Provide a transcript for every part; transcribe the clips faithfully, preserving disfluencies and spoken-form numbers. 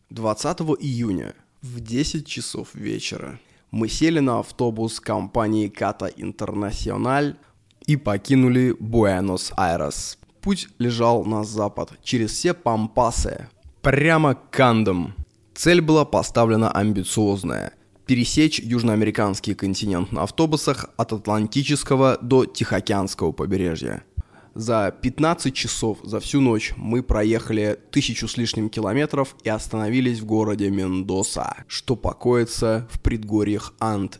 двадцатого июня в десять часов вечера мы сели на автобус компании Ката Интернациональ и покинули Буэнос-Айрес. Путь лежал на запад, через все пампасы, прямо к Андам. Цель была поставлена амбициозная – пересечь южноамериканский континент на автобусах от Атлантического до Тихоокеанского побережья. За пятнадцать часов, за всю ночь, мы проехали тысячу с лишним километров и остановились в городе Мендоса, что покоится в предгорьях Анд.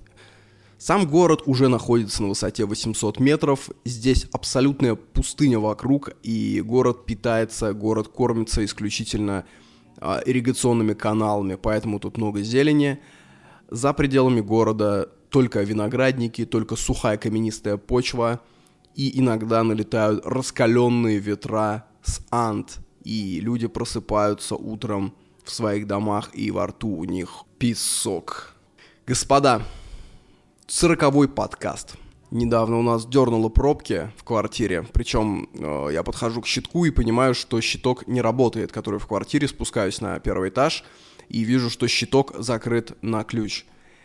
Сам город уже находится на высоте восемьсот метров, здесь абсолютная пустыня вокруг, и город питается, город кормится исключительно э, ирригационными каналами, поэтому тут много зелени. За пределами города только виноградники, только сухая каменистая почва, и иногда налетают раскаленные ветра с Анд, и люди просыпаются утром в своих домах, и во рту у них песок. Господа, сороковой подкаст. Недавно у нас дернуло пробки в квартире, причем э, я подхожу к щитку и понимаю, что щиток не работает, который в квартире, спускаюсь на первый этаж и вижу, что щиток закрыт на ключ.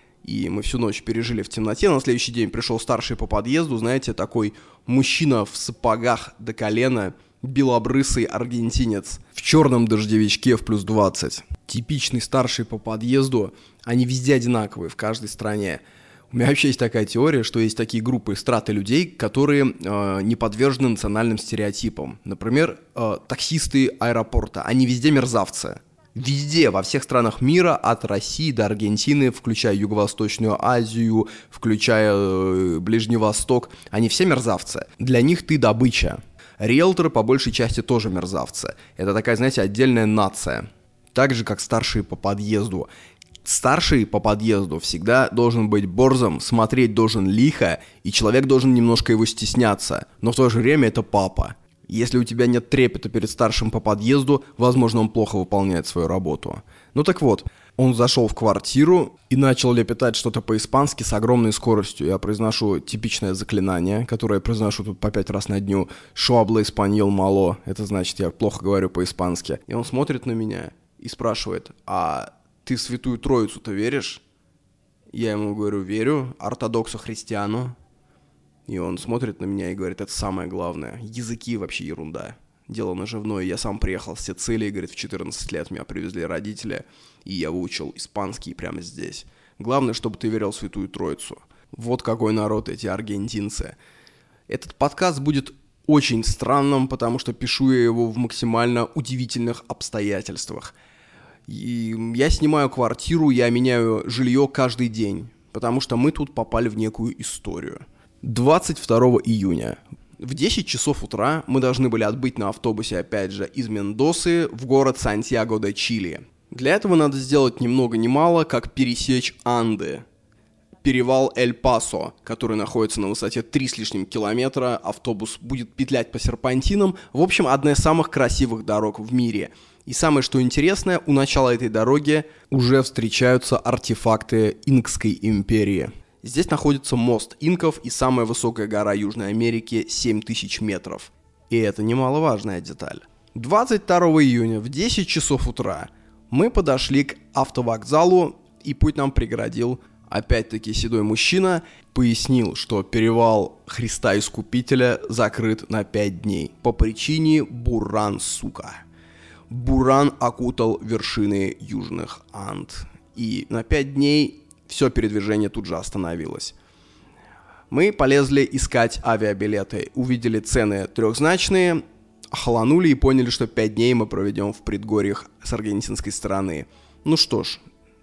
И мы всю ночь пережили в темноте. На следующий день пришел старший по подъезду, знаете, такой мужчина в сапогах до колена, белобрысый аргентинец, в черном дождевичке в плюс двадцать. Типичный старший по подъезду, они везде одинаковые, в каждой стране. У меня вообще есть такая теория, что есть такие группы страты людей, которые э, не подвержены национальным стереотипам. Например, э, таксисты аэропорта, они везде мерзавцы. Везде, во всех странах мира, от России до Аргентины, включая Юго-Восточную Азию, включая э, Ближний Восток, они все мерзавцы. Для них ты добыча. Риэлторы по большей части тоже мерзавцы. Это такая, знаете, отдельная нация. Так же, как старшие по подъезду. Старший по подъезду всегда должен быть борзым, смотреть должен лихо, и человек должен немножко его стесняться. Но в то же время это папа. Если у тебя нет трепета перед старшим по подъезду, возможно, он плохо выполняет свою работу. Ну так вот, он зашел в квартиру и начал лепетать что-то по-испански с огромной скоростью. Я произношу типичное заклинание, которое я произношу тут по пять раз на дню. «Шуабла испаньол мало». Это значит, я плохо говорю по-испански. И он смотрит на меня и спрашивает: «А ты в Святую Троицу-то веришь?» Я ему говорю: «Верю, ортодоксу христиану». И он смотрит на меня и говорит: это самое главное. Языки вообще ерунда. Дело наживное. Я сам приехал с Сицилии, говорит, в четырнадцать лет меня привезли родители, и я выучил испанский прямо здесь. Главное, чтобы ты верил в Святую Троицу. Вот какой народ эти аргентинцы. Этот подкаст будет очень странным, потому что пишу я его в максимально удивительных обстоятельствах. И я снимаю квартиру, я меняю жилье каждый день, потому что мы тут попали в некую историю. двадцать второго июня. В десять часов утра мы должны были отбыть на автобусе, опять же, из Мендосы в город Сантьяго-де-Чили. Для этого надо сделать ни много ни мало, как пересечь Анды. Перевал Эль-Пасо, который находится на высоте три с лишним километра. Автобус будет петлять по серпантинам. В общем, одна из самых красивых дорог в мире. И самое что интересное, у начала этой дороги уже встречаются артефакты Инкской империи. Здесь находится мост инков и самая высокая гора Южной Америки — семь тысяч метров. И это немаловажная деталь. двадцать второго июня в десять часов утра мы подошли к автовокзалу, и путь нам преградил опять-таки седой мужчина. Пояснил, что перевал Христа Искупителя закрыт на пять дней по причине буран, сука. Буран окутал вершины южных Анд. И на пять дней все передвижение тут же остановилось. Мы полезли искать авиабилеты, увидели цены трехзначные, охолонули и поняли, что пять дней мы проведем в предгорьях с аргентинской стороны. Ну что ж,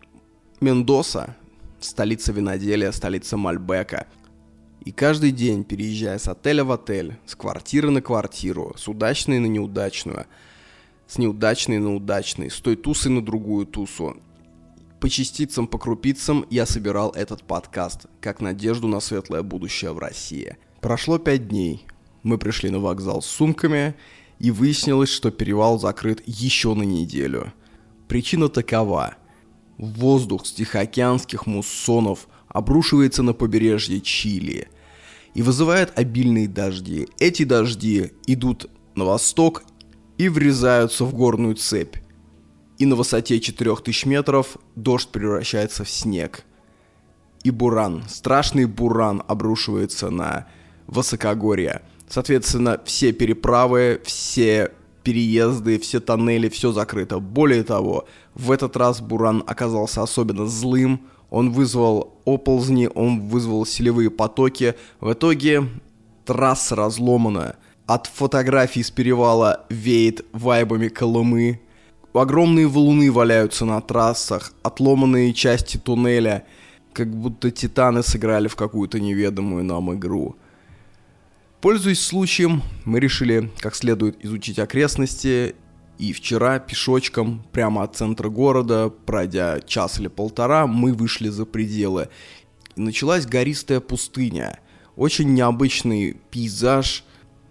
Мендоса, столица виноделия, столица Мальбека. И каждый день, переезжая с отеля в отель, с квартиры на квартиру, с удачной на неудачную, с неудачной на удачной, с той тусы на другую тусу, по частицам, по крупицам я собирал этот подкаст, как надежду на светлое будущее в России. Прошло пять дней. Мы пришли на вокзал с сумками, и выяснилось, что перевал закрыт еще на неделю. Причина такова. Воздух с тихоокеанских муссонов обрушивается на побережье Чили и вызывает обильные дожди. Эти дожди идут на восток и врезаются в горную цепь. и на высоте четырех тысяч метров дождь превращается в снег. И буран, страшный буран обрушивается на высокогорье. Соответственно, все переправы, все переезды, все тоннели, все закрыто. Более того, в этот раз буран оказался особенно злым. Он вызвал оползни, он вызвал селевые потоки. В итоге трасса разломана. От фотографий с перевала веет вайбами Колымы. Огромные валуны валяются на трассах, отломанные части туннеля, как будто титаны сыграли в какую-то неведомую нам игру. Пользуясь случаем, мы решили как следует изучить окрестности, и вчера пешочком прямо от центра города, пройдя час или полтора, мы вышли за пределы. И началась гористая пустыня, очень необычный пейзаж.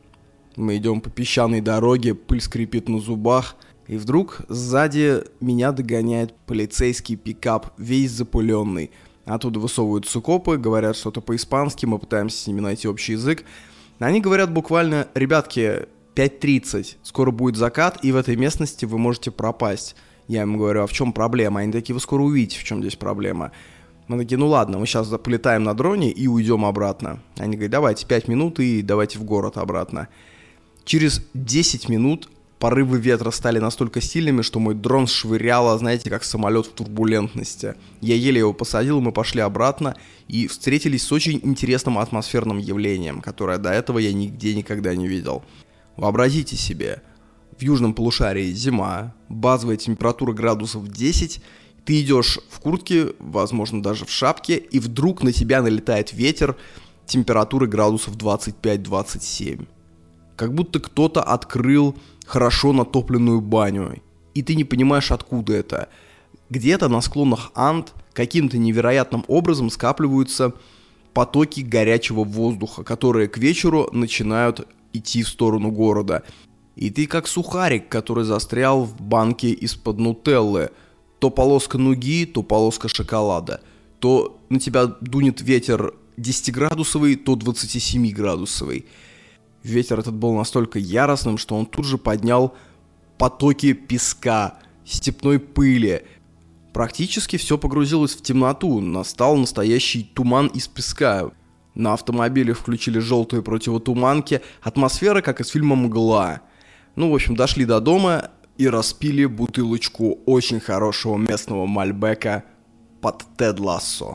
Мы идем по песчаной дороге, пыль скрипит на зубах, и вдруг сзади меня догоняет полицейский пикап, весь запыленный. Оттуда высовываются копы, говорят что-то по-испански, мы пытаемся с ними найти общий язык. Они говорят буквально: ребятки, пять тридцать, скоро будет закат, и в этой местности вы можете пропасть. Я им говорю: а в чем проблема? Они такие: вы скоро увидите, в чем здесь проблема. Мы такие: ну ладно, мы сейчас полетаем на дроне и уйдем обратно. Они говорят: давайте пять минут и давайте в город обратно. Через десять минут порывы ветра стали настолько сильными, что мой дрон швыряло, знаете, как самолет в турбулентности. Я еле его посадил, мы пошли обратно и встретились с очень интересным атмосферным явлением, которое до этого я нигде никогда не видел. Вообразите себе, в южном полушарии зима, базовая температура градусов десять, ты идешь в куртке, возможно, даже в шапке, и вдруг на тебя налетает ветер температуры градусов двадцать пять двадцать семь. Как будто кто-то открыл хорошо натопленную баню, и ты не понимаешь, откуда это. Где-то на склонах Анд каким-то невероятным образом скапливаются потоки горячего воздуха, которые к вечеру начинают идти в сторону города. И ты как сухарик, который застрял в банке из-под нутеллы. То полоска нуги, то полоска шоколада. То на тебя дунет ветер десятиградусовый, то двадцатисемиградусовый. Ветер этот был настолько яростным, что он тут же поднял потоки песка, степной пыли. Практически все погрузилось в темноту, настал настоящий туман из песка. На автомобиле включили желтые противотуманки, атмосфера как из фильма «Мгла». Ну, в общем, дошли до дома и распили бутылочку очень хорошего местного мальбека под Тед Лассо.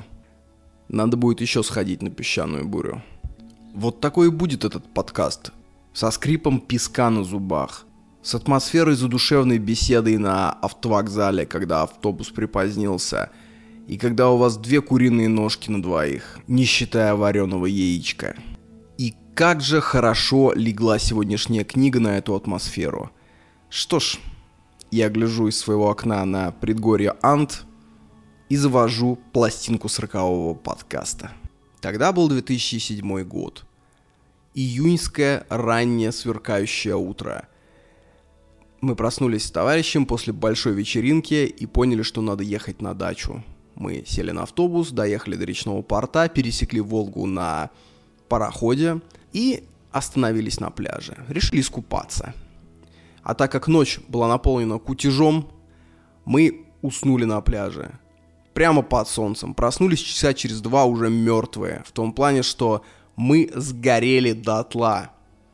Надо будет еще сходить на песчаную бурю. Вот такой и будет этот подкаст. Со скрипом песка на зубах. С атмосферой задушевной беседой на автовокзале, когда автобус припозднился. И когда у вас две куриные ножки на двоих, не считая вареного яичка. И как же хорошо легла сегодняшняя книга на эту атмосферу. Что ж, я гляжу из своего окна на предгорье Анд и завожу пластинку сорокового подкаста. Тогда был две тысячи седьмой год. Июньское раннее сверкающее утро. Мы проснулись с товарищем после большой вечеринки и поняли, что надо ехать на дачу. Мы сели на автобус, доехали до речного порта, пересекли Волгу на пароходе и остановились на пляже. Решили искупаться. А так как ночь была наполнена кутежом, мы уснули на пляже. Прямо под солнцем. Проснулись часа через два уже мертвые. В том плане, что мы сгорели дотла.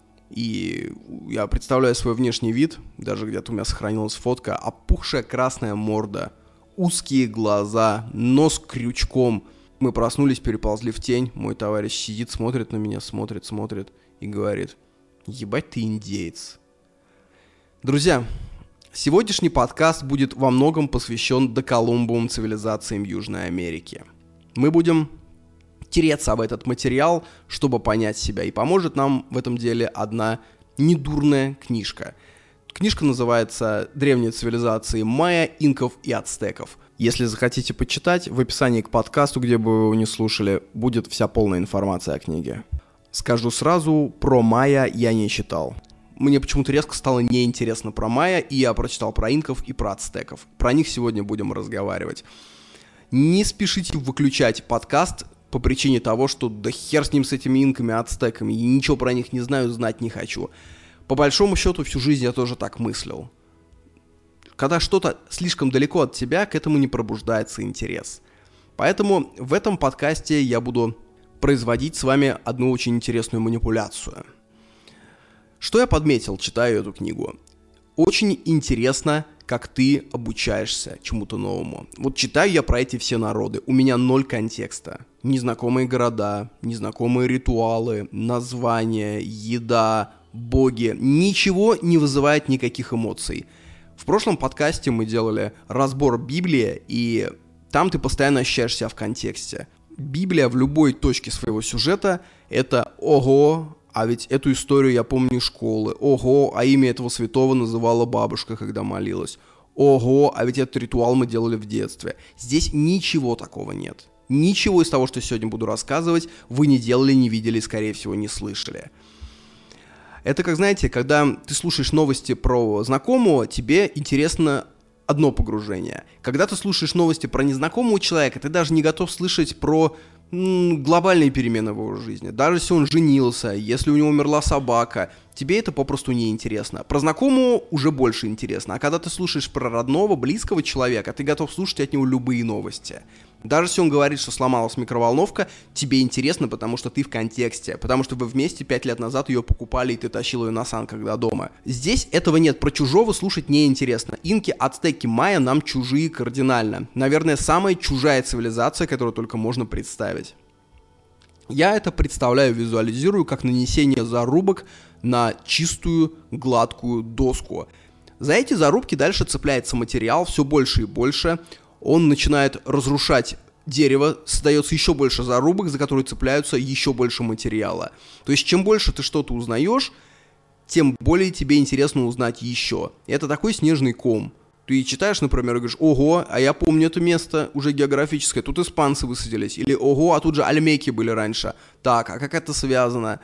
И я представляю свой внешний вид. Даже где-то у меня сохранилась фотка. Опухшая красная морда. Узкие глаза. Нос крючком. Мы проснулись, переползли в тень. Мой товарищ сидит, смотрит на меня, смотрит, смотрит. И говорит: ебать ты индеец. Друзья, сегодняшний подкаст будет во многом посвящен доколумбовым цивилизациям Южной Америки. Мы будем тереться об этот материал, чтобы понять себя, и поможет нам в этом деле одна недурная книжка. Книжка называется «Древние цивилизации майя, инков и ацтеков». Если захотите почитать, в описании к подкасту, где бы вы его не слушали, будет вся полная информация о книге. Скажу сразу, про майя я не читал. Мне почему-то резко стало неинтересно про майя, и я прочитал про инков и про ацтеков. Про них сегодня будем разговаривать. Не спешите выключать подкаст по причине того, что да хер с ним, с этими инками, ацтеками, и ничего про них не знаю, знать не хочу. По большому счету, всю жизнь я тоже так мыслил. Когда что-то слишком далеко от тебя, к этому не пробуждается интерес. Поэтому в этом подкасте я буду производить с вами одну очень интересную манипуляцию. Что я подметил, читая эту книгу? Очень интересно, как ты обучаешься чему-то новому. Вот читаю я про эти все народы, у меня ноль контекста. Незнакомые города, незнакомые ритуалы, названия, еда, боги. Ничего не вызывает никаких эмоций. В прошлом подкасте мы делали разбор Библии, и там ты постоянно ощущаешь себя в контексте. Библия в любой точке своего сюжета — это «Ого, а ведь эту историю я помню из школы. Ого, а имя этого святого называла бабушка, когда молилась. Ого, а ведь этот ритуал мы делали в детстве». Здесь ничего такого нет. Ничего из того, что я сегодня буду рассказывать, вы не делали, не видели, скорее всего, не слышали. Это как, знаете, когда ты слушаешь новости про знакомого, тебе интересно одно погружение. Когда ты слушаешь новости про незнакомого человека, ты даже не готов слышать про м, глобальные перемены в его жизни. Даже если он женился, если у него умерла собака, тебе это попросту не интересно. Про знакомого уже больше интересно. А когда ты слушаешь про родного, близкого человека, ты готов слушать от него любые новости. Даже если он говорит, что сломалась микроволновка, тебе интересно, потому что ты в контексте, потому что вы вместе пять лет назад ее покупали, и ты тащил ее на санках до дома. Здесь этого нет, про чужого слушать неинтересно. Инки, ацтеки, майя нам чужие кардинально. Наверное, самая чужая цивилизация, которую только можно представить. Я это представляю, визуализирую, как нанесение зарубок на чистую, гладкую доску. За эти зарубки дальше цепляется материал все больше и больше. Он начинает разрушать дерево, создается еще больше зарубок, за которые цепляются еще больше материала. То есть, чем больше ты что-то узнаешь, тем более тебе интересно узнать еще. Это такой снежный ком. Ты читаешь, например, и говоришь: ого, а я помню это место уже географическое, тут испанцы высадились. Или ого, а тут же альмеки были раньше. Так, а как это связано?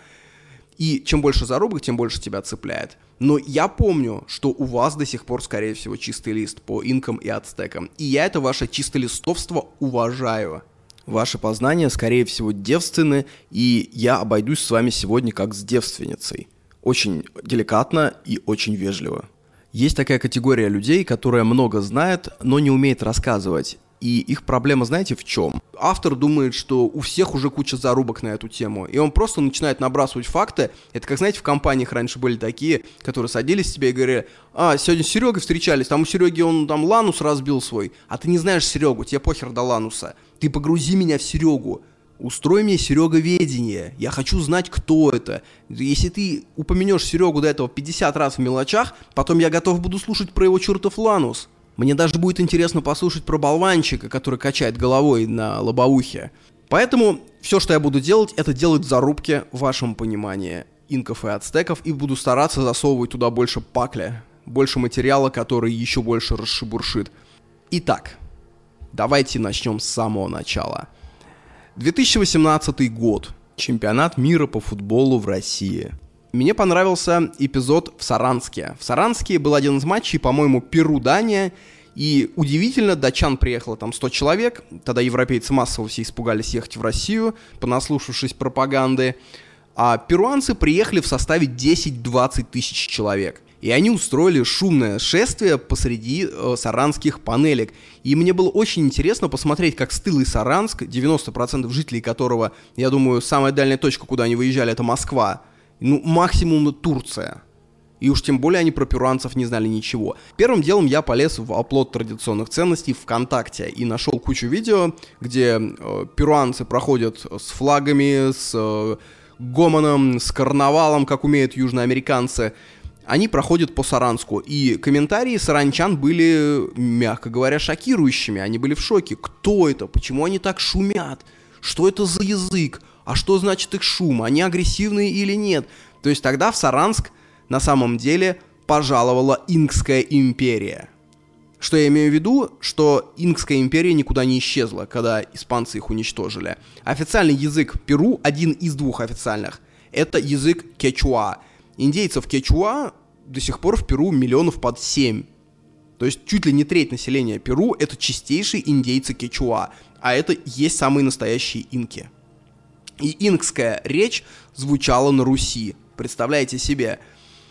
И чем больше зарубок, тем больше тебя цепляет. Но я помню, что у вас до сих пор, скорее всего, чистый лист по инкам и ацтекам. И я это ваше чистолистовство уважаю. Ваши познания, скорее всего, девственны, и я обойдусь с вами сегодня как с девственницей. Очень деликатно и очень вежливо. Есть такая категория людей, которая много знает, но не умеет рассказывать. И их проблема, знаете, в чем? Автор думает, что у всех уже куча зарубок на эту тему, и он просто начинает набрасывать факты. Это как, знаете, в компаниях раньше были такие, которые садились с тебя и говорили: а, сегодня с Серегой встречались, там у Сереги он там Ланус разбил свой, а ты не знаешь Серегу, тебе похер до Лануса. Ты погрузи меня в Серегу. Устрой мне Сереговедение. Я хочу знать, кто это. Если ты упомянешь Серегу до этого пятьдесят раз в мелочах, потом я готов буду слушать про его чертов Ланус. Мне даже будет интересно послушать про болванчика, который качает головой на лобоухе. Поэтому все, что я буду делать, это делать зарубки в вашем понимании инков и ацтеков, и буду стараться засовывать туда больше пакля, больше материала, который еще больше расшибуршит. Итак, давайте начнем с самого начала. две тысячи восемнадцатый год. Чемпионат мира по футболу в России. Мне понравился эпизод в Саранске. В Саранске был один из матчей, по-моему, Перу-Дания. И удивительно, датчан приехало там сто человек. Тогда европейцы массово все испугались ехать в Россию, понаслушавшись пропаганды. А перуанцы приехали в составе десять-двадцать тысяч человек. И они устроили шумное шествие посреди э, саранских панелек. И мне было очень интересно посмотреть, как стылый Саранск, девяносто процентов жителей которого, я думаю, самая дальняя точка, куда они выезжали, это Москва. Ну, максимум Турция. И уж тем более они про перуанцев не знали ничего. Первым делом я полез в оплот традиционных ценностей ВКонтакте и нашел кучу видео, где э, перуанцы проходят с флагами, с э, гомоном, с карнавалом, как умеют южноамериканцы. Они проходят по Саранску. И комментарии саранчан были, мягко говоря, шокирующими. Они были в шоке. Кто это? Почему они так шумят? Что это за язык? А что значит их шум? Они агрессивные или нет? То есть тогда в Саранск на самом деле пожаловала Инкская империя. Что я имею в виду? Что Инкская империя никуда не исчезла, когда испанцы их уничтожили. Официальный язык Перу, один из двух официальных, это язык кечуа. Индейцев кечуа до сих пор в Перу миллионов под семь. То есть чуть ли не треть населения Перу — это чистейшие индейцы кечуа. А это есть самые настоящие инки. И инкская речь звучала на Руси. Представляете себе?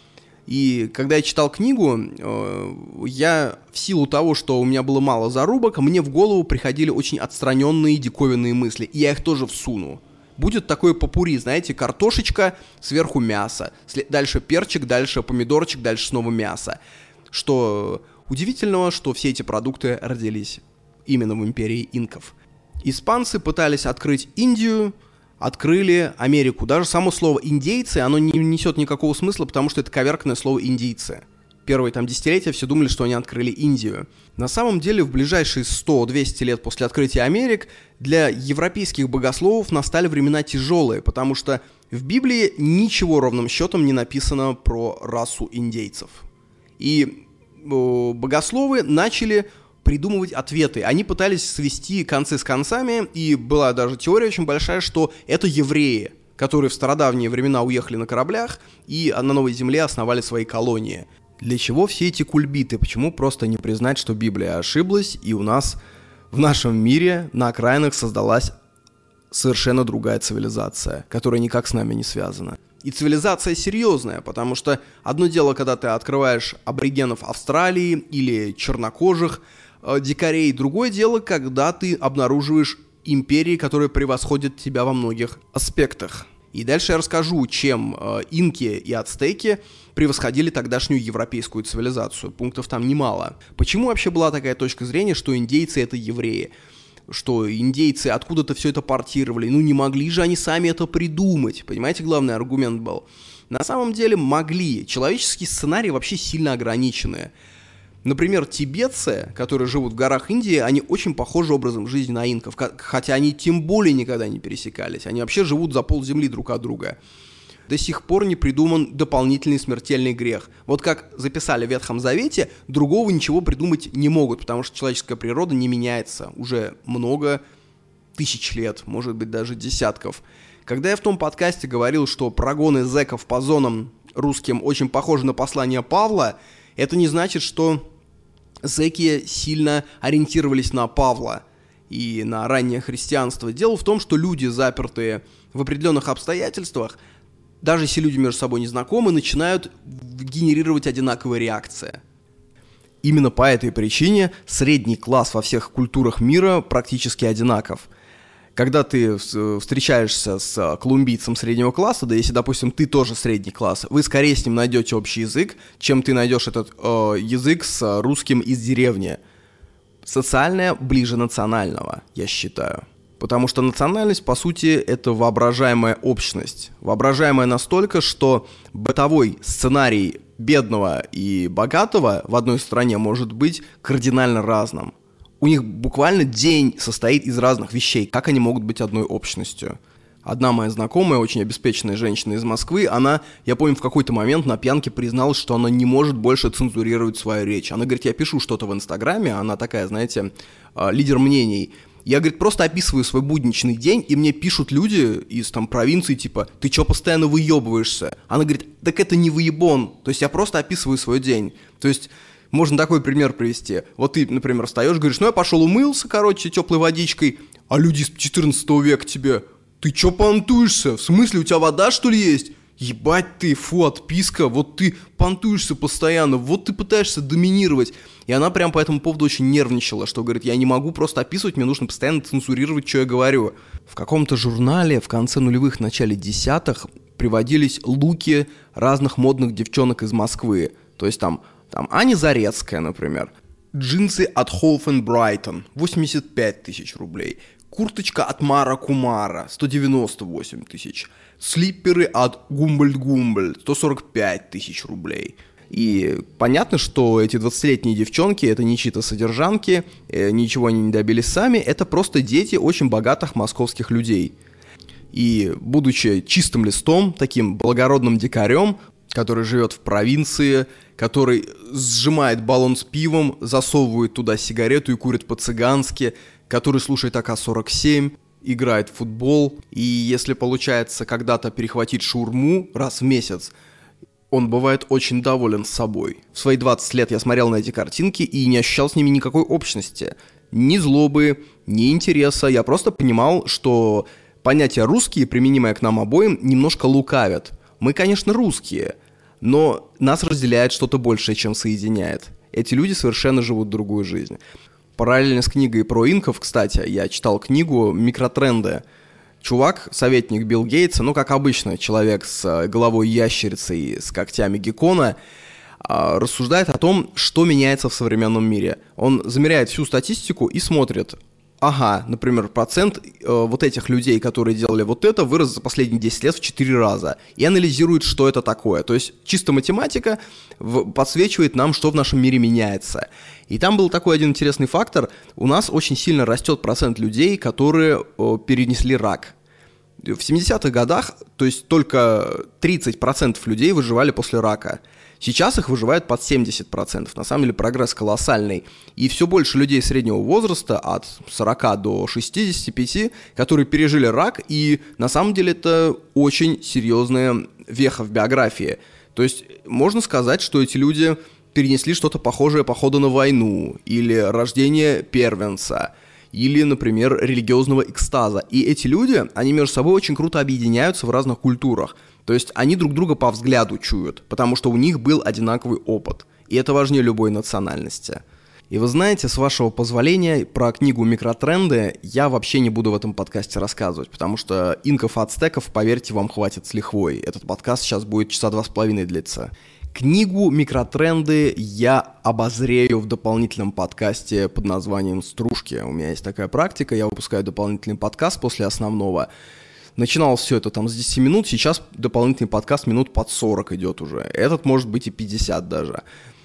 И когда я читал книгу, я в силу того, что у меня было мало зарубок, мне в голову приходили очень отстраненные диковинные мысли, и я их тоже всуну. Будет такое попурри, знаете, картошечка, сверху мясо, дальше перчик, дальше помидорчик, дальше снова мясо. Что удивительного, что все эти продукты родились именно в империи инков. Испанцы пытались открыть Индию, открыли Америку. Даже само слово «индейцы», оно не несет никакого смысла, потому что это коверканное слово «индийцы». Первые там десятилетия все думали, что они открыли Индию. На самом деле, в ближайшие сто-двести лет после открытия Америк для европейских богословов настали времена тяжелые, потому что в Библии ничего ровным счетом не написано про расу индейцев. И о, богословы начали придумывать ответы. Они пытались свести концы с концами, и была даже теория очень большая, что это евреи, которые в стародавние времена уехали на кораблях и на Новой Земле основали свои колонии. Для чего все эти кульбиты? Почему просто не признать, что Библия ошиблась, и у нас в нашем мире на окраинах создалась совершенно другая цивилизация, которая никак с нами не связана? И цивилизация серьезная, потому что одно дело, когда ты открываешь аборигенов Австралии или чернокожих э, дикарей, другое дело, когда ты обнаруживаешь империи, которые превосходят тебя во многих аспектах. И дальше я расскажу, чем э, инки и ацтеки превосходили тогдашнюю европейскую цивилизацию. Пунктов там немало. Почему вообще была такая точка зрения, что индейцы — это евреи? Что индейцы откуда-то все это портировали? Ну не могли же они сами это придумать. Понимаете, главный аргумент был. На самом деле могли. Человеческие сценарии вообще сильно ограничены. Например, тибетцы, которые живут в горах Индии, они очень похожи образом жизни на инков, хотя они тем более никогда не пересекались. Они вообще живут за полземли друг от друга. До сих пор не придуман дополнительный смертельный грех. Вот как записали в Ветхом Завете, другого ничего придумать не могут, потому что человеческая природа не меняется уже много тысяч лет, может быть даже десятков. Когда я в том подкасте говорил, что прогоны зэков по зонам русским очень похожи на послание Павла, это не значит, что зэки сильно ориентировались на Павла и на раннее христианство. Дело в том, что люди, запертые в определенных обстоятельствах, даже если люди между собой не знакомы, начинают генерировать одинаковые реакции. Именно по этой причине средний класс во всех культурах мира практически одинаков. Когда ты встречаешься с колумбийцем среднего класса, да если, допустим, ты тоже средний класс, вы скорее с ним найдете общий язык, чем ты найдешь этот э, язык с русским из деревни. Социальное ближе национального, я считаю. Потому что национальность, по сути, это воображаемая общность. Воображаемая настолько, что бытовой сценарий бедного и богатого в одной стране может быть кардинально разным. У них буквально день состоит из разных вещей. Как они могут быть одной общностью? Одна моя знакомая, очень обеспеченная женщина из Москвы, она, я помню, в какой-то момент на пьянке призналась, что она не может больше цензурировать свою речь. Она говорит, я пишу что-то в Инстаграме, она такая, знаете, лидер мнений. Я, говорит, просто описываю свой будничный день, и мне пишут люди из там провинции, типа, ты чё постоянно выебываешься? Она говорит, так это не выебон, то есть я просто описываю свой день. То есть можно такой пример привести. Вот ты, например, встаешь, говоришь, ну я пошел умылся, короче, теплой водичкой, а люди из четырнадцатого века тебе, ты чё понтуешься? В смысле, у тебя вода, что ли, есть? Ебать ты, фу, отписка, вот ты понтуешься постоянно, вот ты пытаешься доминировать. И она прям по этому поводу очень нервничала, что говорит, я не могу просто описывать, мне нужно постоянно цензурировать, что я говорю. В каком-то журнале в конце нулевых, начале десятых приводились луки разных модных девчонок из Москвы. То есть там, там Аня Зарецкая, например. Джинсы от Холфен Брайтон, восемьдесят пять тысяч рублей. Курточка от Мара Кумара, сто девяносто восемь тысяч. Слипперы от Гумбольд-Гумбольд, сто сорок пять тысяч рублей. И понятно, что эти двадцатилетние девчонки, это не чьи-то содержанки, ничего они не добились сами, это просто дети очень богатых московских людей. И будучи чистым листом, таким благородным дикарем, который живет в провинции, который сжимает баллон с пивом, засовывает туда сигарету и курит по-цыгански, который слушает а ка сорок семь, играет в футбол, и если получается когда-то перехватить шаурму раз в месяц, он бывает очень доволен собой. В свои двадцать лет я смотрел на эти картинки и не ощущал с ними никакой общности. Ни злобы, ни интереса. Я просто понимал, что понятие «русские», применимое к нам обоим, немножко лукавят. Мы, конечно, русские, но нас разделяет что-то большее, чем соединяет. Эти люди совершенно живут другую жизнь. Параллельно с книгой про инков, кстати, я читал книгу «Микротренды». Чувак, советник Билл Гейтса, ну, как обычно, человек с головой ящерицы и с когтями геккона, рассуждает о том, что меняется в современном мире. Он замеряет всю статистику и смотрит, ага, например, процент э, вот этих людей, которые делали вот это, вырос за последние десять лет в четыре раза. И анализирует, что это такое. То есть чисто математика в, подсвечивает нам, что в нашем мире меняется. И там был такой один интересный фактор. У нас очень сильно растет процент людей, которые э, перенесли рак. В семидесятых годах, то есть только тридцать процентов людей выживали после рака. Сейчас их выживает под семьдесят процентов. На самом деле прогресс колоссальный. И все больше людей среднего возраста, от сорока до шестидесяти пяти, которые пережили рак. И на самом деле это очень серьезная веха в биографии. То есть можно сказать, что эти люди перенесли что-то похожее по ходу на войну, или рождение первенца, или, например, религиозного экстаза. И эти люди, они между собой очень круто объединяются в разных культурах. То есть они друг друга по взгляду чуют, потому что у них был одинаковый опыт. И это важнее любой национальности. И вы знаете, с вашего позволения, про книгу «Микротренды» я вообще не буду в этом подкасте рассказывать, потому что инков и ацтеков, поверьте, вам хватит с лихвой. Этот подкаст сейчас будет часа два с половиной длиться. Книгу «Микротренды» я обозрею в дополнительном подкасте под названием «Стружки». У меня есть такая практика, я выпускаю дополнительный подкаст после основного. Начинал все это там с десяти минут, сейчас дополнительный подкаст минут под сорок идет уже. Этот может быть и пятьдесят даже.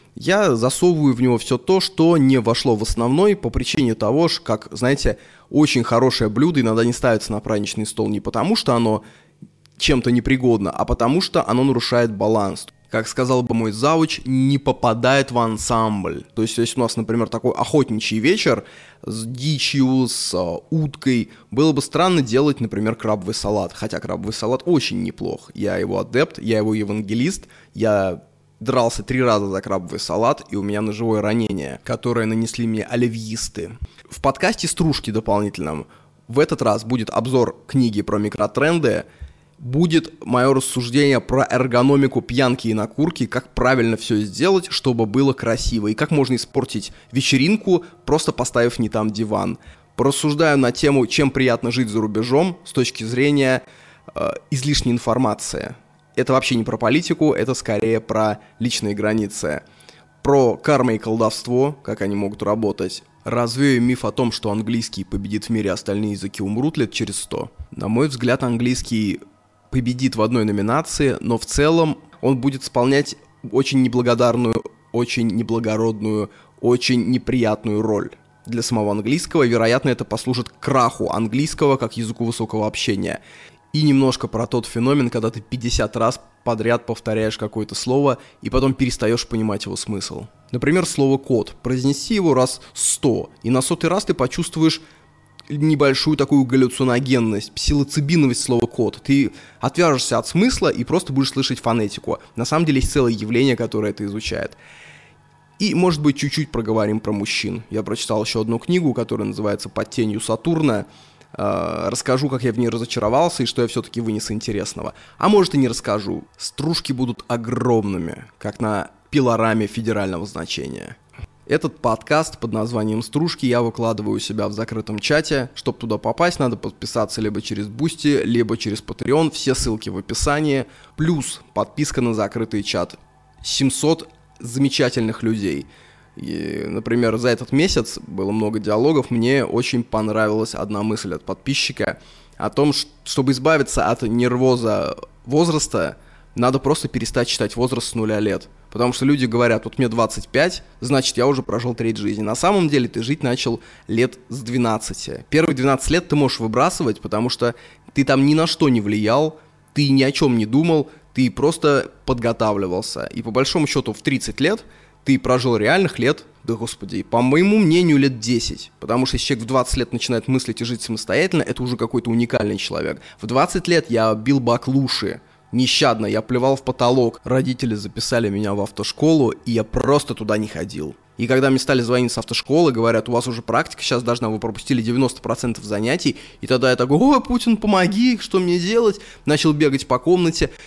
Я засовываю в него все то, что не вошло в основной, по причине того, что, как, знаете, очень хорошее блюдо иногда не ставится на праздничный стол не потому, что оно чем-то непригодно, а потому что оно нарушает баланс. Как сказал бы мой завуч, не попадает в ансамбль. То есть, если у нас, например, такой охотничий вечер с дичью, с uh, уткой, было бы странно делать, например, крабовый салат. Хотя крабовый салат очень неплох. Я его адепт, я его евангелист, я дрался три раза за крабовый салат, и у меня ножевое ранение, которое нанесли мне оливьисты. В подкасте «Стружки» дополнительном в этот раз будет обзор книги про микротренды, будет мое рассуждение про эргономику пьянки и накурки, как правильно все сделать, чтобы было красиво, и как можно испортить вечеринку, просто поставив не там диван. Порассуждаю на тему, чем приятно жить за рубежом с точки зрения э, излишней информации. Это вообще не про политику, это скорее про личные границы. Про карму и колдовство, как они могут работать. Развею миф о том, что английский победит в мире, остальные языки умрут лет через сто. На мой взгляд, английский победит в одной номинации, но в целом он будет исполнять очень неблагодарную, очень неблагородную, очень неприятную роль для самого английского. Вероятно, это послужит к краху английского как языку высокого общения. И немножко про тот феномен, когда ты пятьдесят раз подряд повторяешь какое-то слово и потом перестаешь понимать его смысл. Например, слово «кот». Произнеси его раз сто, и на сотый раз ты почувствуешь небольшую такую галлюциногенность, псилоцибиновость слова «код». Ты отвяжешься от смысла и просто будешь слышать фонетику. На самом деле есть целое явление, которое это изучает. И, может быть, чуть-чуть проговорим про мужчин. Я прочитал еще одну книгу, которая называется «Под тенью Сатурна». Э, расскажу, как я в ней разочаровался и что я все-таки вынес интересного. А может и не расскажу. Стружки будут огромными, как на пилораме федерального значения. Этот подкаст под названием «Стружки» я выкладываю у себя в закрытом чате. Чтобы туда попасть, надо подписаться либо через Boosty, либо через Patreon. Все ссылки в описании. Плюс подписка на закрытый чат. семьсот замечательных людей. И, например, за этот месяц было много диалогов. Мне очень понравилась одна мысль от подписчика о том, что, чтобы избавиться от нервоза возраста, надо просто перестать считать возраст с нуля лет. Потому что люди говорят, вот мне двадцать пять, значит, я уже прожил треть жизни. На самом деле ты жить начал лет с двенадцати. Первые двенадцать лет ты можешь выбрасывать, потому что ты там ни на что не влиял, ты ни о чем не думал, ты просто подготавливался. И по большому счету в тридцать лет ты прожил реальных лет, да господи, по моему мнению, лет десять. Потому что если человек в двадцать лет начинает мыслить и жить самостоятельно, это уже какой-то уникальный человек. В двадцать лет я бил баклуши. Нещадно, я плевал в потолок. Родители записали меня в автошколу, и я просто туда не ходил. И когда мне стали звонить с автошколы, говорят, у вас уже практика сейчас должна, вы пропустили девяносто процентов занятий. И тогда я такой, ой, Путин, помоги, что мне делать? Начал бегать по комнате.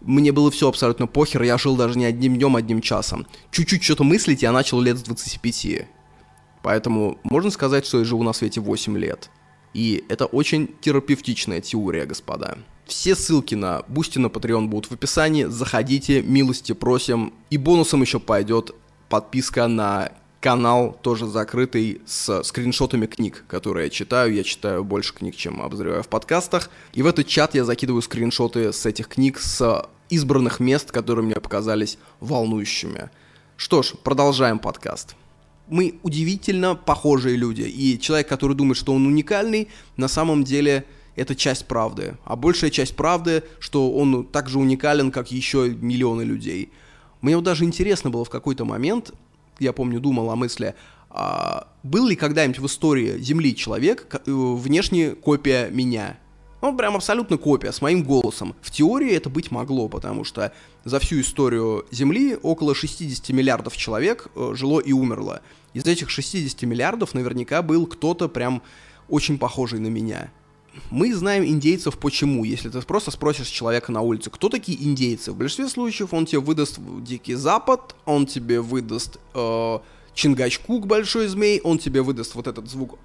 Мне было все абсолютно похер, я жил даже не одним днем, одним часом. Чуть-чуть что-то мыслить я начал лет с двадцати пяти. Поэтому можно сказать, что я живу на свете восемь лет. И это очень терапевтичная теория, господа. Все ссылки на Boosty, на Patreon будут в описании. Заходите, милости просим. И бонусом еще пойдет подписка на канал, тоже закрытый, с скриншотами книг, которые я читаю. Я читаю больше книг, чем обозреваю в подкастах. И в этот чат я закидываю скриншоты с этих книг, с избранных мест, которые мне показались волнующими. Что ж, продолжаем подкаст. Мы удивительно похожие люди. И человек, который думает, что он уникальный, на самом деле это часть правды. А большая часть правды, что он так же уникален, как еще миллионы людей. Мне вот даже интересно было в какой-то момент, я помню, думал о мысли, а был ли когда-нибудь в истории Земли человек, внешне копия меня? Ну, прям абсолютно копия, с моим голосом. В теории это быть могло, потому что за всю историю Земли около шестьдесят миллиардов человек жило и умерло. Из этих шестидесяти миллиардов наверняка был кто-то прям очень похожий на меня. Мы знаем индейцев почему. Если ты просто спросишь человека на улице, кто такие индейцы, в большинстве случаев он тебе выдаст Дикий Запад, он тебе выдаст э, Чингачгук, большой змей, он тебе выдаст вот этот звук.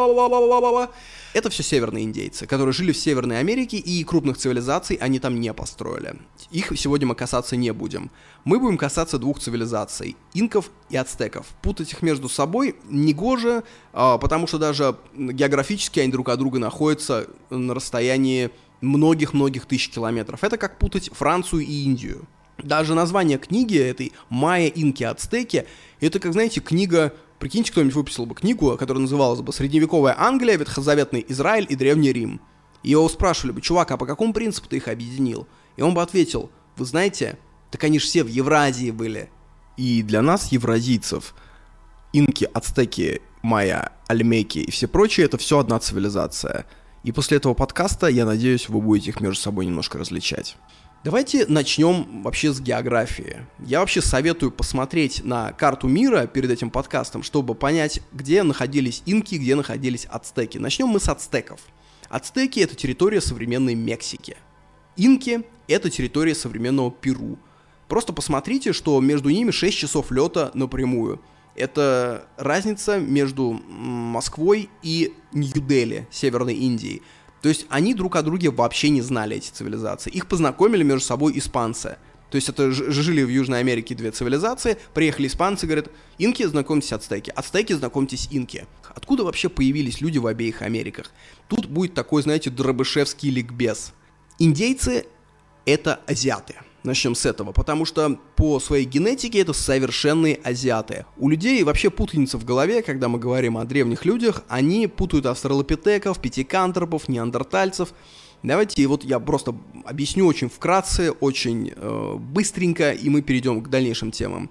Это все северные индейцы, которые жили в Северной Америке, и крупных цивилизаций они там не построили. Их сегодня мы касаться не будем. Мы будем касаться двух цивилизаций – инков и ацтеков. Путать их между собой негоже, потому что даже географически они друг от друга находятся на расстоянии многих-многих тысяч километров. Это как путать Францию и Индию. Даже название книги этой «Майя, инки, ацтеки» — это, как, знаете, книга... Прикиньте, кто-нибудь выпустил бы книгу, которая называлась бы «Средневековая Англия, Ветхозаветный Израиль и Древний Рим». И его спрашивали бы: чувак, а по какому принципу ты их объединил? И он бы ответил: вы знаете, так они же все в Евразии были. И для нас, евразийцев, инки, ацтеки, майя, альмеки и все прочие — это все одна цивилизация. И после этого подкаста, я надеюсь, вы будете их между собой немножко различать. Давайте начнем вообще с географии. Я вообще советую посмотреть на карту мира перед этим подкастом, чтобы понять, где находились инки, где находились ацтеки. Начнем мы с ацтеков. Ацтеки — это территория современной Мексики. Инки — это территория современного Перу. Просто посмотрите, что между ними шесть часов лета напрямую. Это разница между Москвой и Нью-Дели, Северной Индии. То есть они друг о друге вообще не знали, эти цивилизации. Их познакомили между собой испанцы. То есть это ж- жили в Южной Америке две цивилизации, приехали испанцы, говорят: инки, знакомьтесь, ацтеки, ацтеки, знакомьтесь, инки. Откуда вообще появились люди в обеих Америках? Тут будет такой, знаете, дробышевский ликбез. Индейцы — это азиаты. Начнем с этого, потому что по своей генетике это совершенные азиаты. У людей вообще путаница в голове, когда мы говорим о древних людях, они путают австралопитеков, пятикантропов, неандертальцев. Давайте вот я просто объясню очень вкратце, очень э, быстренько, и мы перейдем к дальнейшим темам.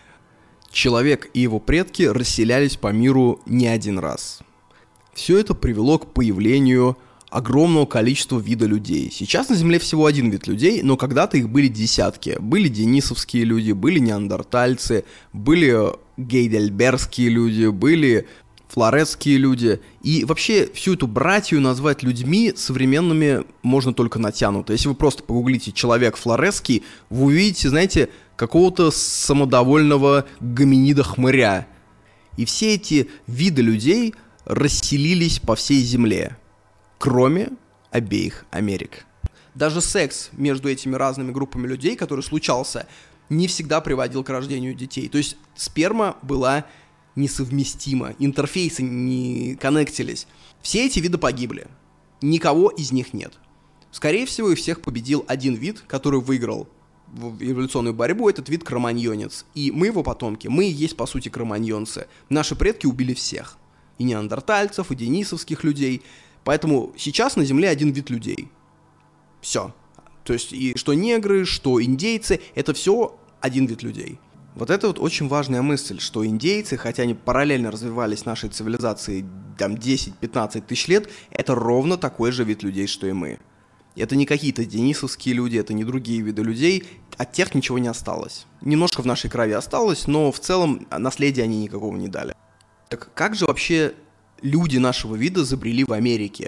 Человек и его предки расселялись по миру не один раз. Все это привело к появлению огромного количества вида людей. Сейчас на Земле всего один вид людей, но когда-то их были десятки. Были денисовские люди, были неандертальцы, были гейдельбергские люди, были флоретские люди. И вообще всю эту братью назвать людьми современными можно только натянуто. Если вы просто погуглите «человек флоретский», вы увидите, знаете, какого-то самодовольного гоминида-хмыря. И все эти виды людей расселились по всей Земле, кроме обеих Америк. Даже секс между этими разными группами людей, который случался, не всегда приводил к рождению детей. То есть сперма была несовместима, интерфейсы не коннектились. Все эти виды погибли. Никого из них нет. Скорее всего, их всех победил один вид, который выиграл в эволюционную борьбу, этот вид кроманьонец. И мы его потомки, мы и есть, по сути, кроманьонцы. Наши предки убили всех. И неандертальцев, и денисовских людей. Поэтому сейчас на Земле один вид людей. Все. То есть и что негры, что индейцы, это все один вид людей. Вот это вот очень важная мысль, что индейцы, хотя они параллельно развивались нашей цивилизации там десять-пятнадцать тысяч лет, это ровно такой же вид людей, что и мы. Это не какие-то денисовские люди, это не другие виды людей, от тех ничего не осталось. Немножко в нашей крови осталось, но в целом наследия они никакого не дали. Так как же вообще люди нашего вида забрели в Америке,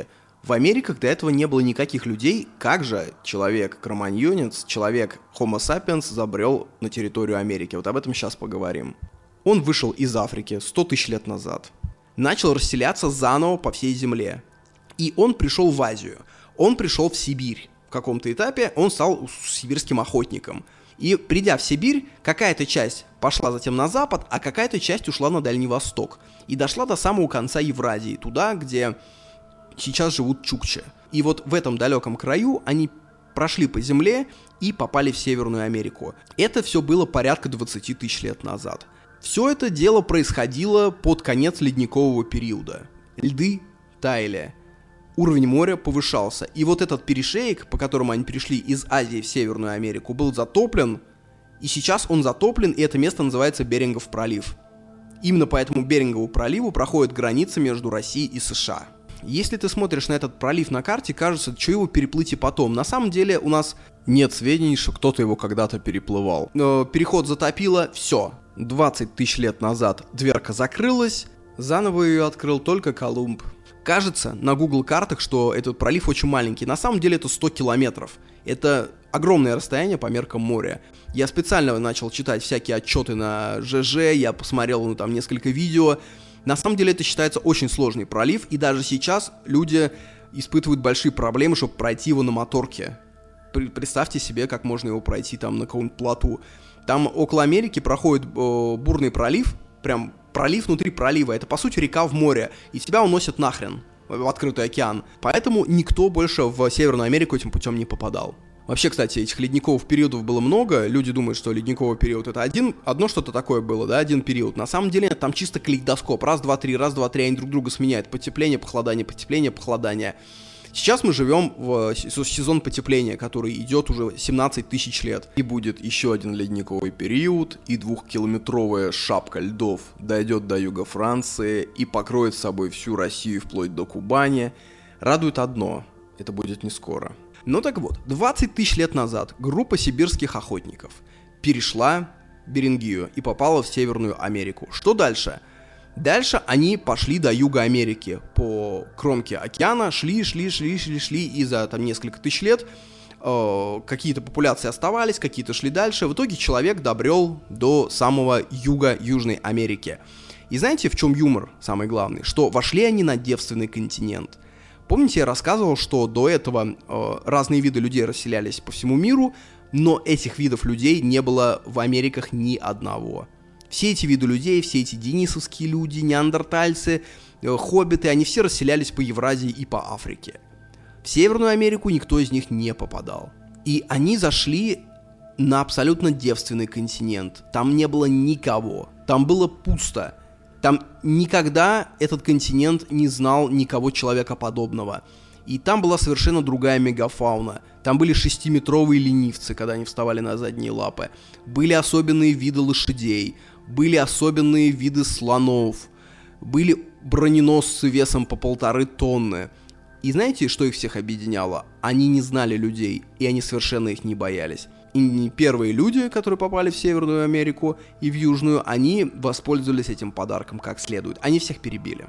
В Америках до этого не было никаких людей. Как же человек-кроманьонец, человек Homo sapiens забрел на территорию Америки? Вот об этом сейчас поговорим. Он вышел из Африки сто тысяч лет назад. Начал расселяться заново по всей земле. И он пришел в Азию. Он пришел в Сибирь. В каком-то этапе он стал сибирским охотником. И придя в Сибирь, какая-то часть пошла затем на запад, а какая-то часть ушла на Дальний Восток. И дошла до самого конца Евразии, туда, где сейчас живут чукчи. И вот в этом далеком краю они прошли по земле и попали в Северную Америку. Это все было порядка двадцать тысяч лет назад. Все это дело происходило под конец ледникового периода. Льды таяли. Уровень моря повышался. И вот этот перешеек, по которому они перешли из Азии в Северную Америку, был затоплен. И сейчас он затоплен, и это место называется Берингов пролив. Именно по этому Берингову проливу проходит граница между Россией и США. Если ты смотришь на этот пролив на карте, кажется, что его переплыть и потом. На самом деле у нас нет сведений, что кто-то его когда-то переплывал. Но переход затопило, все. двадцать тысяч лет назад дверка закрылась, заново ее открыл только Колумб. Кажется на Google картах, что этот пролив очень маленький. На самом деле это сто километров. Это огромное расстояние по меркам моря. Я специально начал читать всякие отчеты на ЖЖ, я посмотрел ну, там несколько видео. На самом деле это считается очень сложный пролив, и даже сейчас люди испытывают большие проблемы, чтобы пройти его на моторке. Представьте себе, как можно его пройти там на каком-нибудь плоту. Там около Америки проходит э, бурный пролив, прям пролив внутри пролива. Это, по сути, река в море, и тебя уносят нахрен в открытый океан. Поэтому никто больше в Северную Америку этим путем не попадал. Вообще, кстати, этих ледниковых периодов было много. Люди думают, что ледниковый период это один, одно что-то такое было, да, один период. На самом деле там чисто калейдоскоп. Раз, два, три, раз, два, три, они друг друга сменяют. Потепление, похолодание, потепление, похолодание. Сейчас мы живем в сезон потепления, который идет уже семнадцать тысяч лет. И будет еще один ледниковый период, и двухкилометровая шапка льдов дойдет до юга Франции и покроет собой всю Россию вплоть до Кубани. Радует одно, это будет не скоро. Ну так вот, двадцать тысяч лет назад группа сибирских охотников перешла Берингию и попала в Северную Америку. Что дальше? Дальше они пошли до юга Америки. По кромке океана шли, шли, шли, шли, шли, и за там несколько тысяч лет э, какие-то популяции оставались, какие-то шли дальше. В итоге человек добрел до самого юга Южной Америки. И знаете, в чем юмор самый главный? Что вошли они на девственный континент. Помните, я рассказывал, что до этого э, разные виды людей расселялись по всему миру, но этих видов людей не было в Америках ни одного. Все эти виды людей, все эти денисовские люди, неандертальцы, э, хоббиты, они все расселялись по Евразии и по Африке. В Северную Америку никто из них не попадал. И они зашли на абсолютно девственный континент. Там не было никого. Там было пусто. Там никогда этот континент не знал никого человекоподобного. И там была совершенно другая мегафауна. Там были шестиметровые ленивцы, когда они вставали на задние лапы. Были особенные виды лошадей. Были особенные виды слонов. Были броненосцы весом по полторы тонны. И знаете, что их всех объединяло? Они не знали людей, и они совершенно их не боялись. И первые люди, которые попали в Северную Америку и в Южную, они воспользовались этим подарком как следует. Они всех перебили.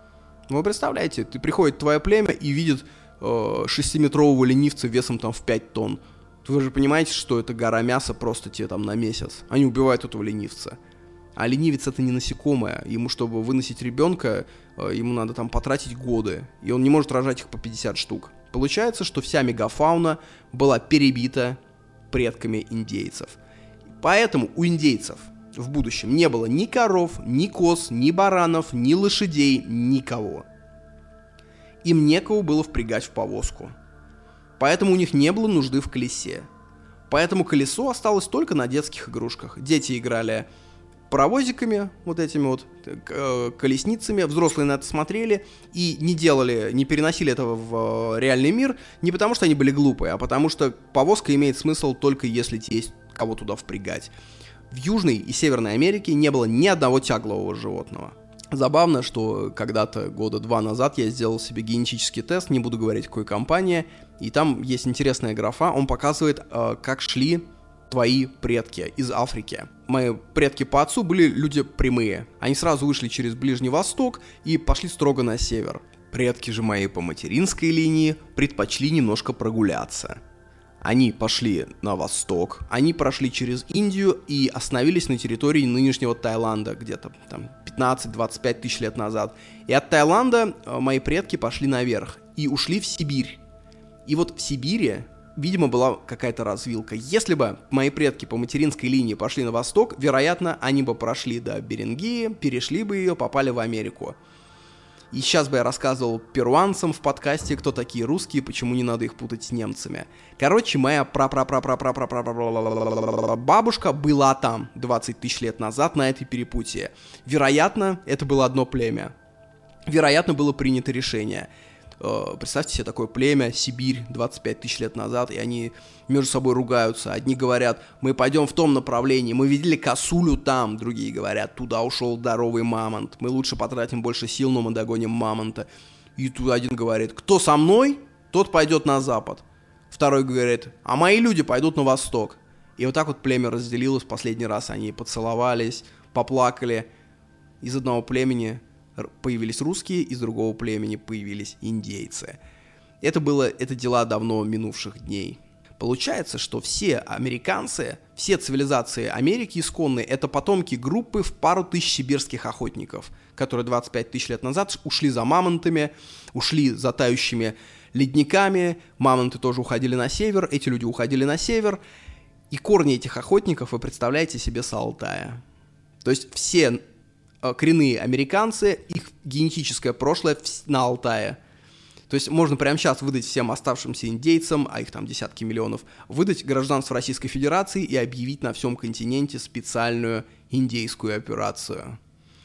Вы представляете, ты приходит твое племя и видит э, шестиметрового ленивца весом там в пять тонн. Вы же понимаете, что это гора мяса просто тебе там на месяц. Они убивают этого ленивца. А ленивец это не насекомое. Ему, чтобы выносить ребенка, э, ему надо там потратить годы. И он не может рожать их по пятьдесят штук. Получается, что вся мегафауна была перебита предками индейцев. Поэтому у индейцев в будущем не было ни коров, ни коз, ни баранов, ни лошадей, никого. Им некого было впрягать в повозку. Поэтому у них не было нужды в колесе. Поэтому колесо осталось только на детских игрушках. Дети играли паровозиками, вот этими вот колесницами, взрослые на это смотрели и не делали, не переносили этого в реальный мир, не потому что они были глупые, а потому что повозка имеет смысл только если есть кого туда впрягать. В Южной и Северной Америке не было ни одного тяглового животного. Забавно, что когда-то года два назад я сделал себе генетический тест, не буду говорить, какой компании, и там есть интересная графа, он показывает, как шли твои предки из Африки. Мои предки по отцу были люди прямые. Они сразу вышли через Ближний Восток и пошли строго на север. Предки же мои по материнской линии предпочли немножко прогуляться. Они пошли на восток, они прошли через Индию и остановились на территории нынешнего Таиланда, где-то там пятнадцать-двадцать пять тысяч лет назад. И от Таиланда мои предки пошли наверх и ушли в Сибирь. И вот в Сибири, видимо, была какая-то развилка. Если бы мои предки по материнской линии пошли на восток, вероятно, они бы прошли до Берингии, перешли бы ее, попали в Америку. И сейчас бы я рассказывал перуанцам в подкасте, кто такие русские, почему не надо их путать с немцами. Короче, моя пра-пра-пра-пра-пра-пра-пра-пра-бабушка была там двадцать тысяч лет назад на этой перепутье. Вероятно, это было одно племя. Вероятно, было принято решение. Представьте себе такое племя, Сибирь, двадцать пять тысяч лет назад, и они между собой ругаются. Одни говорят, мы пойдем в том направлении, мы видели косулю там. Другие говорят, туда ушел здоровый мамонт, мы лучше потратим больше сил, но мы догоним мамонта. И тут один говорит, кто со мной, тот пойдет на запад. Второй говорит, а мои люди пойдут на восток. И вот так вот племя разделилось, в последний раз они поцеловались, поплакали. Из одного племени появились русские, из другого племени появились индейцы. Это было, это дела давно минувших дней. Получается, что все американцы, все цивилизации Америки исконные, это потомки группы в пару тысяч сибирских охотников, которые двадцать пять тысяч лет назад ушли за мамонтами, ушли за тающими ледниками, мамонты тоже уходили на север, эти люди уходили на север, и корни этих охотников вы представляете себе с Алтая. То есть все коренные американцы, их генетическое прошлое на Алтае. То есть можно прямо сейчас выдать всем оставшимся индейцам, а их там десятки миллионов, выдать гражданство Российской Федерации и объявить на всем континенте специальную индейскую операцию.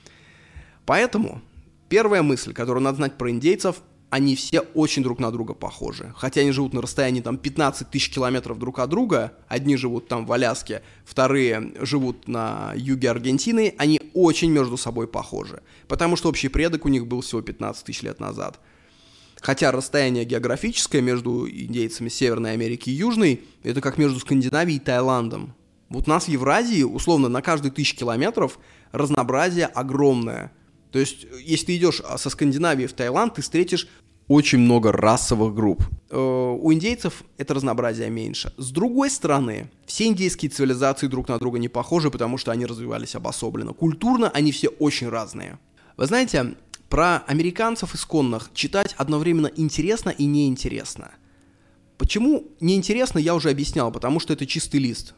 Поэтому первая мысль, которую надо знать про индейцев, они все очень друг на друга похожи. Хотя они живут на расстоянии там пятнадцать тысяч километров друг от друга, одни живут там в Аляске, вторые живут на юге Аргентины, они очень между собой похожи. Потому что общий предок у них был всего пятнадцать тысяч лет назад. Хотя расстояние географическое между индейцами Северной Америки и Южной, это как между Скандинавией и Таиландом. Вот у нас в Евразии, условно, на каждые тысячу километров разнообразие огромное. То есть, если ты идешь со Скандинавии в Таиланд, ты встретишь очень много расовых групп. У индейцев это разнообразие меньше. С другой стороны, все индейские цивилизации друг на друга не похожи, потому что они развивались обособленно. Культурно они все очень разные. Вы знаете, про американцев исконных читать одновременно интересно и неинтересно. Почему неинтересно, я уже объяснял, потому что это чистый лист.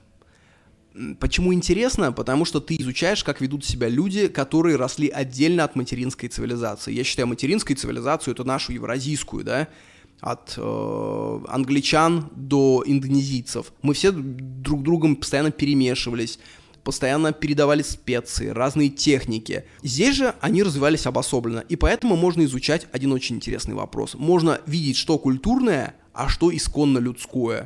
Почему интересно? Потому что ты изучаешь, как ведут себя люди, которые росли отдельно от материнской цивилизации. Я считаю материнской цивилизацию, это нашу евразийскую, да, от э, англичан до индонезийцев. Мы все друг другом постоянно перемешивались, постоянно передавали специи, разные техники. Здесь же они развивались обособленно, и поэтому можно изучать один очень интересный вопрос. Можно видеть, что культурное, а что исконно людское.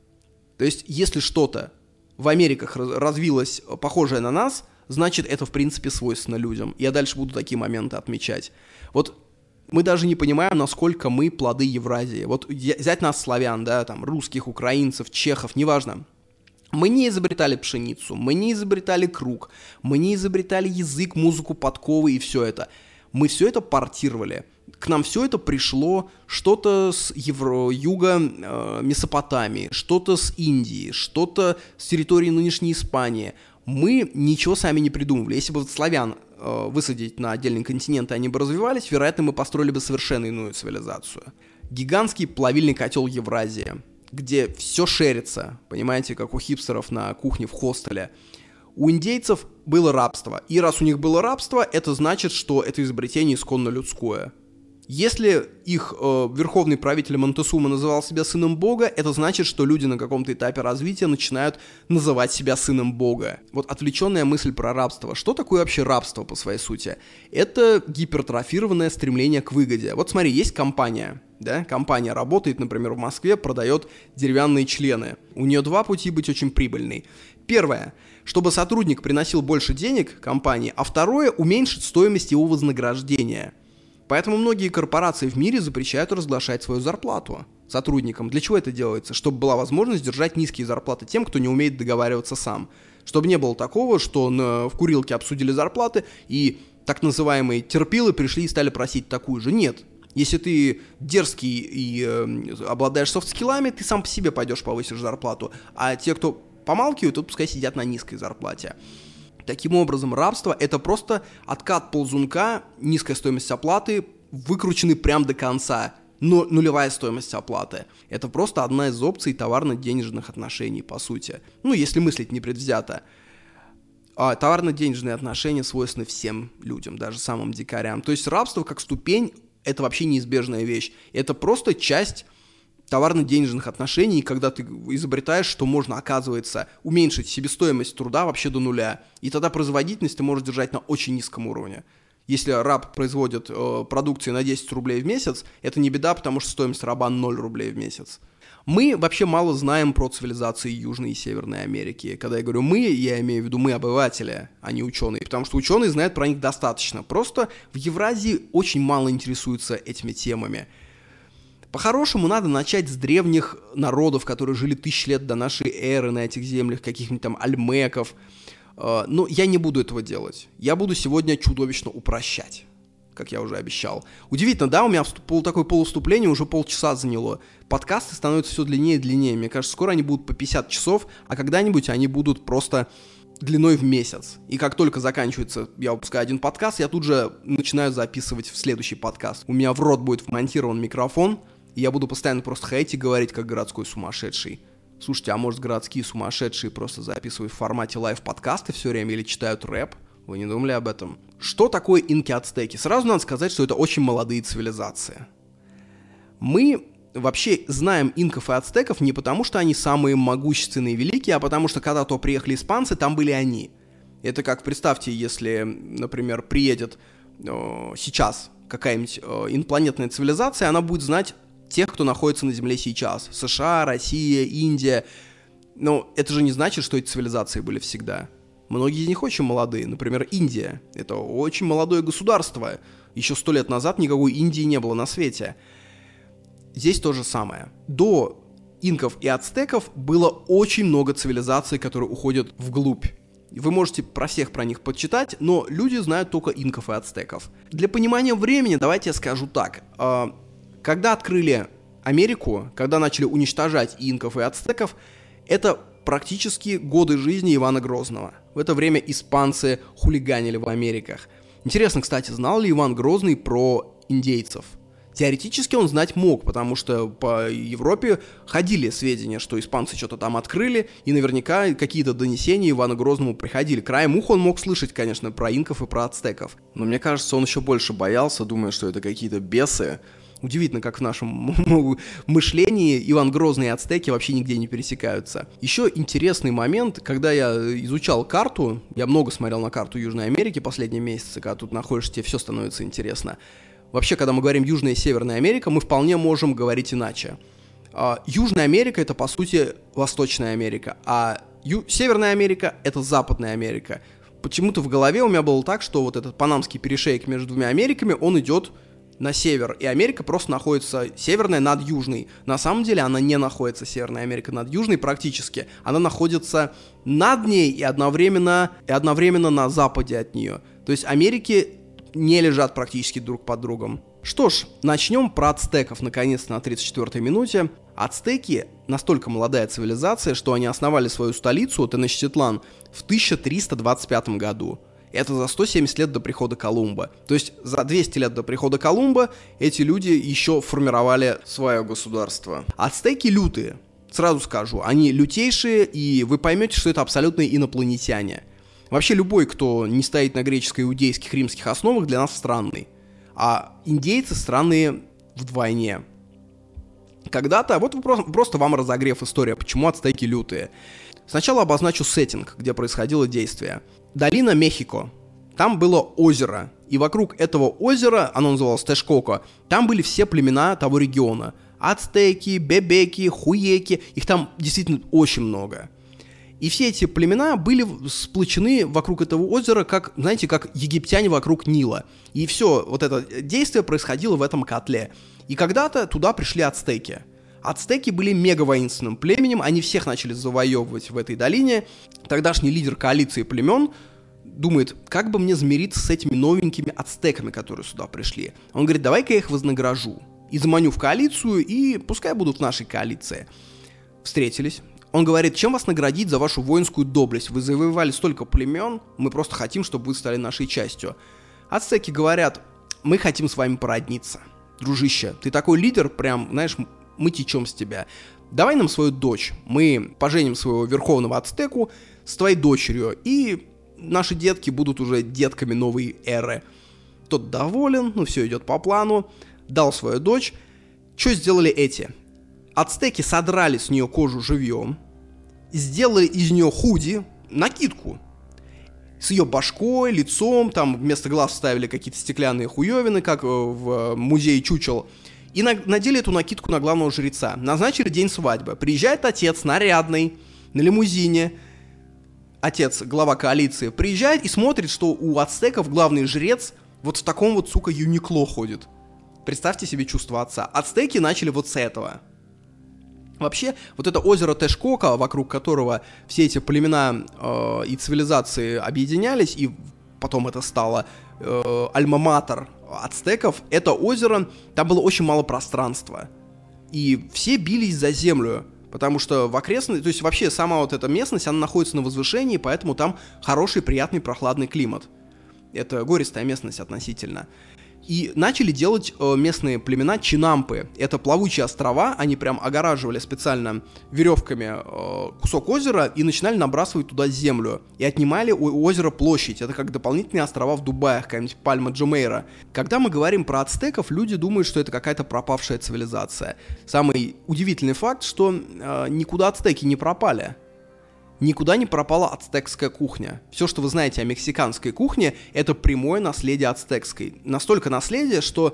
То есть, если что-то в Америках развилось похожее на нас, значит, это, в принципе, свойственно людям. Я дальше буду такие моменты отмечать. Вот мы даже не понимаем, насколько мы плоды Евразии. Вот взять нас, славян, да, там, русских, украинцев, чехов, неважно. Мы не изобретали пшеницу, мы не изобретали круг, мы не изобретали язык, музыку, подковы и все это. Мы все это портировали. К нам все это пришло, что-то с Евро, юга э, Месопотамии, что-то с Индии, что-то с территории нынешней Испании. Мы ничего сами не придумывали. Если бы славян э, высадить на отдельный континент, и они бы развивались, вероятно, мы построили бы совершенно иную цивилизацию. Гигантский плавильный котел Евразии, где все шерится, понимаете, как у хипстеров на кухне в хостеле. У индейцев было рабство, и раз у них было рабство, это значит, что это изобретение исконно людское. Если их э, верховный правитель Монтесума называл себя сыном Бога, это значит, что люди на каком-то этапе развития начинают называть себя сыном Бога. Вот отвлеченная мысль про рабство. Что такое вообще рабство по своей сути? Это гипертрофированное стремление к выгоде. Вот смотри, есть компания, да? Компания работает, например, в Москве, продает деревянные члены. У нее два пути быть очень прибыльной. Первое, чтобы сотрудник приносил больше денег компании, а второе, уменьшить стоимость его вознаграждения. Поэтому многие корпорации в мире запрещают разглашать свою зарплату сотрудникам. Для чего это делается? Чтобы была возможность держать низкие зарплаты тем, кто не умеет договариваться сам. Чтобы не было такого, что на, в курилке обсудили зарплаты, и так называемые терпилы пришли и стали просить такую же. Нет. Если ты дерзкий и э, обладаешь софт-скиллами, ты сам по себе пойдешь повысишь зарплату. А те, кто помалкивают, то пускай сидят на низкой зарплате. Таким образом, рабство — это просто откат ползунка, низкая стоимость оплаты, выкрученный прям до конца, но нулевая стоимость оплаты. Это просто одна из опций товарно-денежных отношений, по сути. Ну, если мыслить непредвзято. А товарно-денежные отношения свойственны всем людям, даже самым дикарям. То есть рабство как ступень — это вообще неизбежная вещь. Это просто часть товарно-денежных отношений, когда ты изобретаешь, что можно, оказывается, уменьшить себестоимость труда вообще до нуля. И тогда производительность ты можешь держать на очень низком уровне. Если раб производит э, продукции на десять рублей в месяц, это не беда, потому что стоимость раба ноль рублей в месяц. Мы вообще мало знаем про цивилизации Южной и Северной Америки. Когда я говорю «мы», я имею в виду мы, обыватели, а не ученые. Потому что ученые знают про них достаточно. Просто в Евразии очень мало интересуются этими темами. По-хорошему, надо начать с древних народов, которые жили тысячи лет до нашей эры на этих землях, каких-нибудь там альмеков. Но я не буду этого делать. Я буду сегодня чудовищно упрощать, как я уже обещал. Удивительно, да, у меня пол, такое полувступление уже полчаса заняло. Подкасты становятся все длиннее и длиннее. Мне кажется, скоро они будут по пятьдесят часов, а когда-нибудь они будут просто длиной в месяц. И как только заканчивается, я выпускаю один подкаст, я тут же начинаю записывать в следующий подкаст. У меня в рот будет вмонтирован микрофон, и я буду постоянно просто ходить и говорить, как городской сумасшедший. Слушайте, а может городские сумасшедшие просто записывают в формате лайв-подкасты все время или читают рэп? Вы не думали об этом? Что такое инки-ацтеки? Сразу надо сказать, что это очень молодые цивилизации. Мы вообще знаем инков и ацтеков не потому, что они самые могущественные и великие, а потому что когда-то приехали испанцы, там были они. Это как, представьте, если, например, приедет э, сейчас какая-нибудь э, инопланетная цивилизация, она будет знать тех, кто находится на Земле сейчас. США, Россия, Индия. Но это же не значит, что эти цивилизации были всегда. Многие из них очень молодые. Например, Индия. Это очень молодое государство. Еще сто лет назад никакой Индии не было на свете. Здесь то же самое. До инков и ацтеков было очень много цивилизаций, которые уходят вглубь. Вы можете про всех про них почитать, но люди знают только инков и ацтеков. Для понимания времени давайте я скажу так. Когда открыли Америку, когда начали уничтожать инков и ацтеков, это практически годы жизни Ивана Грозного. В это время испанцы хулиганили в Америках. Интересно, кстати, знал ли Иван Грозный про индейцев? Теоретически он знать мог, потому что по Европе ходили сведения, что испанцы что-то там открыли, и наверняка какие-то донесения Ивану Грозному приходили. Краем уха он мог слышать, конечно, про инков и про ацтеков. Но мне кажется, он еще больше боялся, думая, что это какие-то бесы. Удивительно, как в нашем мышлении Иван Грозный и ацтеки вообще нигде не пересекаются. Еще интересный момент, когда я изучал карту, я много смотрел на карту Южной Америки последние месяцы, когда тут находишься, тебе все становится интересно. Вообще, когда мы говорим Южная и Северная Америка, мы вполне можем говорить иначе. Южная Америка — это, по сути, Восточная Америка, а Ю- Северная Америка — это Западная Америка. Почему-то в голове у меня было так, что вот этот панамский перешейк между двумя Америками, он идет на север, и Америка просто находится северная над южной. На самом деле она не находится, Северная Америка, над южной практически. Она находится над ней и одновременно, и одновременно на западе от нее. То есть Америки не лежат практически друг под другом. Что ж, начнем про ацтеков, наконец-то, на тридцать четвёртой минуте. Ацтеки настолько молодая цивилизация, что они основали свою столицу, Теночтитлан, в тысяча триста двадцать пятом году. Это за сто семьдесят лет до прихода Колумба. То есть за двести лет до прихода Колумба эти люди еще формировали свое государство. Ацтеки лютые, сразу скажу, они лютейшие, и вы поймете, что это абсолютные инопланетяне. Вообще любой, кто не стоит на греческо-иудейских, римских основах, для нас странный. А индейцы странные вдвойне. Когда-то, вот просто вам разогрев история, почему ацтеки лютые. Сначала обозначу сеттинг, где происходило действие. Долина Мехико. Там было озеро. И вокруг этого озера, оно называлось Тешкоко, там были все племена того региона. Ацтеки, бебеки, хуеки. Их там действительно очень много. И все эти племена были сплочены вокруг этого озера, как, знаете, как египтяне вокруг Нила. И все вот это действие происходило в этом котле. И когда-то туда пришли ацтеки. Ацтеки были мега воинственным племенем, они всех начали завоевывать в этой долине. Тогдашний лидер коалиции племен думает, как бы мне замириться с этими новенькими ацтеками, которые сюда пришли. Он говорит, давай-ка я их вознагражу. И заманю в коалицию, и пускай будут в нашей коалиции. Встретились. Он говорит, чем вас наградить за вашу воинскую доблесть? Вы завоевали столько племен, мы просто хотим, чтобы вы стали нашей частью. Ацтеки говорят, мы хотим с вами породниться. Дружище, ты такой лидер, прям, знаешь, мы течем с тебя. Давай нам свою дочь. Мы поженим своего верховного ацтеку с твоей дочерью, и наши детки будут уже детками новой эры. Тот доволен, ну все идет по плану, дал свою дочь. Что сделали эти? Ацтеки содрали с нее кожу живьем, сделали из нее худи, накидку. С ее башкой, лицом, там вместо глаз вставили какие-то стеклянные хуевины, как в музее чучел. И на- надели эту накидку на главного жреца. Назначили день свадьбы. Приезжает отец нарядный, на лимузине. Отец, глава коалиции, приезжает и смотрит, что у ацтеков главный жрец вот в таком вот, сука, юникло ходит. Представьте себе чувство отца. Ацтеки начали вот с этого. Вообще, вот это озеро Тешкока, вокруг которого все эти племена э, и цивилизации объединялись, и потом это стало э, альма-матер ацтеков, это озеро, там было очень мало пространства. И все бились за землю, потому что в окрестности, то есть вообще сама вот эта местность, она находится на возвышении, поэтому там хороший, приятный, прохладный климат. Это гористая местность относительно. И начали делать э, местные племена чинампы. Это плавучие острова, они прям огораживали специально веревками э, кусок озера и начинали набрасывать туда землю. И отнимали у озера площадь. Это как дополнительные острова в Дубае, какая-нибудь Пальма Джумейра. Когда мы говорим про ацтеков, люди думают, что это какая-то пропавшая цивилизация. Самый удивительный факт, что э, никуда ацтеки не пропали. Никуда не пропала ацтекская кухня. Все, что вы знаете о мексиканской кухне, это прямое наследие ацтекской. Настолько наследие, что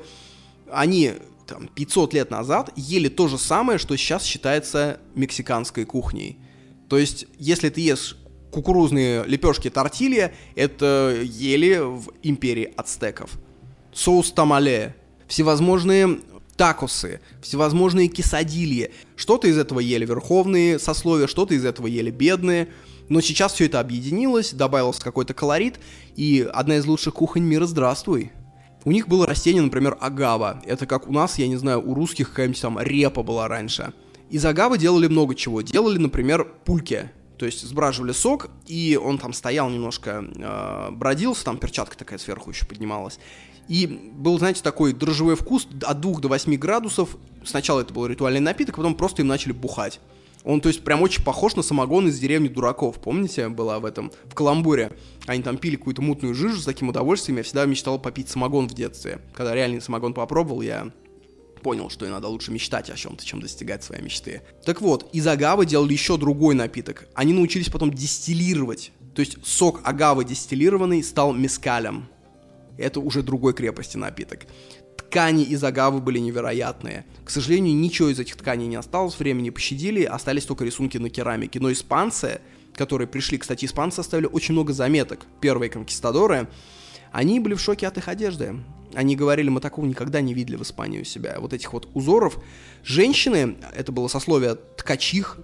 они там, пятьсот лет назад ели то же самое, что сейчас считается мексиканской кухней. То есть, если ты ешь кукурузные лепешки тортилья, это ели в империи ацтеков. Соус тамале, всевозможные такосы, всевозможные кесадильи. Что-то из этого ели верховные сословия, что-то из этого ели бедные. Но сейчас все это объединилось, добавился какой-то колорит, и одна из лучших кухонь мира, здравствуй. У них было растение, например, агава. Это как у нас, я не знаю, у русских какая-нибудь там репа была раньше. Из агавы делали много чего. Делали, например, пульки. То есть сбраживали сок, и он там стоял немножко, э, бродился, там перчатка такая сверху еще поднималась. И был, знаете, такой дрожжевой вкус от двух до восьми градусов. Сначала это был ритуальный напиток, потом просто им начали бухать. Он, то есть, прям очень похож на самогон из деревни дураков. Помните, была в этом, в каламбуре? Они там пили какую-то мутную жижу с таким удовольствием. Я всегда мечтал попить самогон в детстве. Когда реальный самогон попробовал, я понял, что иногда лучше мечтать о чем-то, чем достигать своей мечты. Так вот, из агавы делали еще другой напиток. Они научились потом дистиллировать. То есть сок агавы дистиллированный стал мескалем. Это уже другой крепости напиток. Ткани из агавы были невероятные. К сожалению, ничего из этих тканей не осталось, времени пощадили, остались только рисунки на керамике. Но испанцы, которые пришли, кстати, испанцы оставили очень много заметок, первые конкистадоры, они были в шоке от их одежды. Они говорили, мы такого никогда не видели в Испании у себя. Вот этих вот узоров. Женщины, это было сословие ткачих,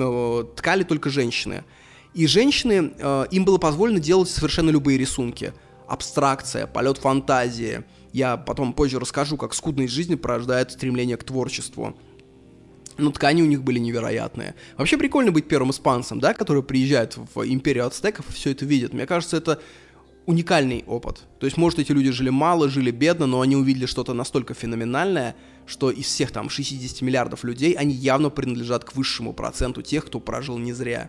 ткали только женщины. И женщины, им было позволено делать совершенно любые рисунки. Абстракция, полет фантазии. Я потом позже расскажу, как скудность жизни порождает стремление к творчеству. Но ткани у них были невероятные. Вообще прикольно быть первым испанцем, да, который приезжает в империю ацтеков и все это видит. Мне кажется, это уникальный опыт. То есть, может, эти люди жили мало, жили бедно, но они увидели что-то настолько феноменальное, что из всех там шестьдесят миллиардов людей они явно принадлежат к высшему проценту тех, кто прожил не зря.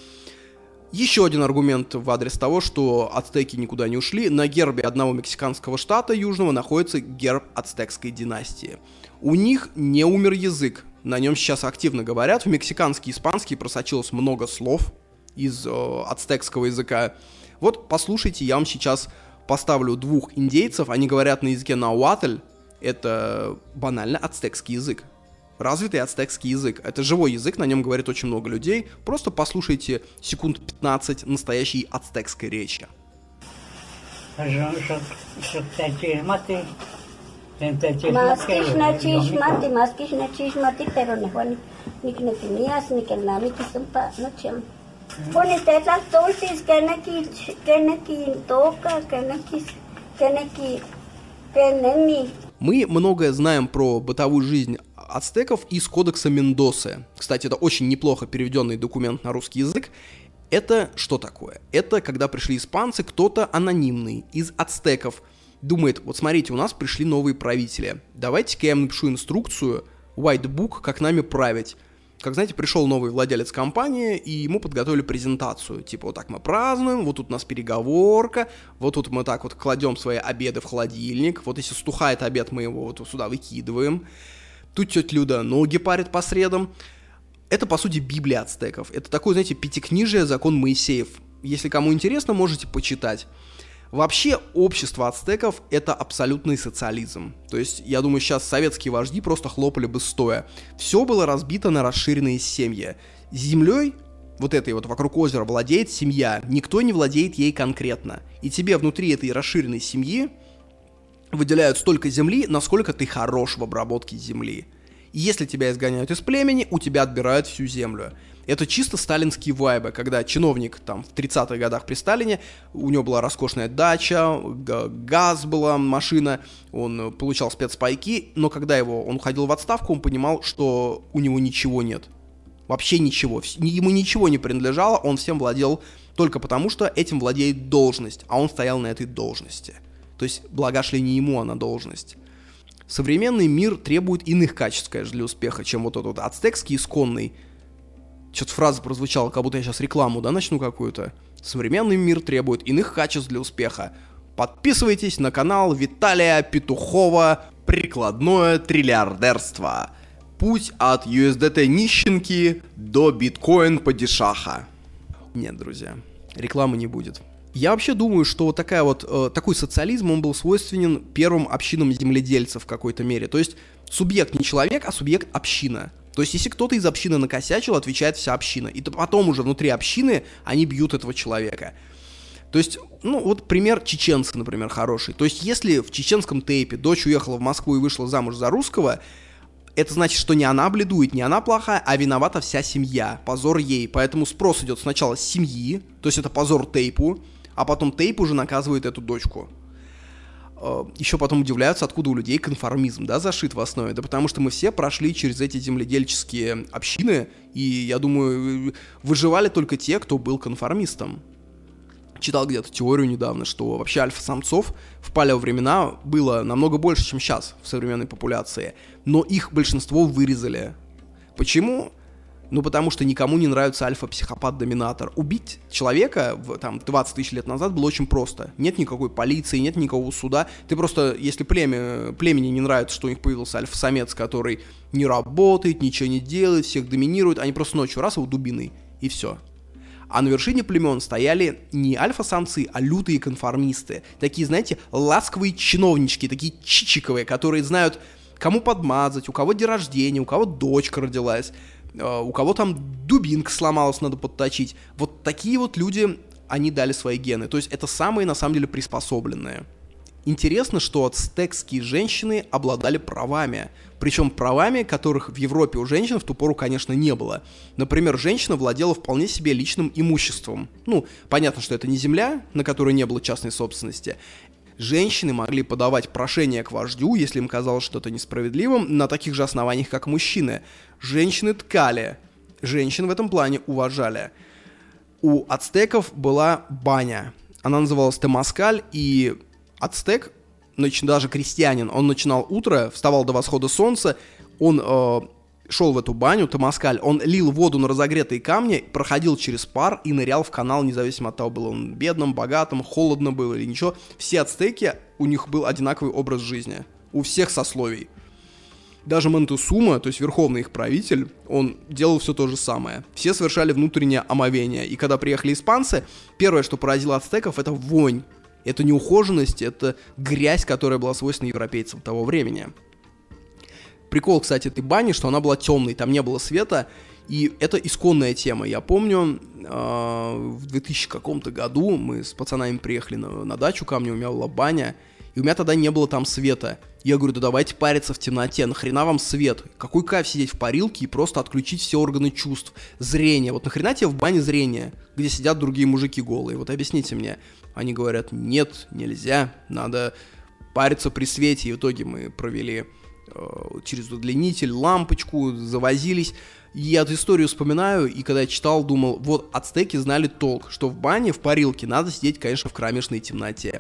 Еще один аргумент в адрес того, что ацтеки никуда не ушли. На гербе одного мексиканского штата южного находится герб ацтекской династии. У них не умер язык. На нем сейчас активно говорят. В мексиканский и испанский просочилось много слов из э, ацтекского языка. Вот послушайте, я вам сейчас поставлю двух индейцев. Они говорят на языке науатль. Это банально ацтекский язык. Развитый ацтекский язык. Это живой язык, на нем говорит очень много людей. Просто послушайте секунд пятнадцать настоящей ацтекской речи. Мы многое знаем про бытовую жизнь ацтеков из Кодекса Мендосы. Кстати, это очень неплохо переведенный документ на русский язык. Это что такое? Это когда пришли испанцы, кто-то анонимный из ацтеков думает, вот смотрите, у нас пришли новые правители, давайте-ка я им напишу инструкцию, white book, как нами править. Как знаете, пришел новый владелец компании, и ему подготовили презентацию. Типа, вот так мы празднуем, вот тут у нас переговорка, вот тут мы так вот кладем свои обеды в холодильник, вот если стухает обед, мы его вот сюда выкидываем. Тут тетя Люда ноги парит по средам. Это, по сути, Библия ацтеков. Это такое, знаете, пятикнижие, закон Моисеев. Если кому интересно, можете почитать. Вообще, общество ацтеков — это абсолютный социализм. То есть, я думаю, сейчас советские вожди просто хлопали бы стоя. Все было разбито на расширенные семьи. Землей, вот этой вот вокруг озера, владеет семья. Никто не владеет ей конкретно. И тебе внутри этой расширенной семьи выделяют столько земли, насколько ты хорош в обработке земли. И если тебя изгоняют из племени, у тебя отбирают всю землю. Это чисто сталинские вайбы, когда чиновник там в тридцатых годах при Сталине, у него была роскошная дача, газ была, машина, он получал спецпайки, но когда его, он уходил в отставку, он понимал, что у него ничего нет. Вообще ничего. Ему ничего не принадлежало, он всем владел только потому, что этим владеет должность, а он стоял на этой должности. То есть блага шли не ему, а на должность. Современный мир требует иных качеств, конечно, для успеха, чем вот этот вот ацтекский исконный. Что-то фраза прозвучала, как будто я сейчас рекламу, да, начну какую-то. Современный мир требует иных качеств для успеха. Подписывайтесь на канал Виталия Петухова «Прикладное триллиардерство». Путь от ю эс ди ти нищенки до биткоин-падишаха. Нет, друзья, рекламы не будет. Я вообще думаю, что вот такая вот, э, такой социализм, он был свойственен первым общинам земледельцев в какой-то мере. То есть субъект не человек, а субъект община. То есть если кто-то из общины накосячил, отвечает вся община. И то потом уже внутри общины они бьют этого человека. То есть, ну вот пример чеченцы, например, хороший. То есть если в чеченском тейпе дочь уехала в Москву и вышла замуж за русского, это значит, что не она бледует, не она плохая, а виновата вся семья. Позор ей. Поэтому спрос идет сначала с семьи, то есть это позор тейпу, а потом тейп уже наказывает эту дочку. Еще потом удивляются, откуда у людей конформизм, да, зашит в основе. Да потому что мы все прошли через эти земледельческие общины, и, я думаю, выживали только те, кто был конформистом. Читал где-то теорию недавно, что вообще альфа-самцов в палеовремена было намного больше, чем сейчас в современной популяции, но их большинство вырезали. Почему? Ну, потому что никому не нравится альфа-психопат-доминатор. Убить человека в, там, двадцать тысяч лет назад было очень просто. Нет никакой полиции, нет никакого суда. Ты просто, если племя, племени не нравится, что у них появился альфа-самец, который не работает, ничего не делает, всех доминирует, они просто ночью раз его дубиной, и все. А на вершине племен стояли не альфа-самцы, а лютые конформисты. Такие, знаете, ласковые чиновнички, такие чичиковые, которые знают, кому подмазать, у кого день рождения, у кого дочка родилась, у кого там дубинка сломалась, надо подточить. Вот такие вот люди, они дали свои гены. То есть это самые, на самом деле, приспособленные. Интересно, что ацтекские женщины обладали правами. Причем правами, которых в Европе у женщин в ту пору, конечно, не было. Например, женщина владела вполне себе личным имуществом. Ну, понятно, что это не земля, на которой не было частной собственности. Женщины могли подавать прошение к вождю, если им казалось что-то несправедливым, на таких же основаниях, как мужчины. Женщины ткали. Женщин в этом плане уважали. У ацтеков была баня. Она называлась темаскаль, и ацтек, даже крестьянин, он начинал утро, вставал до восхода солнца, он э, шел в эту баню, темаскаль, он лил воду на разогретые камни, проходил через пар и нырял в канал, независимо от того, был он бедным, богатым, холодно было или ничего. Все ацтеки, у них был одинаковый образ жизни, у всех сословий. Даже Монтесума, то есть верховный их правитель, он делал все то же самое. Все совершали внутреннее омовение, и когда приехали испанцы, первое, что поразило ацтеков, это вонь. Это неухоженность, это грязь, которая была свойственна европейцам того времени. Прикол, кстати, этой бани, что она была темной, там не было света, и это исконная тема. Я помню, э, в двухтысячном каком-то году мы с пацанами приехали на, на дачу ко мне, у меня была баня, И у меня тогда не было там света. Я говорю, да давайте париться в темноте, нахрена вам свет? Какой кайф сидеть в парилке и просто отключить все органы чувств, зрение. Вот нахрена тебе в бане зрение, где сидят другие мужики голые? Вот объясните мне. Они говорят, нет, нельзя, надо париться при свете. И в итоге мы провели э, через удлинитель, лампочку, завозились. Я эту историю вспоминаю, и когда я читал, думал, вот ацтеки знали толк, что в бане, в парилке надо сидеть, конечно, в кромешной темноте.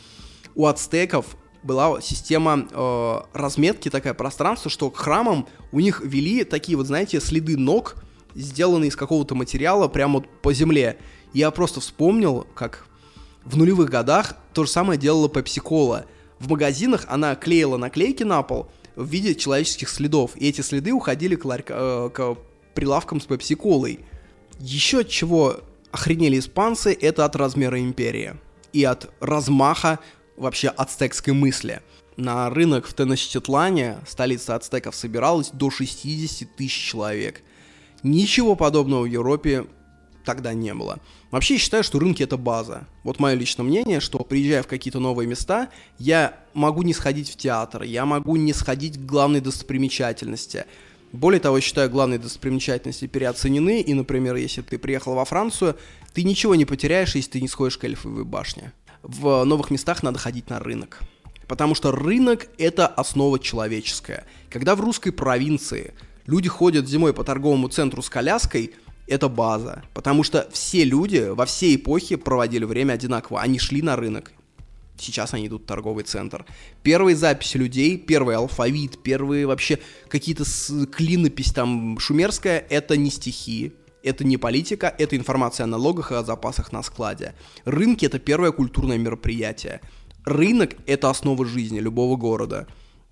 У ацтеков была система э, разметки, такое пространство, что к храмам у них вели такие вот, знаете, следы ног, сделанные из какого-то материала прямо вот по земле. И я просто вспомнил, как в нулевых годах то же самое делала Пепси-кола. В магазинах она клеила наклейки на пол в виде человеческих следов, и эти следы уходили к, ларь... э, к прилавкам с Пепси-колой. Еще от чего охренели испанцы, это от размера империи и от размаха вообще ацтекской мысли. На рынок в Теночтитлане, столица ацтеков, собиралось до шестьдесят тысяч человек. Ничего подобного в Европе тогда не было. Вообще, я считаю, что рынки — это база. Вот мое личное мнение, что, приезжая в какие-то новые места, я могу не сходить в театр, я могу не сходить к главной достопримечательности. Более того, я считаю, главные достопримечательности переоценены, и, например, если ты приехал во Францию, ты ничего не потеряешь, если ты не сходишь к Эльфовой башне. В новых местах надо ходить на рынок. Потому что рынок — это основа человеческая. Когда в русской провинции люди ходят зимой по торговому центру с коляской, это база. Потому что все люди во все эпохи проводили время одинаково. Они шли на рынок. Сейчас они идут в торговый центр. Первые записи людей, первый алфавит, первые вообще какие-то клинопись там шумерская — это не стихи. Это не политика, это информация о налогах и о запасах на складе. Рынки — это первое культурное мероприятие. Рынок — это основа жизни любого города.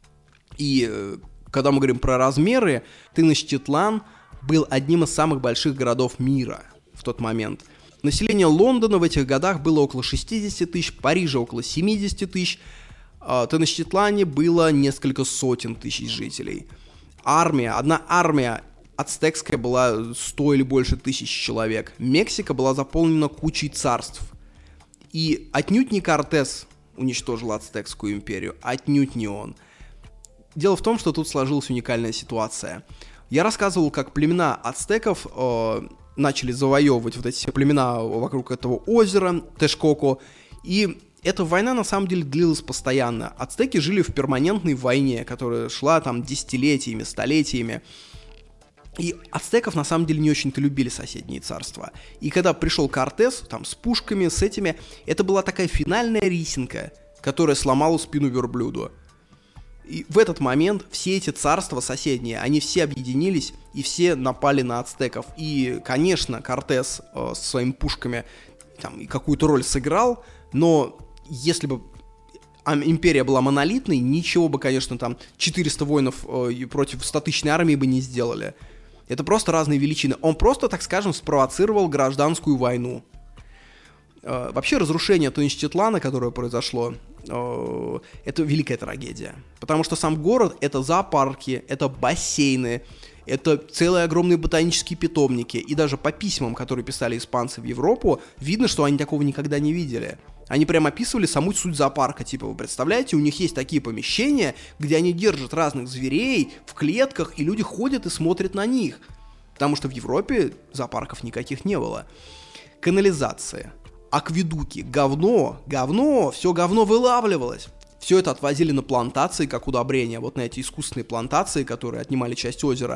И э, когда мы говорим про размеры, Теночтитлан был одним из самых больших городов мира в тот момент. Население Лондона в этих годах было около шестьдесят тысяч, Парижа около семьдесят тысяч, в Теночтитлане было несколько сотен тысяч жителей. Армия, одна армия ацтекская была сто или больше тысяч человек. Мексика была заполнена кучей царств. И отнюдь не Кортес уничтожил ацтекскую империю, отнюдь не он. Дело в том, что тут сложилась уникальная ситуация. Я рассказывал, как племена ацтеков э, начали завоевывать вот эти все племена вокруг этого озера Texcoco. И эта война на самом деле длилась постоянно. Ацтеки жили в перманентной войне, которая шла там десятилетиями, столетиями. И ацтеков на самом деле не очень-то любили соседние царства. И когда пришел Кортес, там, с пушками, с этими, это была такая финальная рисинка, которая сломала спину верблюду. И в этот момент все эти царства соседние, они все объединились и все напали на ацтеков. И, конечно, Кортес э, со своими пушками там и какую-то роль сыграл, но если бы империя была монолитной, ничего бы, конечно, там четыреста воинов э, против стотысячной армии бы не сделали. Это просто разные величины. Он просто, так скажем, спровоцировал гражданскую войну. Э, вообще, разрушение Теночтитлана, которое произошло, э, это великая трагедия. Потому что сам город — это зоопарки, это бассейны, это целые огромные ботанические питомники. И даже по письмам, которые писали испанцы в Европу, видно, что они такого никогда не видели. Они прямо описывали саму суть зоопарка. Типа, вы представляете, у них есть такие помещения, где они держат разных зверей в клетках, и люди ходят и смотрят на них. Потому что в Европе зоопарков никаких не было. Канализация, акведуки, говно, говно, все говно вылавливалось. Все это отвозили на плантации как удобрение, вот на эти искусственные плантации, которые отнимали часть озера.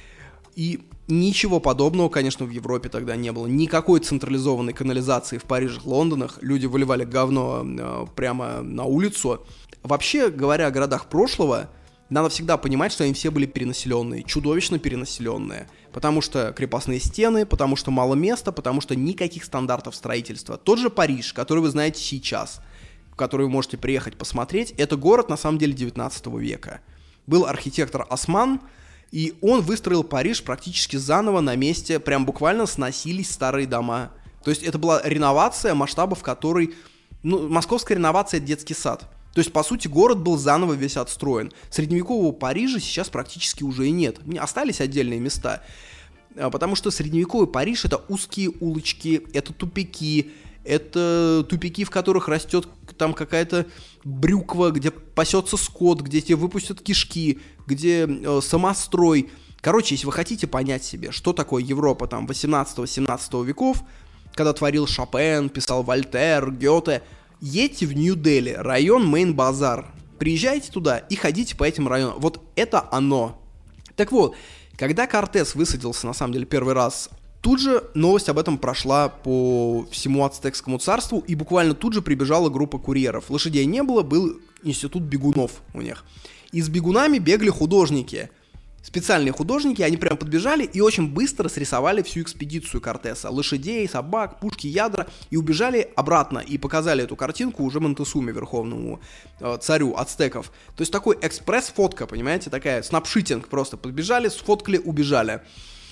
И ничего подобного, конечно, в Европе тогда не было. Никакой централизованной канализации в Париже, Лондонах. Люди выливали говно э, прямо на улицу. Вообще, говоря о городах прошлого, надо всегда понимать, что они все были перенаселенные, чудовищно перенаселенные. Потому что крепостные стены, потому что мало места, потому что никаких стандартов строительства. Тот же Париж, который вы знаете сейчас, в который вы можете приехать посмотреть, это город, на самом деле, девятнадцатого века. Был архитектор Осман, и он выстроил Париж практически заново на месте, прям буквально сносились старые дома. То есть это была реновация масштабов, которой... Ну, московская реновация — это детский сад. То есть, по сути, город был заново весь отстроен. Средневекового Парижа сейчас практически уже и нет. Остались отдельные места. Потому что средневековый Париж — это узкие улочки, это тупики, это тупики, в которых растет там какая-то брюква, где пасется скот, где тебе выпустят кишки, где э, самострой. Короче, если вы хотите понять себе, что такое Европа там восемнадцатого-семнадцатого веков, когда творил Шопен, писал Вольтер, Гёте, едьте в Нью-Дели, район Мейн-Базар. Приезжайте туда и ходите по этим районам. Вот это оно. Так вот, когда Кортес высадился, на самом деле, первый раз, тут же новость об этом прошла по всему Ацтекскому царству, и буквально тут же прибежала группа курьеров. Лошадей не было, был институт бегунов у них. И с бегунами бегали художники. Специальные художники, они прям подбежали и очень быстро срисовали всю экспедицию Кортеса. Лошадей, собак, пушки, ядра. И убежали обратно и показали эту картинку уже Монтесуме, верховному э, царю ацтеков. То есть такой экспресс-фотка, понимаете, такая снапшитинг просто. Подбежали, сфоткали, убежали.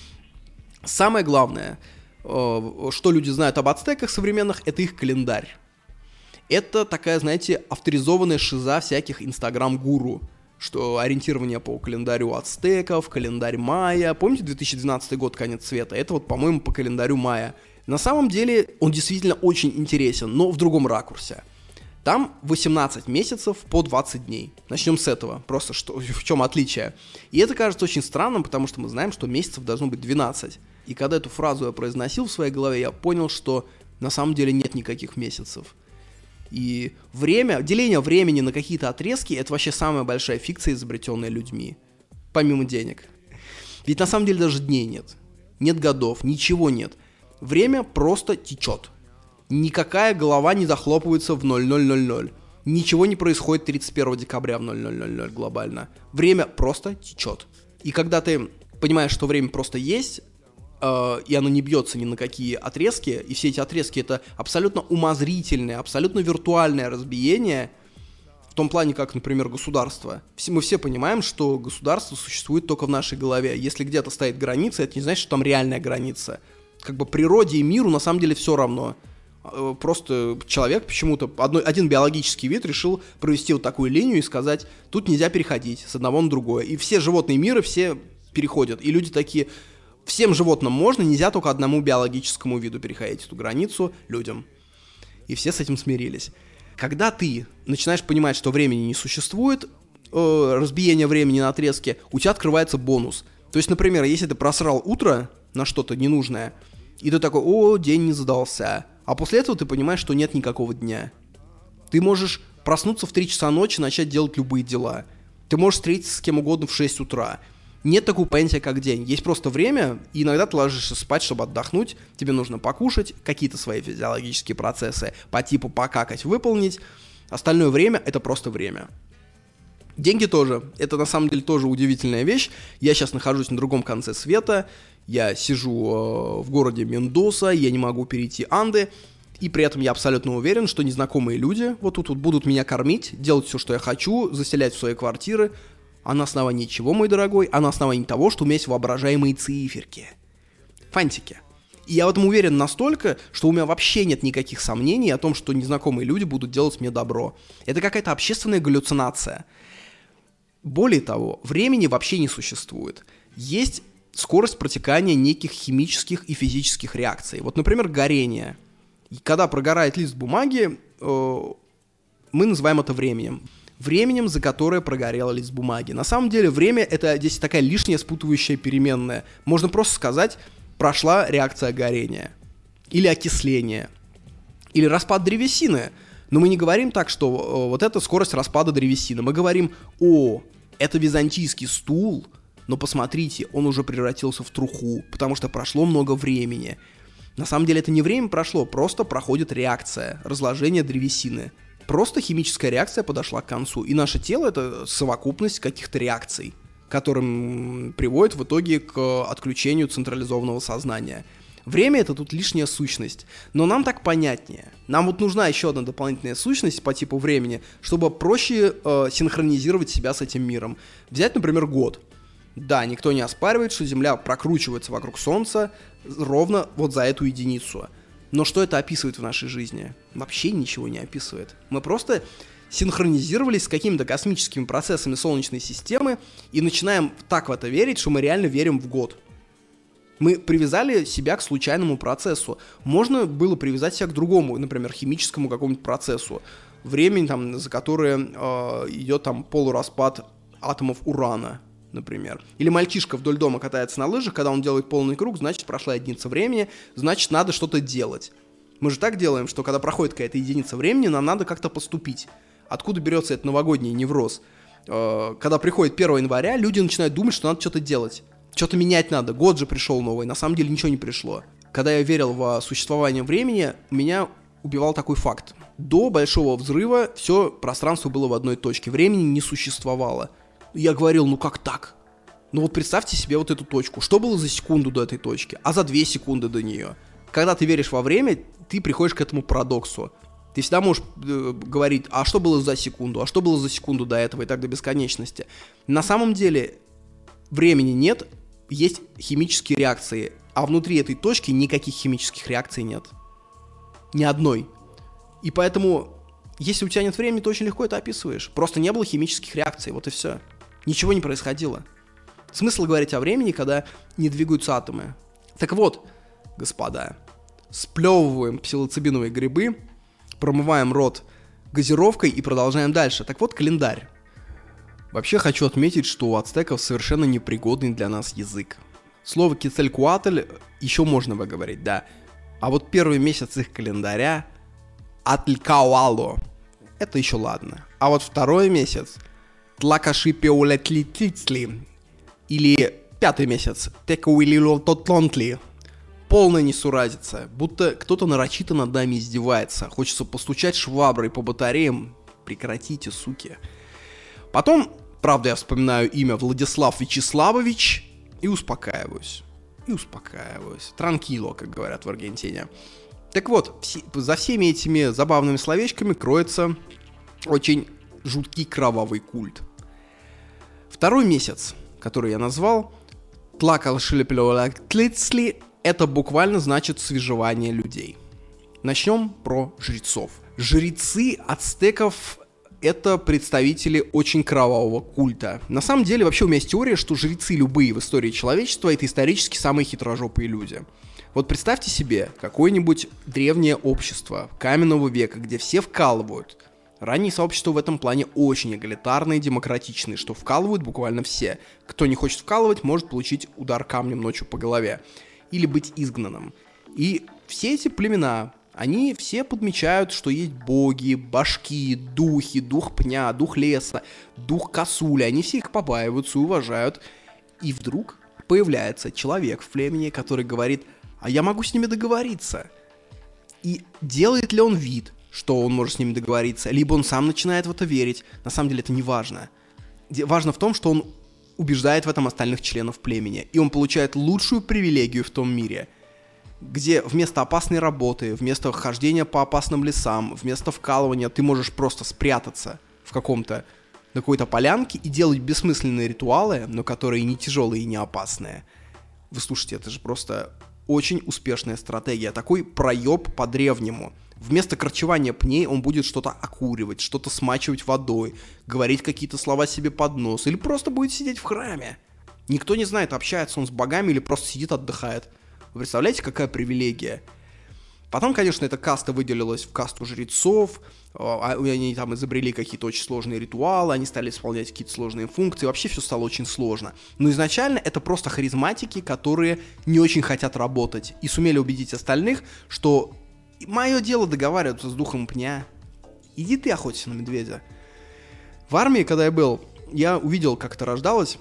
Самое главное, э, что люди знают об ацтеках современных, это их календарь. Это такая, знаете, авторизованная шиза всяких инстаграм-гуру. Что ориентирование по календарю ацтеков, календарь майя. Помните две тысячи двенадцатый год, конец света? Это вот, по-моему, по календарю майя. На самом деле он действительно очень интересен, но в другом ракурсе. Там восемнадцать месяцев по двадцать дней. Начнем с этого. Просто что, в чем отличие. И это кажется очень странным, потому что мы знаем, что месяцев должно быть двенадцать. И когда эту фразу я произносил в своей голове, я понял, что на самом деле нет никаких месяцев. И время, деление времени на какие-то отрезки — это вообще самая большая фикция, изобретенная людьми. Помимо денег. Ведь на самом деле даже дней нет. Нет годов, ничего нет. Время просто течет. Никакая голова не захлопывается в ноль ноль ноль ноль. Ничего не происходит тридцать первого декабря в ноль ноль ноль ноль глобально. Время просто течет. И когда ты понимаешь, что время просто есть, и оно не бьется ни на какие отрезки, и все эти отрезки — это абсолютно умозрительное, абсолютно виртуальное разбиение, в том плане, как, например, государство. Мы все понимаем, что государство существует только в нашей голове. Если где-то стоит граница, это не значит, что там реальная граница. Как бы природе и миру на самом деле все равно. Просто человек почему-то, одно, один биологический вид решил провести вот такую линию и сказать, тут нельзя переходить с одного на другое. И все животные мира, все переходят. И люди такие... Всем животным можно, нельзя только одному биологическому виду переходить эту границу, людям. И все с этим смирились. Когда ты начинаешь понимать, что времени не существует, э, разбиение времени на отрезки, у тебя открывается бонус. То есть, например, если ты просрал утро на что-то ненужное, и ты такой, о, день не задался. А после этого ты понимаешь, что нет никакого дня. Ты можешь проснуться в три часа ночи и начать делать любые дела. Ты можешь встретиться с кем угодно в шесть утра. Нет такого понятия, как день. Есть просто время, и иногда ты ложишься спать, чтобы отдохнуть. Тебе нужно покушать, какие-то свои физиологические процессы по типу покакать выполнить. Остальное время — это просто время. Деньги тоже. Это на самом деле тоже удивительная вещь. Я сейчас нахожусь на другом конце света. Я сижу э, в городе Мендоса, я не могу перейти Анды. И при этом я абсолютно уверен, что незнакомые люди вот тут вот будут меня кормить, делать все, что я хочу, заселять в свои квартиры. А на основании чего, мой дорогой? А на основании того, что у меня есть воображаемые циферки. Фантики. И я в этом уверен настолько, что у меня вообще нет никаких сомнений о том, что незнакомые люди будут делать мне добро. Это какая-то общественная галлюцинация. Более того, времени вообще не существует. Есть скорость протекания неких химических и физических реакций. Вот, например, горение. Когда прогорает лист бумаги, э, мы называем это временем. Временем, за которое прогорел лист бумаги. На самом деле время — это здесь такая лишняя спутывающая переменная. Можно просто сказать, прошла реакция горения. Или окисления. Или распад древесины. Но мы не говорим так, что о, вот это скорость распада древесины. Мы говорим, о, это византийский стул, но посмотрите, он уже превратился в труху, потому что прошло много времени. На самом деле это не время прошло, просто проходит реакция, разложение древесины. Просто химическая реакция подошла к концу, и наше тело — это совокупность каких-то реакций, которым приводит в итоге к отключению централизованного сознания. Время — это тут лишняя сущность, но нам так понятнее. Нам вот нужна еще одна дополнительная сущность по типу времени, чтобы проще э, синхронизировать себя с этим миром. Взять, например, год. Да, никто не оспаривает, что Земля прокручивается вокруг Солнца ровно вот за эту единицу. Но что это описывает в нашей жизни? Вообще ничего не описывает. Мы просто синхронизировались с какими-то космическими процессами Солнечной системы и начинаем так в это верить, что мы реально верим в год. Мы привязали себя к случайному процессу. Можно было привязать себя к другому, например, химическому какому-нибудь процессу. времени, там, за которое э, идет там полураспад атомов урана, например. Или мальчишка вдоль дома катается на лыжах, когда он делает полный круг, значит, прошла единица времени, значит, надо что-то делать. Мы же так делаем, что когда проходит какая-то единица времени, нам надо как-то поступить. Откуда берется этот новогодний невроз? Э, когда приходит первого января, люди начинают думать, что надо что-то делать. Что-то менять надо, год же пришел новый, на самом деле ничего не пришло. Когда я верил в существование времени, меня убивал такой факт. До Большого взрыва все пространство было в одной точке, времени не существовало. Я говорил, ну как так? Ну вот представьте себе вот эту точку. Что было за секунду до этой точки, а за две секунды до нее? Когда ты веришь во время, ты приходишь к этому парадоксу. Ты всегда можешь э, говорить, а что было за секунду, а что было за секунду до этого и так до бесконечности. На самом деле времени нет, есть химические реакции, а внутри этой точки никаких химических реакций нет. Ни одной. И поэтому, если у тебя нет времени, то очень легко это описываешь. Просто не было химических реакций, вот и все. Ничего не происходило. Смысл говорить о времени, когда не двигаются атомы. Так вот, господа, сплевываем псилоцибиновые грибы, промываем рот газировкой и продолжаем дальше. Так вот, календарь. Вообще хочу отметить, что у ацтеков совершенно непригодный для нас язык. Слово Quetzalcoatl еще можно выговорить, да. А вот первый месяц их календаря Атлькауало. Это еще ладно. А вот второй месяц Тлакашипеулетлитлицли. Или пятый месяц Текуилилототлонтли. Полная несуразица. Будто кто-то нарочито над нами издевается. Хочется постучать шваброй по батареям. Прекратите, суки. Потом, правда, я вспоминаю имя Владислав Вячеславович и успокаиваюсь. И успокаиваюсь. Транкило, как говорят в Аргентине. Так вот, все, за всеми этими забавными словечками кроется очень жуткий кровавый культ. Второй месяц, который я назвал, Тлакалшилепелотлицли, это буквально значит свежевание людей. Начнем про жрецов. Жрецы ацтеков — это представители очень кровавого культа. На самом деле, вообще у меня есть теория, что жрецы любые в истории человечества — это исторически самые хитрожопые люди. Вот представьте себе какое-нибудь древнее общество каменного века, где все вкалывают. Ранние сообщества в этом плане очень эгалитарные и демократичные, что вкалывают буквально все. Кто не хочет вкалывать, может получить удар камнем ночью по голове. Или быть изгнанным. И все эти племена, они все подмечают, что есть боги, башки, духи, дух пня, дух леса, дух косули. Они все их побаиваются и уважают. И вдруг появляется человек в племени, который говорит: а я могу с ними договориться. И делает ли он вид, что он может с ними договориться, либо он сам начинает в это верить, на самом деле это не важно. Важно в том, что он убеждает в этом остальных членов племени, и он получает лучшую привилегию в том мире, где вместо опасной работы, вместо хождения по опасным лесам, вместо вкалывания ты можешь просто спрятаться в каком-то, на какой-то полянке и делать бессмысленные ритуалы, но которые не тяжелые и не опасные. Вы слушайте, это же просто очень успешная стратегия, такой проеб по-древнему. Вместо корчевания пней он будет что-то окуривать, что-то смачивать водой, говорить какие-то слова себе под нос, или просто будет сидеть в храме. Никто не знает, общается он с богами или просто сидит, отдыхает. Вы представляете, какая привилегия? Потом, конечно, эта каста выделилась в касту жрецов, они там изобрели какие-то очень сложные ритуалы, они стали исполнять какие-то сложные функции, вообще все стало очень сложно. Но изначально это просто харизматики, которые не очень хотят работать, и сумели убедить остальных, что мое дело договариваться с духом пня. Иди ты охотись на медведя. В армии, когда я был, я увидел, как это рождалось.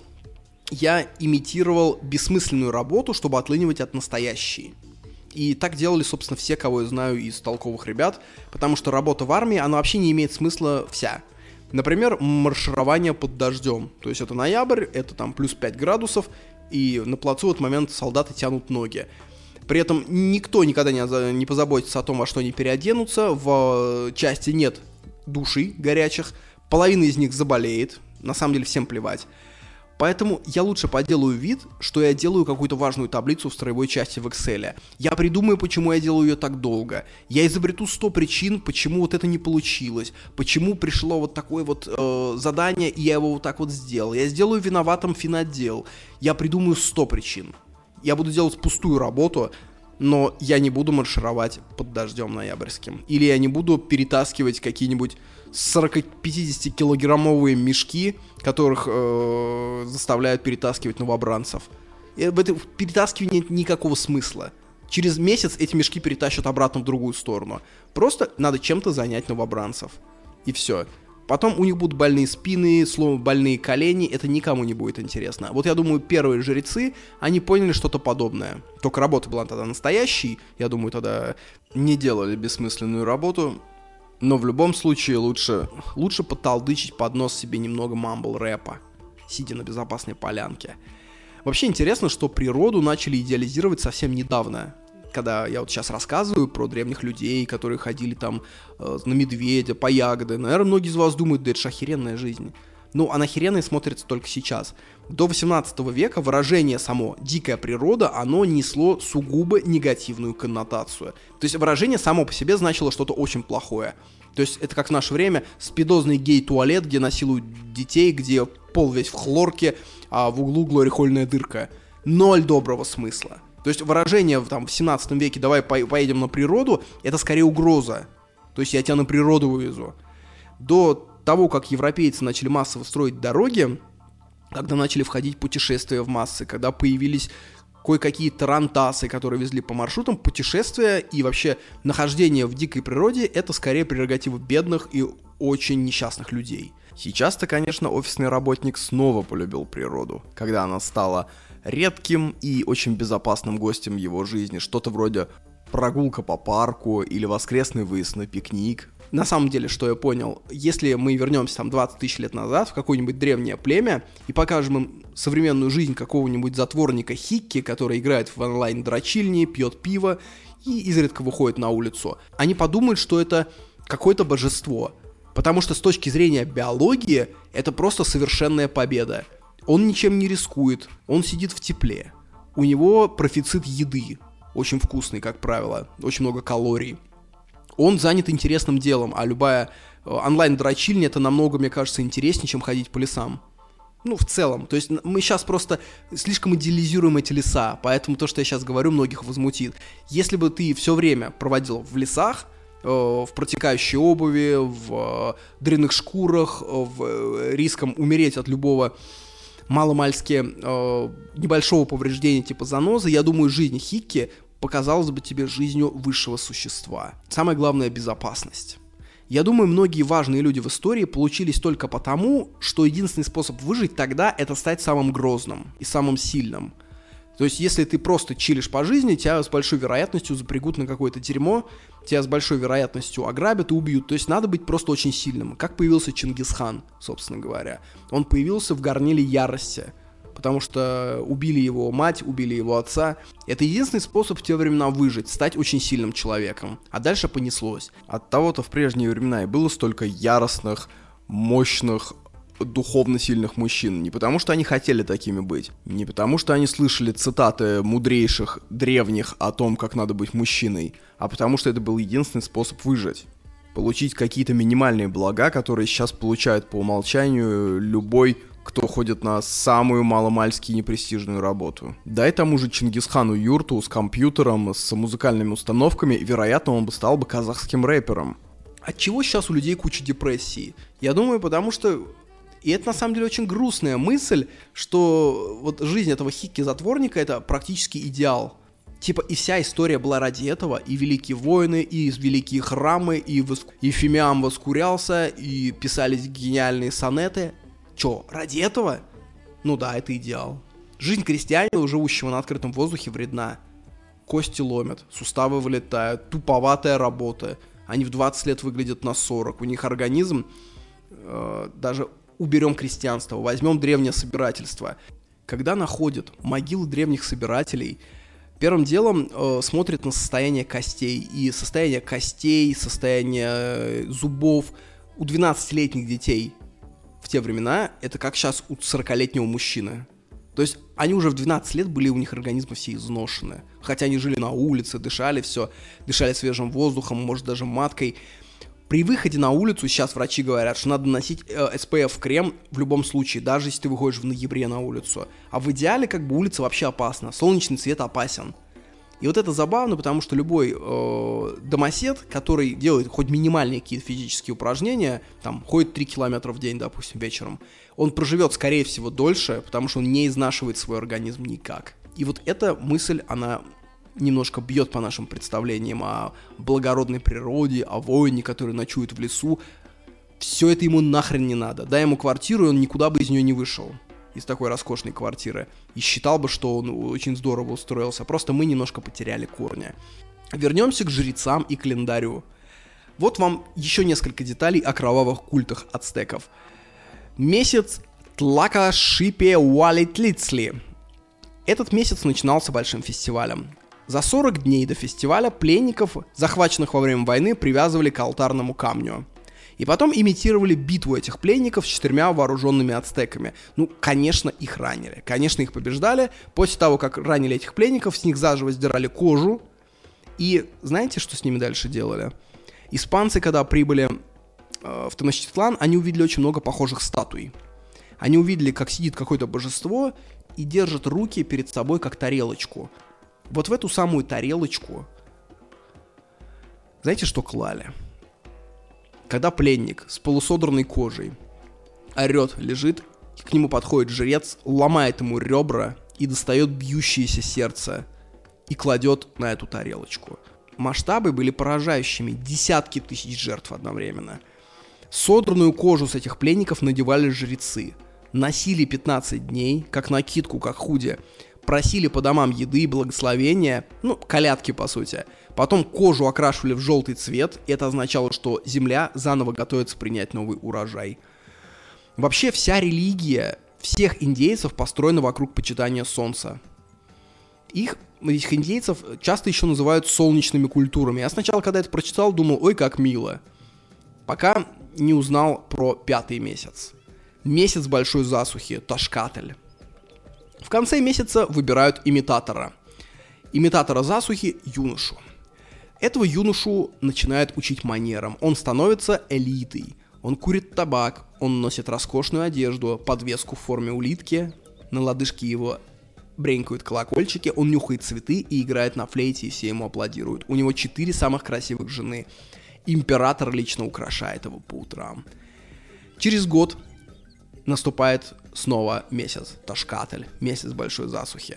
Я имитировал бессмысленную работу, чтобы отлынивать от настоящей. И так делали, собственно, все, кого я знаю из толковых ребят, потому что работа в армии, она вообще не имеет смысла вся. Например, марширование под дождем. То есть это ноябрь, это там плюс пять градусов, и на плацу в этот момент солдаты тянут ноги. При этом никто никогда не, не позаботится о том, во что они переоденутся. В части нет души горячих. Половина из них заболеет. На самом деле всем плевать. Поэтому я лучше поделаю вид, что я делаю какую-то важную таблицу в строевой части в Excel. Я придумаю, почему я делаю ее так долго. Я изобрету сто причин, почему вот это не получилось. Почему пришло вот такое вот э, задание, и я его вот так вот сделал. Я сделаю виноватым финотдел. Я придумаю сто причин. Я буду делать пустую работу, но я не буду маршировать под дождем ноябрьским. Или я не буду перетаскивать какие-нибудь сорок-пятидесятикилограммовые мешки, которых э, заставляют перетаскивать новобранцев. И в этом перетаскивании нет никакого смысла. Через месяц эти мешки перетащат обратно в другую сторону. Просто надо чем-то занять новобранцев. И все. Потом у них будут больные спины, словно больные колени, это никому не будет интересно. Вот я думаю, первые жрецы, они поняли что-то подобное. Только работа была тогда настоящей, я думаю, тогда не делали бессмысленную работу. Но в любом случае лучше, лучше поталдычить под нос себе немного мамбл-рэпа, сидя на безопасной полянке. Вообще интересно, что природу начали идеализировать совсем недавно. Когда я вот сейчас рассказываю про древних людей, которые ходили там э, на медведя, по ягоды, наверное, многие из вас думают, да это же охеренная жизнь. Ну, она охеренная смотрится только сейчас. До восемнадцатого века выражение само «дикая природа», оно несло сугубо негативную коннотацию. То есть выражение само по себе значило что-то очень плохое. То есть это как в наше время спидозный гей-туалет, где насилуют детей, где пол весь в хлорке, а в углу глорихольная дырка. Ноль доброго смысла. То есть выражение там, в семнадцатом веке «давай по- поедем на природу» — это скорее угроза. То есть я тебя на природу вывезу. До того, как европейцы начали массово строить дороги, когда начали входить путешествия в массы, когда появились кое-какие тарантасы, которые везли по маршрутам, путешествия и вообще нахождение в дикой природе — это скорее прерогатива бедных и очень несчастных людей. Сейчас-то, конечно, офисный работник снова полюбил природу, когда она стала редким и очень безопасным гостем его жизни, что-то вроде прогулка по парку или воскресный выезд на пикник. На самом деле, что я понял, если мы вернемся там двадцать тысяч лет назад в какое-нибудь древнее племя и покажем им современную жизнь какого-нибудь затворника Хикки, который играет в онлайн-дрочильне, пьет пиво и изредка выходит на улицу, они подумают, что это какое-то божество, потому что с точки зрения биологии это просто совершенная победа. Он ничем не рискует, он сидит в тепле. У него профицит еды, очень вкусный, как правило, очень много калорий. Он занят интересным делом, а любая онлайн-дрочильня — это намного, мне кажется, интереснее, чем ходить по лесам. Ну, в целом. То есть мы сейчас просто слишком идеализируем эти леса, поэтому то, что я сейчас говорю, многих возмутит. Если бы ты все время проводил в лесах, в протекающей обуви, в дрянных шкурах, в риском умереть от любого маломальски э, небольшого повреждения типа занозы, я думаю, жизнь Хикки показалась бы тебе жизнью высшего существа. Самое главное — безопасность. Я думаю, многие важные люди в истории получились только потому, что единственный способ выжить тогда — это стать самым грозным и самым сильным. То есть, если ты просто чилишь по жизни, тебя с большой вероятностью запрягут на какое-то дерьмо, тебя с большой вероятностью ограбят и убьют. То есть, надо быть просто очень сильным. Как появился Чингисхан, собственно говоря. Он появился в горниле ярости, потому что убили его мать, убили его отца. Это единственный способ в те времена выжить, стать очень сильным человеком. А дальше понеслось. От того-то в прежние времена и было столько яростных, мощных, духовно сильных мужчин. Не потому, что они хотели такими быть. Не потому, что они слышали цитаты мудрейших, древних о том, как надо быть мужчиной. А потому, что это был единственный способ выжить. Получить какие-то минимальные блага, которые сейчас получает по умолчанию любой, кто ходит на самую маломальски непрестижную работу. Дай тому же Чингисхану юрту с компьютером, с музыкальными установками, и, вероятно, он бы стал бы казахским рэпером. Отчего сейчас у людей куча депрессии? Я думаю, потому что... И это на самом деле очень грустная мысль, что вот жизнь этого Хикки-затворника — это практически идеал. Типа и вся история была ради этого, и великие войны, и великие храмы, и, воск... и Фимиам воскурялся, и писались гениальные сонеты. Чё, ради этого? Ну да, это идеал. Жизнь крестьянина, живущего на открытом воздухе, вредна. Кости ломят, суставы вылетают, туповатая работа. Они в двадцать лет выглядят на сорок. У них организм э, даже... Уберем крестьянство, возьмем древнее собирательство. Когда находят могилы древних собирателей, первым делом э, смотрят на состояние костей. И состояние костей, состояние э, зубов у двенадцатилетних детей в те времена — это как сейчас у сорокалетнего мужчины. То есть они уже в двенадцать лет были, у них организмы все изношены. Хотя они жили на улице, дышали все, дышали свежим воздухом, может даже маткой. При выходе на улицу сейчас врачи говорят, что надо носить э, эс пэ эф-крем в любом случае, даже если ты выходишь в ноябре на улицу. А в идеале как бы улица вообще опасна, солнечный свет опасен. И вот это забавно, потому что любой э, домосед, который делает хоть минимальные какие-то физические упражнения, там, ходит три километра в день, допустим, вечером, он проживет, скорее всего, дольше, потому что он не изнашивает свой организм никак. И вот эта мысль, она немножко бьет по нашим представлениям о благородной природе, о воине, который ночует в лесу. Все это ему нахрен не надо. Дай ему квартиру, и он никуда бы из нее не вышел. Из такой роскошной квартиры. И считал бы, что он очень здорово устроился. Просто мы немножко потеряли корни. Вернемся к жрецам и календарю. Вот вам еще несколько деталей о кровавых культах ацтеков. Месяц Тлакашипе-Уалитлицли. Этот месяц начинался большим фестивалем. За сорок дней до фестиваля пленников, захваченных во время войны, привязывали к алтарному камню. И потом имитировали битву этих пленников с четырьмя вооруженными ацтеками. Ну, конечно, их ранили. Конечно, их побеждали. После того, как ранили этих пленников, с них заживо сдирали кожу. И знаете, что с ними дальше делали? Испанцы, когда прибыли э, в Теночтитлан, они увидели очень много похожих статуй. Они увидели, как сидит какое-то божество и держит руки перед собой, как тарелочку. Вот в эту самую тарелочку, знаете, что клали? Когда пленник с полусодранной кожей орет, лежит, к нему подходит жрец, ломает ему ребра и достает бьющееся сердце и кладет на эту тарелочку. Масштабы были поражающими, десятки тысяч жертв одновременно. Содранную кожу с этих пленников надевали жрецы, носили пятнадцать дней, как накидку, как худи, просили по домам еды и благословения, ну, колядки по сути. Потом кожу окрашивали в желтый цвет, и это означало, что земля заново готовится принять новый урожай. Вообще вся религия всех индейцев построена вокруг почитания солнца. Их, этих индейцев часто еще называют солнечными культурами. Я сначала, когда это прочитал, думал, ой, как мило. Пока не узнал про пятый месяц. Месяц большой засухи, Ташкатль. В конце месяца выбирают имитатора. Имитатора засухи – юношу. Этого юношу начинают учить манерам. Он становится элитой. Он курит табак, он носит роскошную одежду, подвеску в форме улитки. На лодыжке его бренькают колокольчики, он нюхает цветы и играет на флейте, и все ему аплодируют. У него четыре самых красивых жены. Император лично украшает его по утрам. Через год наступает снова месяц Ташкатль, месяц большой засухи.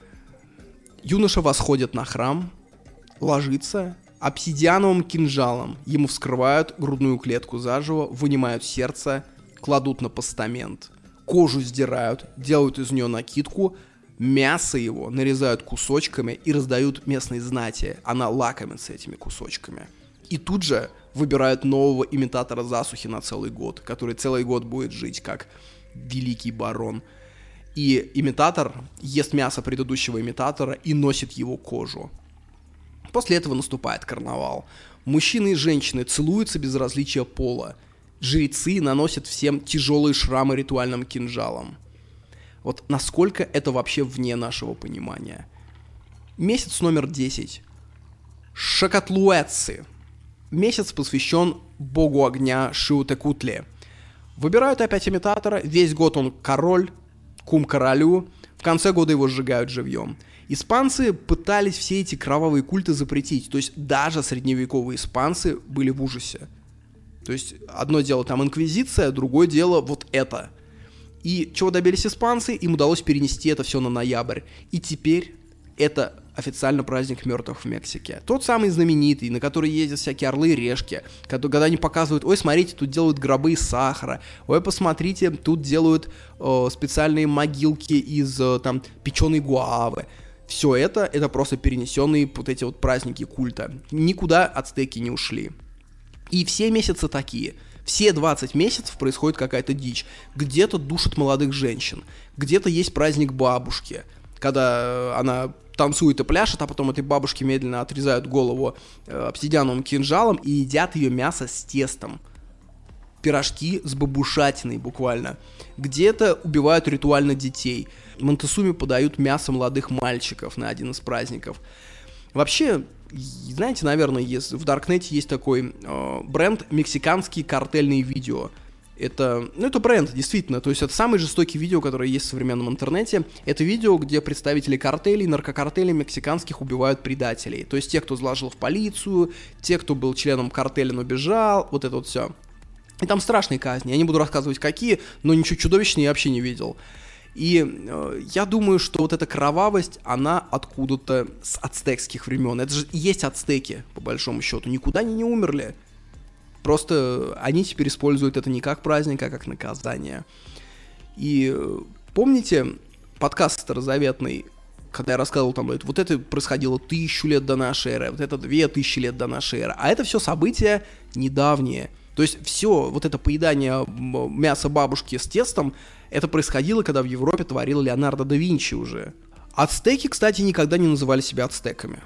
Юноша восходит на храм, ложится, обсидиановым кинжалом ему вскрывают грудную клетку заживо, вынимают сердце, кладут на постамент, кожу сдирают, делают из нее накидку, мясо его нарезают кусочками и раздают местной знати, она лакомится этими кусочками. И тут же выбирают нового имитатора засухи на целый год, который целый год будет жить как великий барон. И имитатор ест мясо предыдущего имитатора и носит его кожу. После этого наступает карнавал. Мужчины и женщины целуются без различия пола. Жрецы наносят всем тяжелые шрамы ритуальным кинжалом. Вот насколько это вообще вне нашего понимания. Месяц номер десять. Шакатлуэци. Месяц посвящен богу огня Шиутекутле. Выбирают опять имитатора, весь год он король, кум королю, в конце года его сжигают живьем. Испанцы пытались все эти кровавые культы запретить, то есть даже средневековые испанцы были в ужасе. То есть одно дело там инквизиция, другое дело вот это. И чего добились испанцы, им удалось перенести это все на ноябрь. И теперь это официально праздник мертвых в Мексике. Тот самый знаменитый, на который ездят всякие орлы и решки, когда они показывают, ой, смотрите, тут делают гробы из сахара, ой, посмотрите, тут делают э, специальные могилки из э, там печеной гуавы. Все это, это просто перенесенные вот эти вот праздники культа. Никуда ацтеки не ушли. И все месяцы такие. Все двадцать месяцев происходит какая-то дичь. Где-то душат молодых женщин, где-то есть праздник бабушки, когда она танцует и пляшет, а потом этой бабушке медленно отрезают голову э, обсидиановым кинжалом и едят ее мясо с тестом. Пирожки с бабушатиной буквально. Где-то убивают ритуально детей. В Монтесуме подают мясо молодых мальчиков на один из праздников. Вообще, знаете, наверное, есть, в Даркнете есть такой э, бренд «Мексиканские картельные видео». Это, ну, это бренд, действительно. То есть это самые жестокие видео, которые есть в современном интернете. Это видео, где представители картелей, наркокартелей мексиканских убивают предателей. То есть те, кто сложил в полицию, те, кто был членом картеля, но бежал, вот это вот все. И там страшные казни. Я не буду рассказывать, какие, но ничего чудовищного я вообще не видел. И э, я думаю, что вот эта кровавость, она откуда-то с ацтекских времен. Это же и есть ацтеки, по большому счету. Никуда они не умерли. Просто они теперь используют это не как праздник, а как наказание. И э, помните подкаст старозаветный, когда я рассказывал там, вот это происходило тысячу лет до нашей эры, вот это две тысячи лет до нашей эры. А это все события недавние. То есть все вот это поедание мяса бабушки с тестом, это происходило, когда в Европе творил Леонардо да Винчи уже. Ацтеки, кстати, никогда не называли себя ацтеками.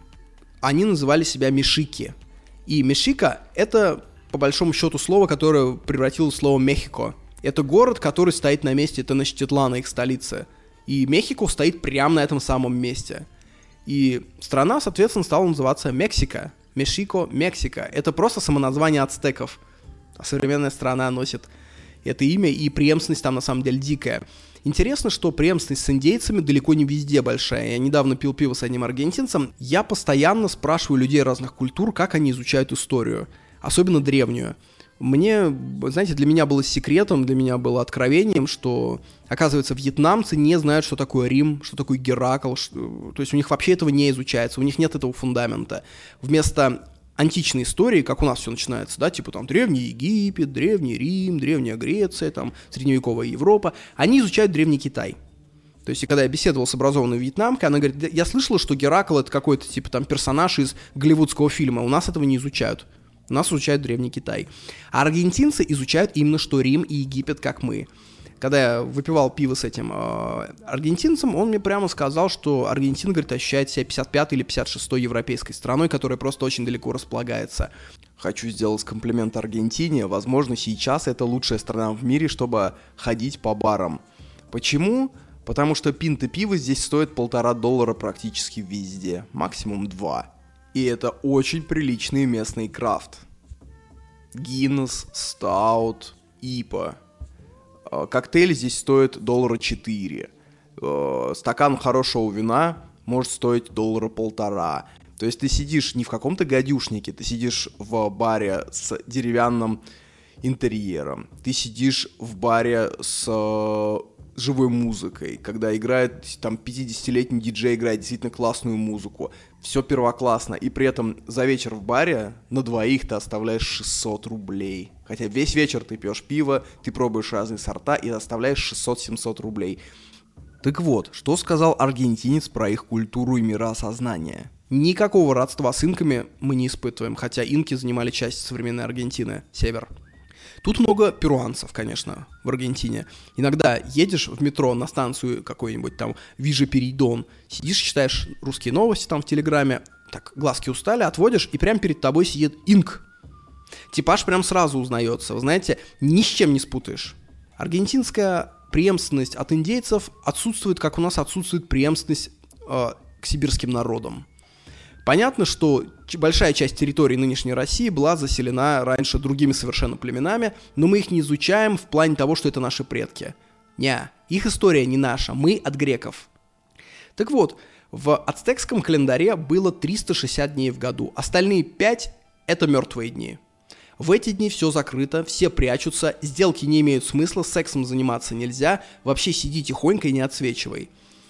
Они называли себя мешики. И мешика — это, по большому счету, слово, которое превратилось в слово Мехико. Это город, который стоит на месте Теночтитлана, их столицы. И Мехико стоит прямо на этом самом месте. И страна, соответственно, стала называться Мексика. Мешико, Мексика. Это просто самоназвание ацтеков. А современная страна носит это имя, и преемственность там на самом деле дикая. Интересно, что преемственность с индейцами далеко не везде большая. Я недавно пил пиво с одним аргентинцем. Я постоянно спрашиваю людей разных культур, как они изучают историю. Особенно древнюю. Мне, знаете, для меня было секретом, для меня было откровением, что, оказывается, вьетнамцы не знают, что такое Рим, что такое Геракл, что, то есть у них вообще этого не изучается, у них нет этого фундамента. Вместо античной истории, как у нас все начинается, да, типа там Древний Египет, Древний Рим, Древняя Греция, там средневековая Европа, они изучают Древний Китай. То есть, когда я беседовал с образованной вьетнамкой, она говорит, я слышала, что Геракл — это какой-то типа там персонаж из голливудского фильма, у нас этого не изучают. У нас изучают Древний Китай. А аргентинцы изучают именно что Рим и Египет, как мы. Когда я выпивал пиво с этим э, аргентинцем, он мне прямо сказал, что Аргентина, говорит, ощущает себя пятьдесят пятой или пятьдесят шестой европейской страной, которая просто очень далеко располагается. Хочу сделать комплимент Аргентине. Возможно, сейчас это лучшая страна в мире, чтобы ходить по барам. Почему? Потому что пинта пива здесь стоит полтора доллара практически везде. Максимум два. И это очень приличный местный крафт. Гиннес, Стаут, Ипа. Коктейль здесь стоит доллара четыре. Стакан хорошего вина может стоить доллара полтора. То есть ты сидишь не в каком-то гадюшнике, ты сидишь в баре с деревянным интерьером. Ты сидишь в баре с живой музыкой, когда играет там пятидесятилетний диджей, играет действительно классную музыку. Все первоклассно. И при этом за вечер в баре на двоих ты оставляешь шестьсот рублей. Хотя весь вечер ты пьешь пиво, ты пробуешь разные сорта и оставляешь шестьсот-семьсот рублей. Так вот, что сказал аргентинец про их культуру и мироосознание? Никакого родства с инками мы не испытываем, хотя инки занимали часть современной Аргентины, север. Тут много перуанцев, конечно, в Аргентине. Иногда едешь в метро на станцию какой-нибудь там Вижа Перейдон, сидишь, читаешь русские новости там в Телеграме, так, глазки устали, отводишь, и прямо перед тобой сидит инк. Типаж прям сразу узнается, вы знаете, ни с чем не спутаешь. Аргентинская преемственность от индейцев отсутствует, как у нас отсутствует преемственность э, к сибирским народам. Понятно, что большая часть территории нынешней России была заселена раньше другими совершенно племенами, но мы их не изучаем в плане того, что это наши предки. Не, их история не наша, мы от греков. Так вот, в ацтекском календаре было триста шестьдесят дней в году, остальные пять – это мертвые дни. В эти дни все закрыто, все прячутся, сделки не имеют смысла, сексом заниматься нельзя, вообще сиди тихонько и не отсвечивай.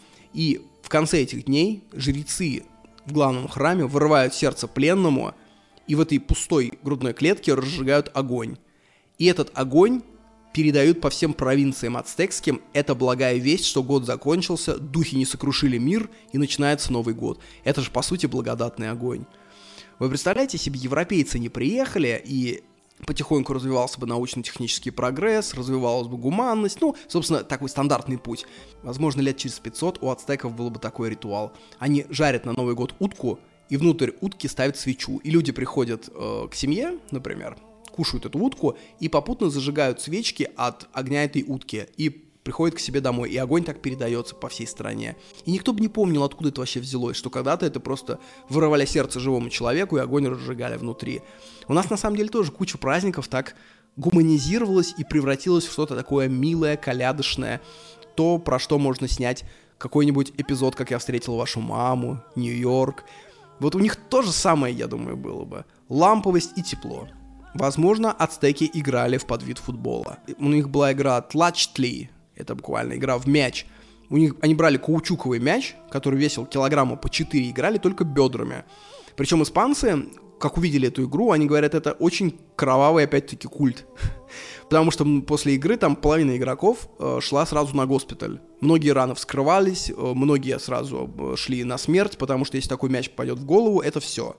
И в конце этих дней жрецы в главном храме вырывают сердце пленному и в этой пустой грудной клетке разжигают огонь. И этот огонь передают по всем провинциям ацтекским. Это благая весть, что год закончился, духи не сокрушили мир и начинается Новый год. Это же, по сути, благодатный огонь. Вы представляете себе, европейцы не приехали, и потихоньку развивался бы научно-технический прогресс, развивалась бы гуманность, ну, собственно, такой стандартный путь. Возможно, лет через пятьсот у ацтеков был бы такой ритуал. Они жарят на Новый год утку, и внутрь утки ставят свечу. И люди приходят э, к семье, например, кушают эту утку, и попутно зажигают свечки от огня этой утки, и приходят к себе домой, и огонь так передается по всей стране. И никто бы не помнил, откуда это вообще взялось, что когда-то это просто вырывали сердце живому человеку, и огонь разжигали внутри. У нас на самом деле тоже куча праздников так гуманизировалось и превратилось в что-то такое милое, колядочное, то, про что можно снять какой-нибудь эпизод, как я встретил вашу маму, Нью-Йорк. Вот у них то же самое, я думаю, было бы. Ламповость и тепло. Возможно, ацтеки играли в подвид футбола. У них была игра тлачтли, это буквально игра в мяч. У них, они брали каучуковый мяч, который весил килограмма по четыре, играли только бедрами. Причем испанцы, как увидели эту игру, они говорят, это очень кровавый, опять-таки, культ. Потому что после игры там половина игроков э, шла сразу на госпиталь. Многие раны вскрывались, э, многие сразу э, шли на смерть, потому что если такой мяч попадет в голову, это все.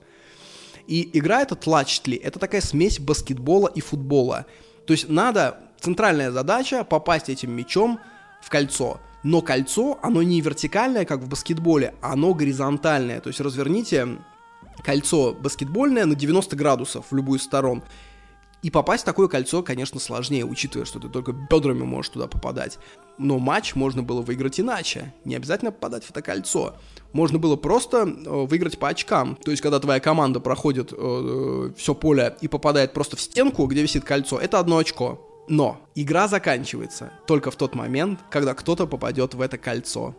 И игра эта тлачтли, это такая смесь баскетбола и футбола. То есть надо, центральная задача попасть этим мячом в кольцо. Но кольцо, оно не вертикальное, как в баскетболе, а оно горизонтальное. То есть разверните кольцо баскетбольное на девяносто градусов в любую сторону. И попасть в такое кольцо, конечно, сложнее, учитывая, что ты только бедрами можешь туда попадать. Но матч можно было выиграть иначе. Не обязательно попадать в это кольцо. Можно было просто э, выиграть по очкам. То есть, когда твоя команда проходит э, все поле и попадает просто в стенку, где висит кольцо, это одно очко. Но игра заканчивается только в тот момент, когда кто-то попадет в это кольцо.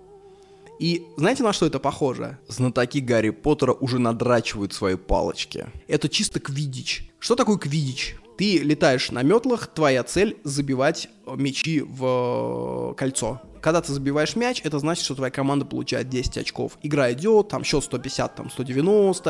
И знаете, на что это похоже? Знатоки Гарри Поттера уже надрачивают свои палочки. Это чисто квиддич. Что такое квиддич? Ты летаешь на метлах, твоя цель забивать мячи в кольцо. Когда ты забиваешь мяч, это значит, что твоя команда получает десять очков. Игра идет, там счет сто пятьдесят, там сто девяносто.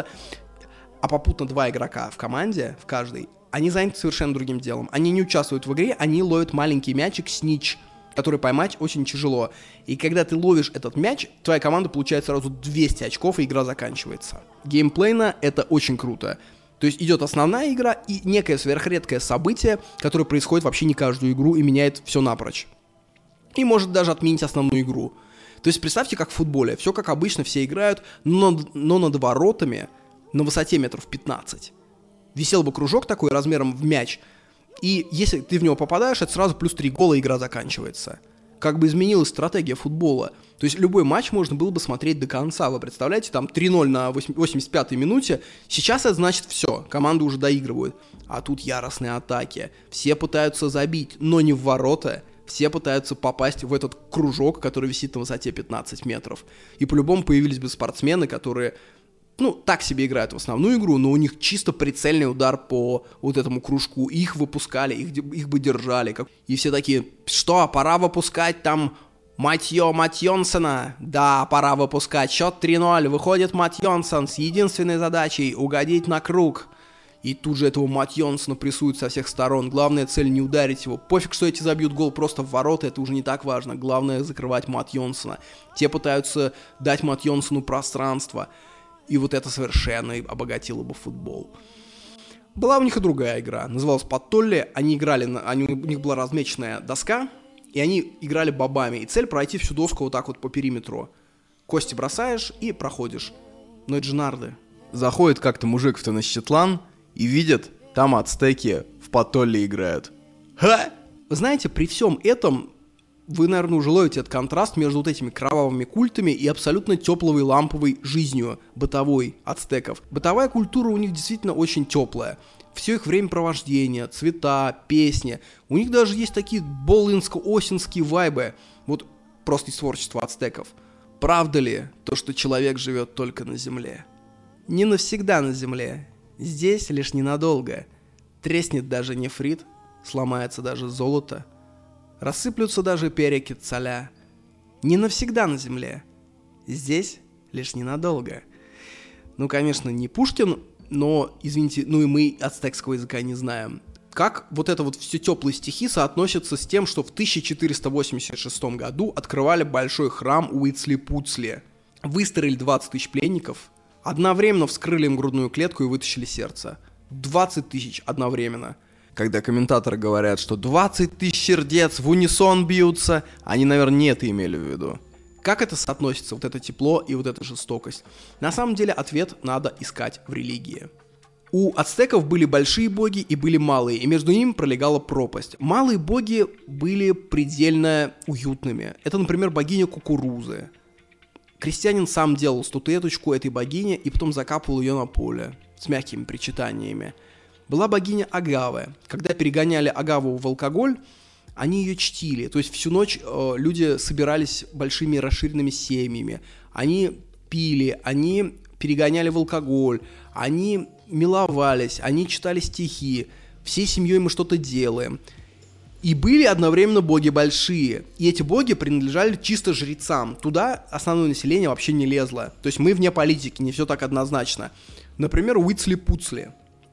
А попутно два игрока в команде, в каждой, они заняты совершенно другим делом. Они не участвуют в игре, они ловят маленький мячик снич, который поймать очень тяжело. И когда ты ловишь этот мяч, твоя команда получает сразу двести очков, и игра заканчивается. Геймплейно это очень круто. То есть идет основная игра и некое сверхредкое событие, которое происходит вообще не каждую игру и меняет все напрочь. И может даже отменить основную игру. То есть представьте, как в футболе. Все как обычно, все играют, но, но над воротами на высоте метров пятнадцать висел бы кружок такой размером в мяч. И если ты в него попадаешь, это сразу плюс три гола, и игра заканчивается. Как бы изменилась стратегия футбола. То есть любой матч можно было бы смотреть до конца. Вы представляете, там три ноль на восемьдесят пятой минуте. Сейчас это значит все, команды уже доигрывают. А тут яростные атаки. Все пытаются забить, но не в ворота. Все пытаются попасть в этот кружок, который висит на высоте пятнадцать метров. И по-любому появились бы спортсмены, которые... Ну, так себе играют в основную игру, но у них чисто прицельный удар по вот этому кружку. Их выпускали, их, их бы держали. Как... И все такие, что, пора выпускать там Матьё Матьонсона? Да, пора выпускать. Счет три ноль. Выходит Матьонсон с единственной задачей угодить на круг. И тут же этого Матьонсона прессуют со всех сторон. Главная цель не ударить его. Пофиг, что эти забьют гол просто в ворота, это уже не так важно. Главное закрывать Матьонсона. Те пытаются дать Матьонсону пространство. И вот это совершенно обогатило бы футбол. Была у них и другая игра, называлась Паттолли. Они играли, на, они, у них была размеченная доска, и они играли бобами. И цель пройти всю доску вот так вот по периметру. Кости бросаешь и проходишь. Но это же нарды. Заходит как-то мужик в Теночтитлан и видит, там ацтеки в Паттолли играют. Ха! Вы знаете, при всем этом... Вы, наверное, уже ловите этот контраст между вот этими кровавыми культами и абсолютно теплой ламповой жизнью бытовой ацтеков. Бытовая культура у них действительно очень теплая. Все их времяпровождение, цвета, песни. У них даже есть такие болынско-осинские вайбы. Вот просто из творчества ацтеков. Правда ли то, что человек живет только на земле? Не навсегда на земле. Здесь лишь ненадолго. Треснет даже нефрит, сломается даже золото. Рассыплются даже перья Кецаля. Не навсегда на земле. Здесь лишь ненадолго. Ну, конечно, не Пушкин, но, извините, ну и мы ацтекского языка не знаем. Как вот это вот все теплые стихи соотносятся с тем, что в тысяча четыреста восемьдесят шестом году открывали большой храм Уитсли-Пуцли. Выстроили двадцать тысяч пленников, одновременно вскрыли им грудную клетку и вытащили сердце. двадцать тысяч одновременно. Когда комментаторы говорят, что двадцать тысяч сердец в унисон бьются, они, наверное, не это имели в виду. Как это соотносится, вот это тепло и вот эта жестокость? На самом деле ответ надо искать в религии. У ацтеков были большие боги и были малые, и между ними пролегала пропасть. Малые боги были предельно уютными. Это, например, богиня кукурузы. Крестьянин сам делал статуэточку этой богини и потом закапывал ее на поле с мягкими причитаниями. была богиня Агавы. Когда перегоняли Агаву в алкоголь, они ее чтили. То есть всю ночь э, люди собирались большими расширенными семьями. Они пили, они перегоняли в алкоголь, они миловались, они читали стихи. Всей семьей мы что-то делаем. И были одновременно боги большие. И эти боги принадлежали чисто жрецам. Туда основное население вообще не лезло. То есть мы вне политики, не все так однозначно. Например, Уитсли-Пуцли.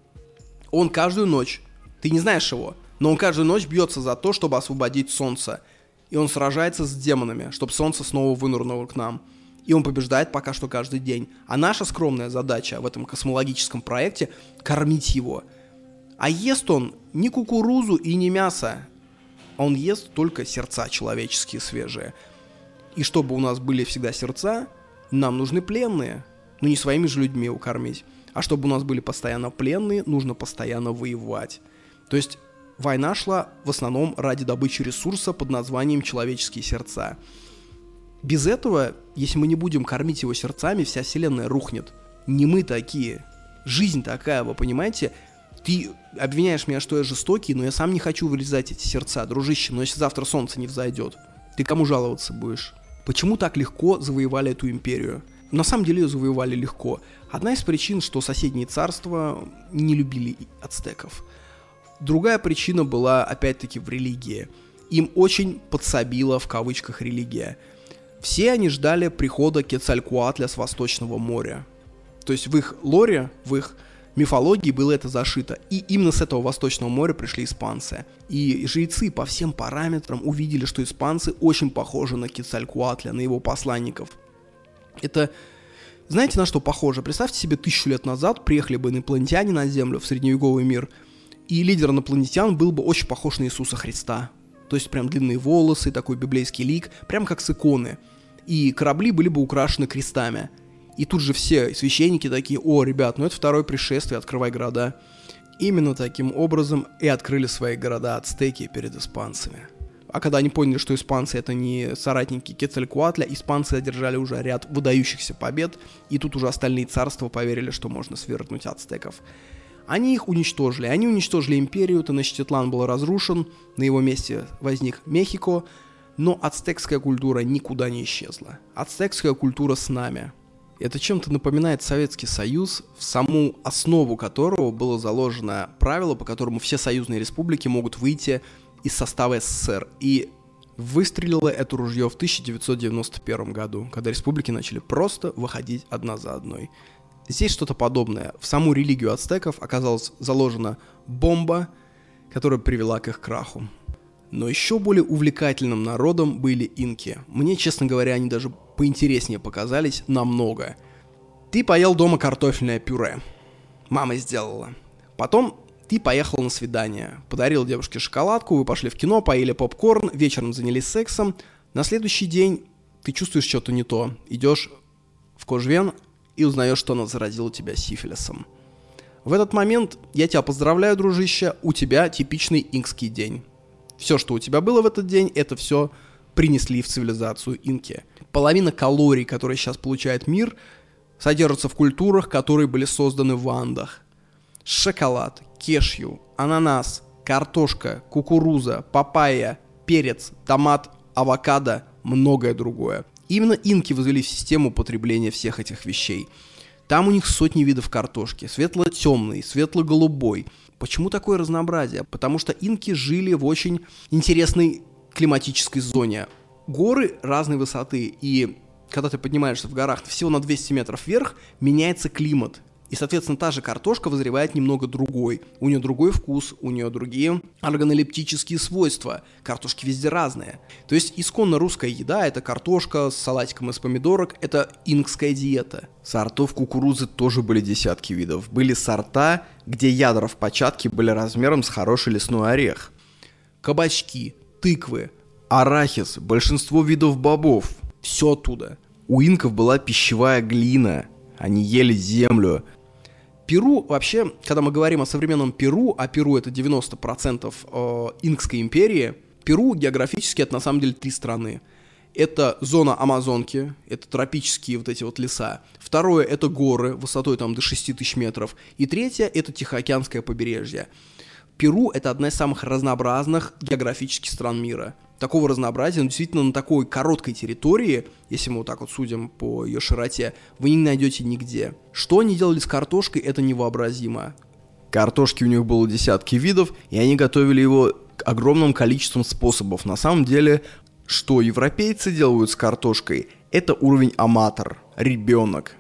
Он каждую ночь, ты не знаешь его, но он каждую ночь бьется за то, чтобы освободить солнце. И он сражается с демонами, чтобы солнце снова вынырнуло к нам. И он побеждает пока что каждый день. А наша скромная задача в этом космологическом проекте — кормить его. А ест он не кукурузу и не мясо. Он ест только сердца человеческие свежие. И чтобы у нас были всегда сердца, нам нужны пленные. Ну не своими же людьми его кормить. А чтобы у нас были постоянно пленные, нужно постоянно воевать. То есть война шла в основном ради добычи ресурса под названием человеческие сердца. Без этого, если мы не будем кормить его сердцами, вся вселенная рухнет. Не мы такие. Жизнь такая, вы понимаете? Ты обвиняешь меня, что я жестокий, но я сам не хочу вырезать эти сердца, дружище. Но если завтра солнце не взойдет, ты кому жаловаться будешь? Почему так легко завоевали эту империю? На самом деле ее завоевали легко. Одна из причин, что соседние царства не любили ацтеков. Другая причина была, опять-таки, в религии. Им очень подсобила, в кавычках, религия. Все они ждали прихода Кецалькоатля с Восточного моря. То есть в их лоре, в их мифологии было это зашито. И именно с этого Восточного моря пришли испанцы. И жрецы по всем параметрам увидели, что испанцы очень похожи на Кецалькоатля, на его посланников. Это, знаете, на что похоже? Представьте себе, тысячу лет назад приехали бы инопланетяне на Землю, в средневековый мир, и лидер инопланетян был бы очень похож на Иисуса Христа. То есть прям длинные волосы, такой библейский лик, прям как с иконы. И корабли были бы украшены крестами. И тут же все священники такие: о, ребят, ну это второе пришествие, открывай города. Именно таким образом и открыли свои города ацтеки перед испанцами. А когда они поняли, что испанцы это не соратники Кецалькоатля, испанцы одержали уже ряд выдающихся побед, и тут уже остальные царства поверили, что можно свергнуть ацтеков. Они их уничтожили. Они уничтожили империю, Теночтитлан был разрушен, на его месте возник Мехико, но ацтекская культура никуда не исчезла. Ацтекская культура с нами. Это чем-то напоминает Советский Союз, в саму основу которого было заложено правило, по которому все союзные республики могут выйти из состава СССР. И выстрелило это ружье в тысяча девятьсот девяносто первом году, когда республики начали просто выходить одна за одной. Здесь что-то подобное. В саму религию ацтеков оказалась заложена бомба, которая привела к их краху. Но еще более увлекательным народом были инки. Мне, честно говоря, они даже поинтереснее показались намного. Ты поел дома картофельное пюре. Мама сделала. Потом ты поехал на свидание. Подарил девушке шоколадку, вы пошли в кино, поели попкорн, вечером занялись сексом. На следующий день ты чувствуешь что-то не то. Идешь в Кожвен и узнаешь, что она заразила тебя сифилисом. В этот момент я тебя поздравляю, дружище, у тебя типичный инкский день. Все, что у тебя было в этот день, это все принесли в цивилизацию инки. Половина калорий, которые сейчас получает мир, содержатся в культурах, которые были созданы в Андах. Шоколад, кешью, ананас, картошка, кукуруза, папайя, перец, томат, авокадо, многое другое. Именно инки возвели в систему потребления всех этих вещей. Там у них сотни видов картошки, светло-темный, светло-голубой. Почему такое разнообразие? Потому что инки жили в очень интересной климатической зоне. Горы разной высоты, и когда ты поднимаешься в горах всего на двести метров вверх, меняется климат. И, соответственно, та же картошка вызревает немного другой. У нее другой вкус, у нее другие органолептические свойства. Картошки везде разные. То есть исконно русская еда — это картошка с салатиком из помидорок, это инкская диета. Сортов кукурузы тоже были десятки видов. Были сорта, где ядра в початке были размером с хороший лесной орех. Кабачки, тыквы, арахис, большинство видов бобов. Все оттуда. У инков была пищевая глина. Они ели землю. Перу, вообще, когда мы говорим о современном Перу, а Перу это девяносто процентов э, инкской империи, Перу географически это на самом деле три страны. Это зона Амазонки, это тропические вот эти вот леса. Второе — это горы высотой там до шести тысяч метров. И третье — это Тихоокеанское побережье. Перу — это одна из самых разнообразных географических стран мира. Такого разнообразия, но действительно на такой короткой территории, если мы вот так вот судим по ее широте, вы не найдете нигде. Что они делали с картошкой, это невообразимо. Картошки у них было десятки видов, и они готовили его огромным количеством способов. На самом деле, что европейцы делают с картошкой, это уровень аматор, ребенок.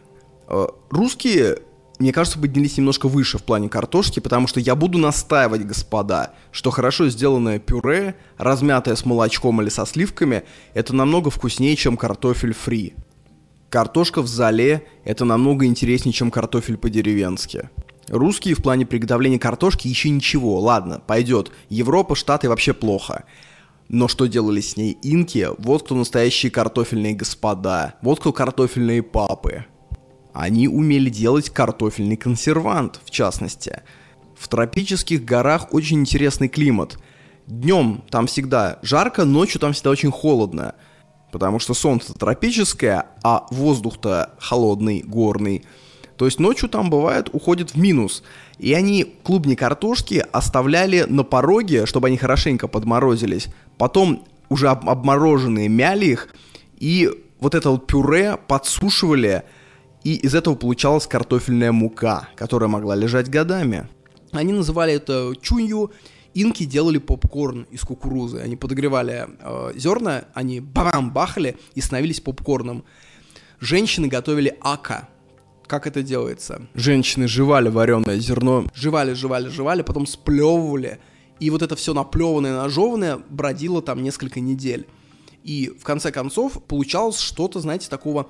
Русские, мне кажется, поднялись немножко выше в плане картошки, потому что я буду настаивать, господа, что хорошо сделанное пюре, размятое с молочком или со сливками, это намного вкуснее, чем картофель фри. Картошка в зале – это намного интереснее, чем картофель по-деревенски. Русские в плане приготовления картошки еще ничего, ладно, пойдет. Европа, Штаты вообще плохо. Но что делали с ней инки, вот кто настоящие картофельные господа, вот кто картофельные папы. Они умели делать картофельный консервант, в частности. В тропических горах очень интересный климат. Днем там всегда жарко, ночью там всегда очень холодно. Потому что солнце тропическое, а воздух-то холодный, горный. То есть ночью там бывает уходит в минус. И они клубни картошки оставляли на пороге, чтобы они хорошенько подморозились. Потом уже об- обмороженные мяли их. И вот это вот пюре подсушивали. И из этого получалась картофельная мука, которая могла лежать годами. Они называли это чунью. Инки делали попкорн из кукурузы. Они подогревали э, зерна, они бам бахали и становились попкорном. Женщины готовили ака. Как это делается? Женщины жевали вареное зерно. Жевали, жевали, жевали, потом сплевывали. И вот это все наплеванное, нажеванное бродило там несколько недель. И в конце концов получалось что-то, знаете, такого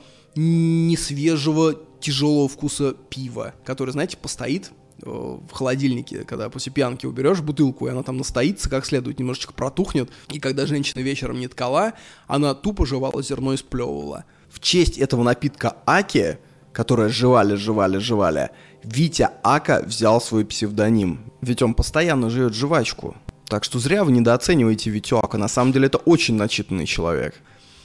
несвежего, тяжелого вкуса пива, которое, знаете, постоит э, в холодильнике, когда после пьянки уберешь бутылку, и она там настоится как следует, немножечко протухнет. И когда женщина вечером не ткала, она тупо жевала зерно и сплевывала. В честь этого напитка аки, которое жевали, жевали, жевали, Витя Ака взял свой псевдоним. Ведь он постоянно жует жвачку. Так что зря вы недооцениваете Витю Ака. На самом деле это очень начитанный человек.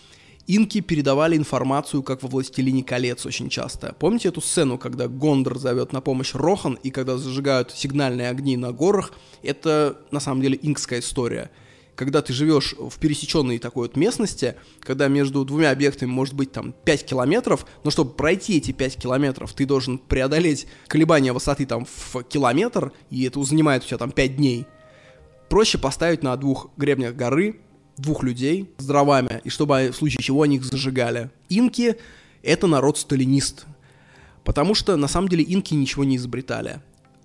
Инки передавали информацию, как во «Властелине колец» очень часто. Помните эту сцену, когда Гондор зовет на помощь Рохан, и когда зажигают сигнальные огни на горах? Это, на самом деле, инкская история. Когда ты живешь в пересеченной такой вот местности, когда между двумя объектами может быть там пять километров, но чтобы пройти эти пять километров, ты должен преодолеть колебания высоты там в километр, и это занимает у тебя там пять дней. Проще поставить на двух гребнях горы двух людей с дровами, и чтобы в случае чего они их зажигали. Инки — это народ-сталинист, потому что на самом деле инки ничего не изобретали.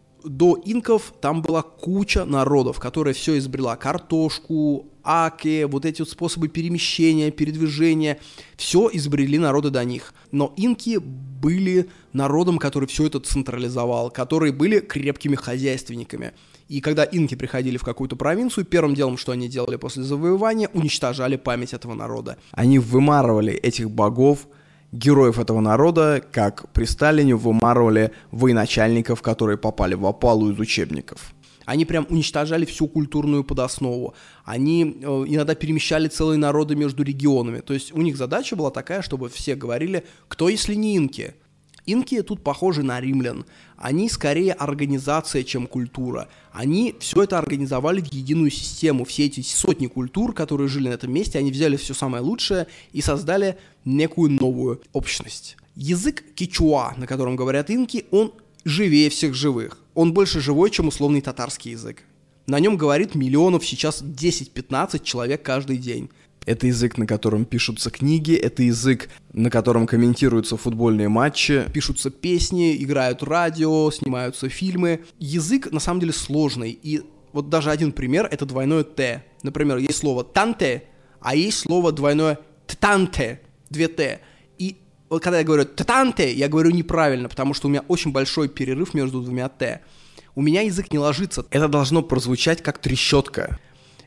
До инков там была куча народов, которая все изобрела. Картошку, аки, вот эти вот способы перемещения, передвижения. Все изобрели народы до них. Но инки были народом, который все это централизовал, которые были крепкими хозяйственниками. И когда инки приходили в какую-то провинцию, первым делом, что они делали после завоевания, уничтожали память этого народа. Они вымарывали этих богов, героев этого народа, как при Сталине вымарывали военачальников, которые попали в опалу из учебников. Они прям уничтожали всю культурную подоснову. Они э, иногда перемещали целые народы между регионами. То есть у них задача была такая, чтобы все говорили, кто если не инки. Инки тут похожи на римлян. Они скорее организация, чем культура. Они все это организовали в единую систему. Все эти сотни культур, которые жили на этом месте, они взяли все самое лучшее и создали некую новую общность. Язык кичуа, на котором говорят инки, он живее всех живых. Он больше живой, чем условный татарский язык. На нем говорит миллионов, сейчас десять-пятнадцать человек каждый день. Это язык, на котором пишутся книги, это язык, на котором комментируются футбольные матчи. Пишутся песни, играют радио, снимаются фильмы. Язык на самом деле сложный. И вот даже один пример — это двойное «т». Например, есть слово «танте», а есть слово двойное «ттанте», две «т». И вот когда я говорю «ттанте», я говорю неправильно, потому что у меня очень большой перерыв между двумя «т». У меня язык не ложится. Это должно прозвучать как трещотка.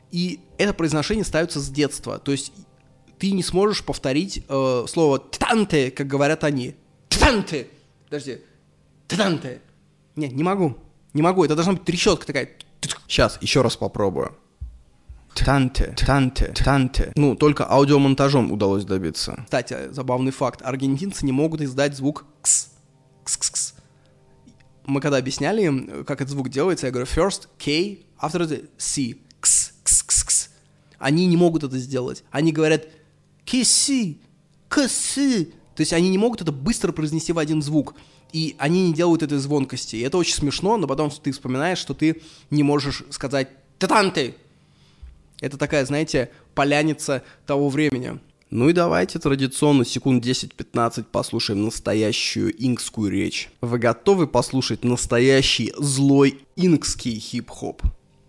И это произношение ставится с детства. То есть ты не сможешь повторить э, слово «танте», как говорят они. «Танте». Подожди. «Танте». Не, не могу. Не могу. Это должна быть трещотка такая. Сейчас, еще раз попробую. танте, танте, танте. Ну, только аудиомонтажом удалось добиться. Кстати, забавный факт. Аргентинцы не могут издать звук «кс». «Кс-кс-кс». Мы когда объясняли им, как этот звук делается, я говорю first K, after the C. «Кс, кс, кс, кс». Они не могут это сделать. Они говорят «киси», «ксы». То есть они не могут это быстро произнести в один звук. И они не делают этой звонкости. И это очень смешно, но потом ты вспоминаешь, что ты не можешь сказать «татанты». Это такая, знаете, поляница того времени. Ну и давайте традиционно секунд десять-пятнадцать послушаем настоящую инкскую речь. Вы готовы послушать настоящий злой инкский хип-хоп?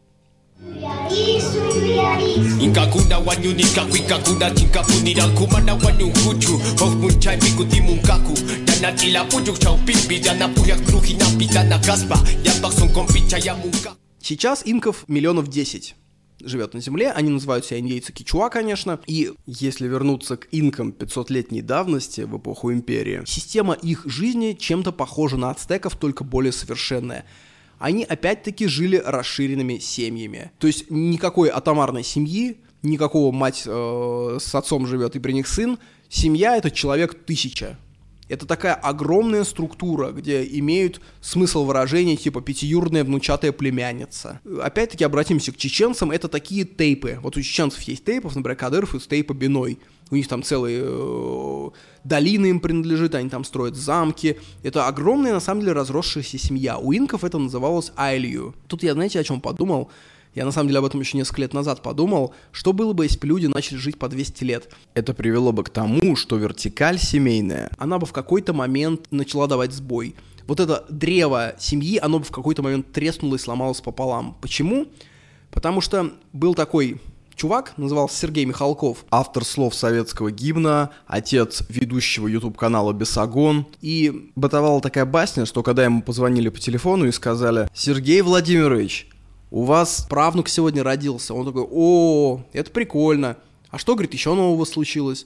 Инкакуда ванюника куикакуда тинкапунира кумана ванюхучу хохмунчай пикутимункаку данатила пуджукчау пипи данапуяк крухина питана каспа ябаксон компича ямунка. Сейчас инков миллионов десять живет на земле, они называют себя индейцы Кичуа, конечно, и если вернуться к инкам пятисотлетней давности в эпоху империи, система их жизни чем-то похожа на ацтеков, только более совершенная. Они опять-таки жили расширенными семьями, то есть никакой атомарной семьи, никакого мать э, с отцом живет и при них сын, семья — это человек тысяча. Это такая огромная структура, где имеют смысл выражения типа «пятиюродная внучатая племянница». Опять-таки обратимся к чеченцам, это такие тейпы. Вот у чеченцев есть тейпов, например, Кадыров из тейпа Биной. У них там целые э, долины им принадлежит, они там строят замки. Это огромная, на самом деле, разросшаяся семья. У инков это называлось айлью. Тут я, знаете, о чем подумал? Я, на самом деле, об этом еще несколько лет назад подумал. Что было бы, если бы люди начали жить по двести лет? Это привело бы к тому, что вертикаль семейная, она бы в какой-то момент начала давать сбой. Вот это древо семьи, оно бы в какой-то момент треснуло и сломалось пополам. Почему? Потому что был такой чувак, назывался Сергей Михалков, автор слов советского гимна, отец ведущего YouTube-канала «Бесогон». И бытовала такая басня, что когда ему позвонили по телефону и сказали: «Сергей Владимирович, у вас правнук сегодня родился». Он такой: «О, это прикольно. А что, говорит, еще нового случилось?»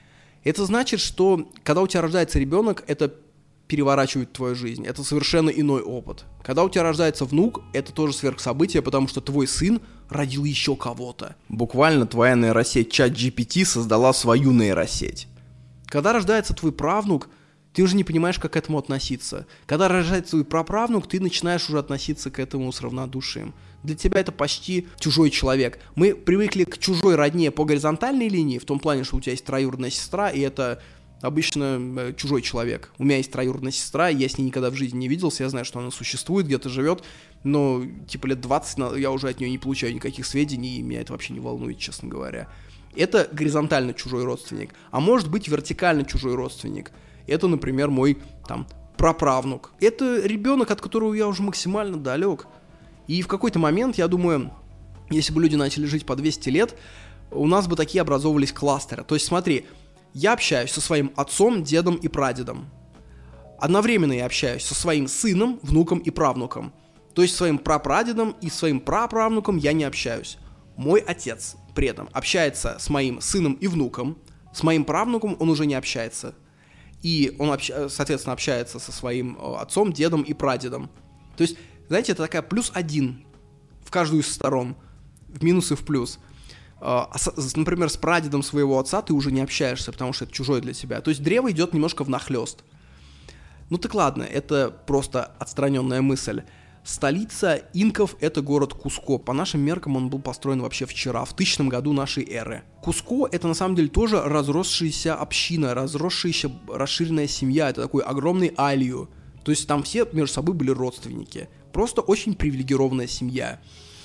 Это значит, что когда у тебя рождается ребенок, это переворачивает твою жизнь. Это совершенно иной опыт. Когда у тебя рождается внук, это тоже сверхсобытие, потому что твой сын родил еще кого-то. Буквально твоя нейросеть чат джи пи ти создала свою нейросеть. Когда рождается твой правнук, ты уже не понимаешь, как к этому относиться. Когда рождается твой праправнук, ты начинаешь уже относиться к этому с равнодушием. Для тебя это почти чужой человек. Мы привыкли к чужой родне по горизонтальной линии, в том плане, что у тебя есть троюродная сестра, и это обычно э, чужой человек. У меня есть троюродная сестра, я с ней никогда в жизни не виделся, я знаю, что она существует, где-то живет, но типа лет двадцать я уже от нее не получаю никаких сведений, и меня это вообще не волнует, честно говоря. Это горизонтально чужой родственник. А может быть вертикально чужой родственник. Это, например, мой там праправнук. Это ребенок, от которого я уже максимально далек. И в какой-то момент, я думаю, если бы люди начали жить по двести лет, у нас бы такие образовывались кластеры. То есть смотри, я общаюсь со своим отцом, дедом и прадедом. Одновременно я общаюсь со своим сыном, внуком и правнуком. То есть своим прапрадедом и своим праправнуком я не общаюсь. Мой отец при этом общается с моим сыном и внуком, с моим правнуком он уже не общается. И он, соответственно, общается со своим отцом, дедом и прадедом. То есть, знаете, это такая плюс один в каждую из сторон, в минус и в плюс. Например, с прадедом своего отца ты уже не общаешься, потому что это чужой для тебя. То есть древо идет немножко внахлёст. Ну так ладно, это просто отстраненная мысль. Столица инков — это город Куско. По нашим меркам он был построен вообще вчера, в тысячном году нашей эры. Куско — это на самом деле тоже разросшаяся община, разросшаяся расширенная семья. Это такой огромный алью. То есть там все между собой были родственники. Просто очень привилегированная семья.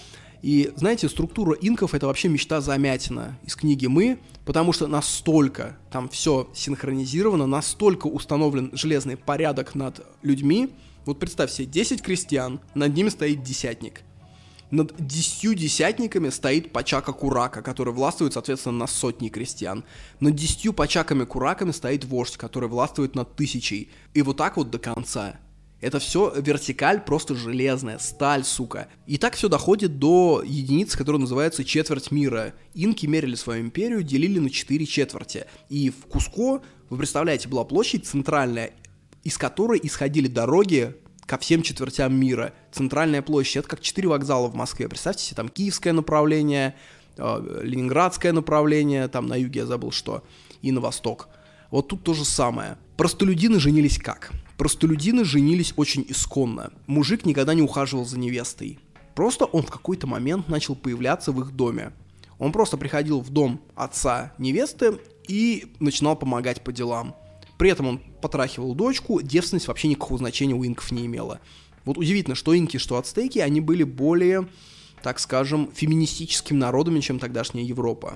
И, знаете, структура инков — это вообще мечта Замятина из книги «Мы», потому что настолько там все синхронизировано, настолько установлен железный порядок над людьми. Вот представь себе, десять крестьян, над ними стоит десятник. Над десятью десятниками стоит пачака Курака, который властвует, соответственно, на сотни крестьян. Над десятью пачаками Кураками стоит вождь, который властвует над тысячей. И вот так вот до конца. Это все вертикаль просто железная, сталь, сука. И так все доходит до единицы, которая называется четверть мира. Инки мерили свою империю, делили на четыре четверти. И в Куско, вы представляете, была площадь центральная, из которой исходили дороги ко всем четвертям мира. Центральная площадь — это как четыре вокзала в Москве. Представьте себе, там Киевское направление, э, ленинградское направление, там на юге я забыл что, и на восток. Вот тут то же самое. Простолюдины женились как? Простолюдины женились очень исконно. Мужик никогда не ухаживал за невестой. Просто он в какой-то момент начал появляться в их доме. Он просто приходил в дом отца невесты и начинал помогать по делам. При этом он потрахивал дочку, девственность вообще никакого значения у инков не имела. Вот удивительно, что инки, что ацтеки, они были более, так скажем, феминистическими народами, чем тогдашняя Европа.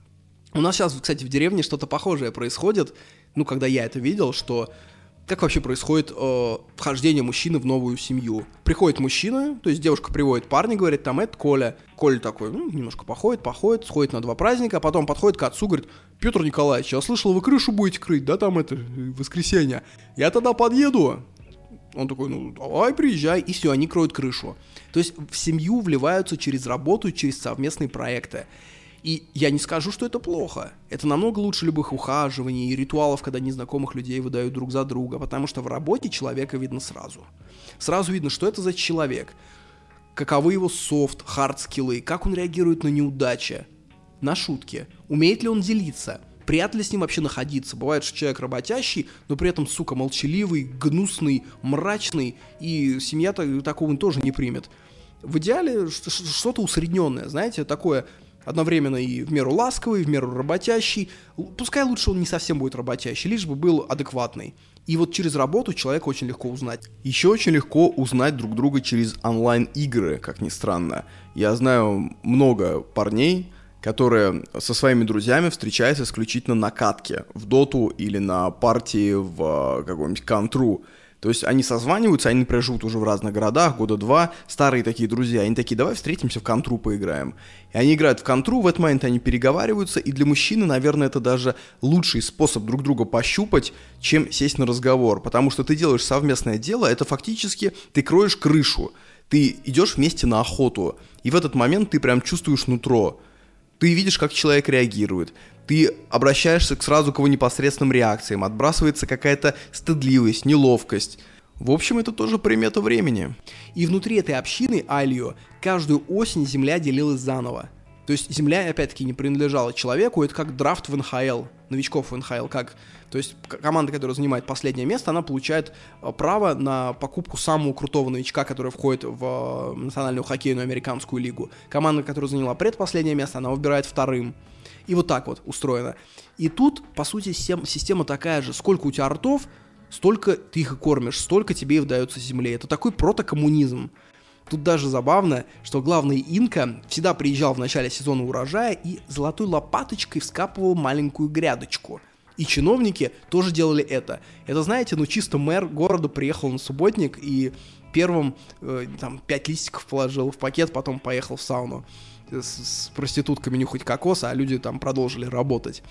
У нас сейчас, кстати, в деревне что-то похожее происходит, ну, когда я это видел, что как вообще происходит э, вхождение мужчины в новую семью. Приходит мужчина, то есть девушка приводит парня, говорит, там, это Коля. Коля такой, ну, немножко походит, походит, сходит на два праздника, а потом подходит к отцу, говорит, Петр Николаевич, я слышал, вы крышу будете крыть, да, там это, воскресенье. Я тогда подъеду. Он такой, ну, давай, приезжай, и все, они кроют крышу. То есть в семью вливаются через работу, через совместные проекты. И я не скажу, что это плохо. Это намного лучше любых ухаживаний и ритуалов, когда незнакомых людей выдают друг за друга, потому что в работе человека видно сразу. Сразу видно, что это за человек, каковы его софт, хард-скиллы, как он реагирует на неудачи, на шутки, умеет ли он делиться, приятно ли с ним вообще находиться. Бывает, что человек работящий, но при этом, сука, молчаливый, гнусный, мрачный, и семья такого тоже не примет. В идеале что-то усредненное, знаете, такое... Одновременно и в меру ласковый, в меру работящий. Пускай лучше он не совсем будет работящий, лишь бы был адекватный. И вот через работу человека очень легко узнать. Еще очень легко узнать друг друга через онлайн-игры, как ни странно. Я знаю много парней, которые со своими друзьями встречаются исключительно на катке, в доту или на партии в каком-нибудь контру. То есть они созваниваются, они, например, живут уже в разных городах, года два, старые такие друзья, они такие, давай встретимся в контру поиграем. И они играют в контру, в этот момент они переговариваются, и для мужчины, наверное, это даже лучший способ друг друга пощупать, чем сесть на разговор, потому что ты делаешь совместное дело, это фактически ты кроешь крышу, ты идешь вместе на охоту, и в этот момент ты прям чувствуешь нутро. Ты видишь, как человек реагирует. Ты обращаешься сразу к его непосредственным реакциям. Отбрасывается какая-то стыдливость, неловкость. В общем, это тоже примета времени. И внутри этой общины, Альо, каждую осень земля делилась заново. То есть земля, опять-таки, не принадлежала человеку. Это как драфт в эн ха эл, новичков в эн ха эл. Как? То есть команда, которая занимает последнее место, она получает право на покупку самого крутого новичка, который входит в национальную хоккейную американскую лигу. Команда, которая заняла предпоследнее место, она выбирает вторым. И вот так вот устроено. И тут, по сути, система, система такая же. Сколько у тебя ртов, столько ты их и кормишь, столько тебе и вдается земле. Это такой протокоммунизм. Тут даже забавно, что главный инка всегда приезжал в начале сезона урожая и золотой лопаточкой вскапывал маленькую грядочку. И чиновники тоже делали это. Это, знаете, ну чисто мэр города приехал на субботник и первым э, там пять листиков положил в пакет, потом поехал в сауну с, с проститутками нюхать кокос, а люди там продолжили работать.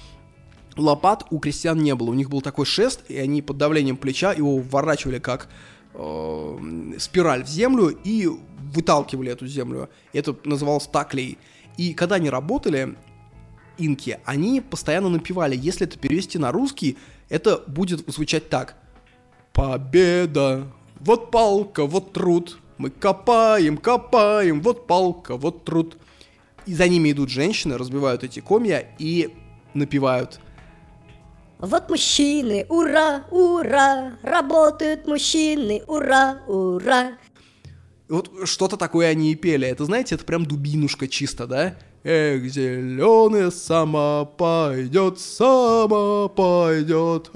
Лопат у крестьян не было, у них был такой шест, и они под давлением плеча его вворачивали как э, спираль в землю и выталкивали эту землю. Это называлось таклей. И когда они работали, инки, они постоянно напевали. Если это перевести на русский, это будет звучать так. Победа, вот палка, вот труд. Мы копаем, копаем, вот палка, вот труд. И за ними идут женщины, разбивают эти комья и напевают. Вот мужчины, ура, ура, работают мужчины, ура, ура. Вот что-то такое они и пели. Это, знаете, это прям дубинушка чисто, да? Эх, зеленая сама пойдет, сама пойдет.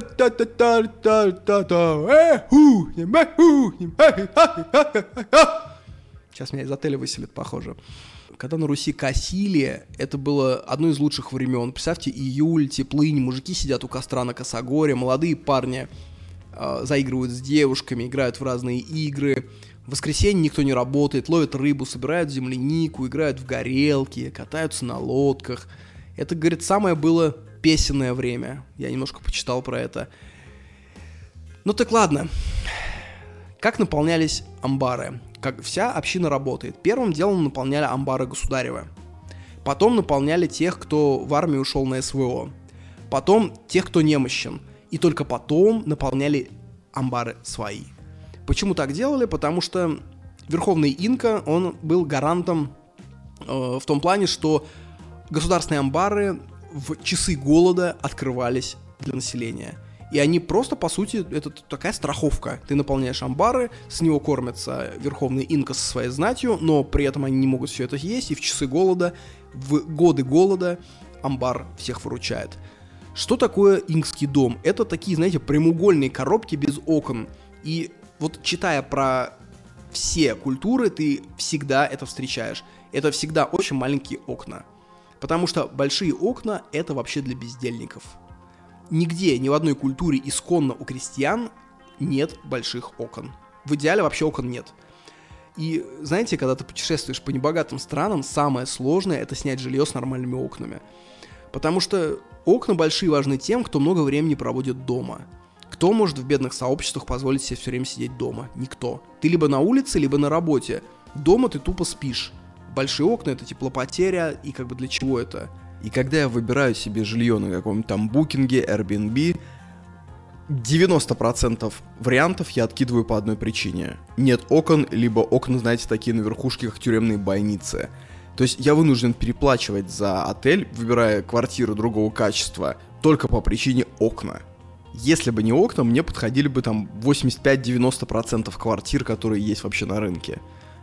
Сейчас меня из отеля выселят, похоже. Когда на Руси косили, это было одно из лучших времен. Представьте, июль, теплынь, мужики сидят у костра на косогоре, молодые парни э, заигрывают с девушками, играют в разные игры. В воскресенье никто не работает, ловят рыбу, собирают землянику, играют в горелки, катаются на лодках. Это, говорит, самое было песенное время. Я немножко почитал про это. Ну так ладно. Как наполнялись амбары? Как вся община работает. Первым делом наполняли амбары государева. Потом наполняли тех, кто в армию ушел на эс вэ о. Потом тех, кто немощен. И только потом наполняли амбары свои. Почему так делали? Потому что Верховный Инка, он был гарантом В том плане, что государственные амбары в часы голода открывались для населения. И они просто, по сути, это такая страховка. Ты наполняешь амбары, с него кормятся верховные инка со своей знатью, но при этом они не могут все это есть, и в часы голода, в годы голода амбар всех выручает. Что такое инкский дом? Это такие, знаете, прямоугольные коробки без окон. И вот читая про все культуры, ты всегда это встречаешь. Это всегда очень маленькие окна. Потому что большие окна — это вообще для бездельников. Нигде, ни в одной культуре исконно у крестьян нет больших окон. В идеале вообще окон нет. И знаете, когда ты путешествуешь по небогатым странам, самое сложное — это снять жилье с нормальными окнами. Потому что окна большие важны тем, кто много времени проводит дома. Кто может в бедных сообществах позволить себе все время сидеть дома? Никто. Ты либо на улице, либо на работе. Дома ты тупо спишь. Большие окна — это теплопотеря, и как бы для чего это? И когда я выбираю себе жилье на каком-нибудь там букинге, Airbnb, девяносто процентов вариантов я откидываю по одной причине. Нет окон, либо окна, знаете, такие на верхушке, как тюремные бойницы. То есть я вынужден переплачивать за отель, выбирая квартиру другого качества, только по причине окна. Если бы не окна, мне подходили бы там восемьдесят пять - девяносто процентов квартир, которые есть вообще на рынке.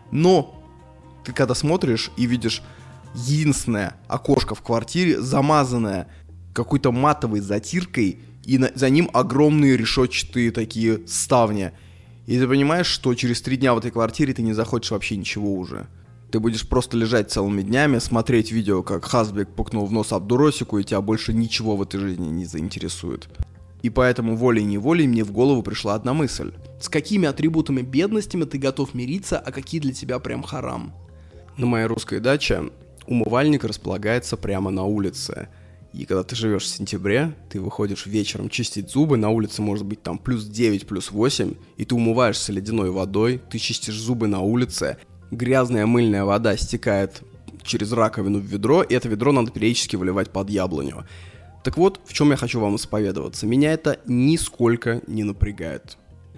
Но ты когда смотришь и видишь единственное окошко в квартире, замазанное какой-то матовой затиркой, и на, за ним огромные решетчатые такие ставни. И ты понимаешь, что через три дня в этой квартире ты не захочешь вообще ничего уже. Ты будешь просто лежать целыми днями, смотреть видео, как Хазбек пукнул в нос Абдуросику, и тебя больше ничего в этой жизни не заинтересует. И поэтому волей-неволей мне в голову пришла одна мысль. С какими атрибутами бедностями ты готов мириться, а какие для тебя прям харам? На моей русской даче умывальник располагается прямо на улице. И когда ты живешь в сентябре, ты выходишь вечером чистить зубы, на улице может быть там плюс девять, плюс восемь, и ты умываешься ледяной водой, ты чистишь зубы на улице, грязная мыльная вода стекает через раковину в ведро, и это ведро надо периодически выливать под яблоню. Так вот, в чем я хочу вам исповедоваться. Меня это нисколько не напрягает.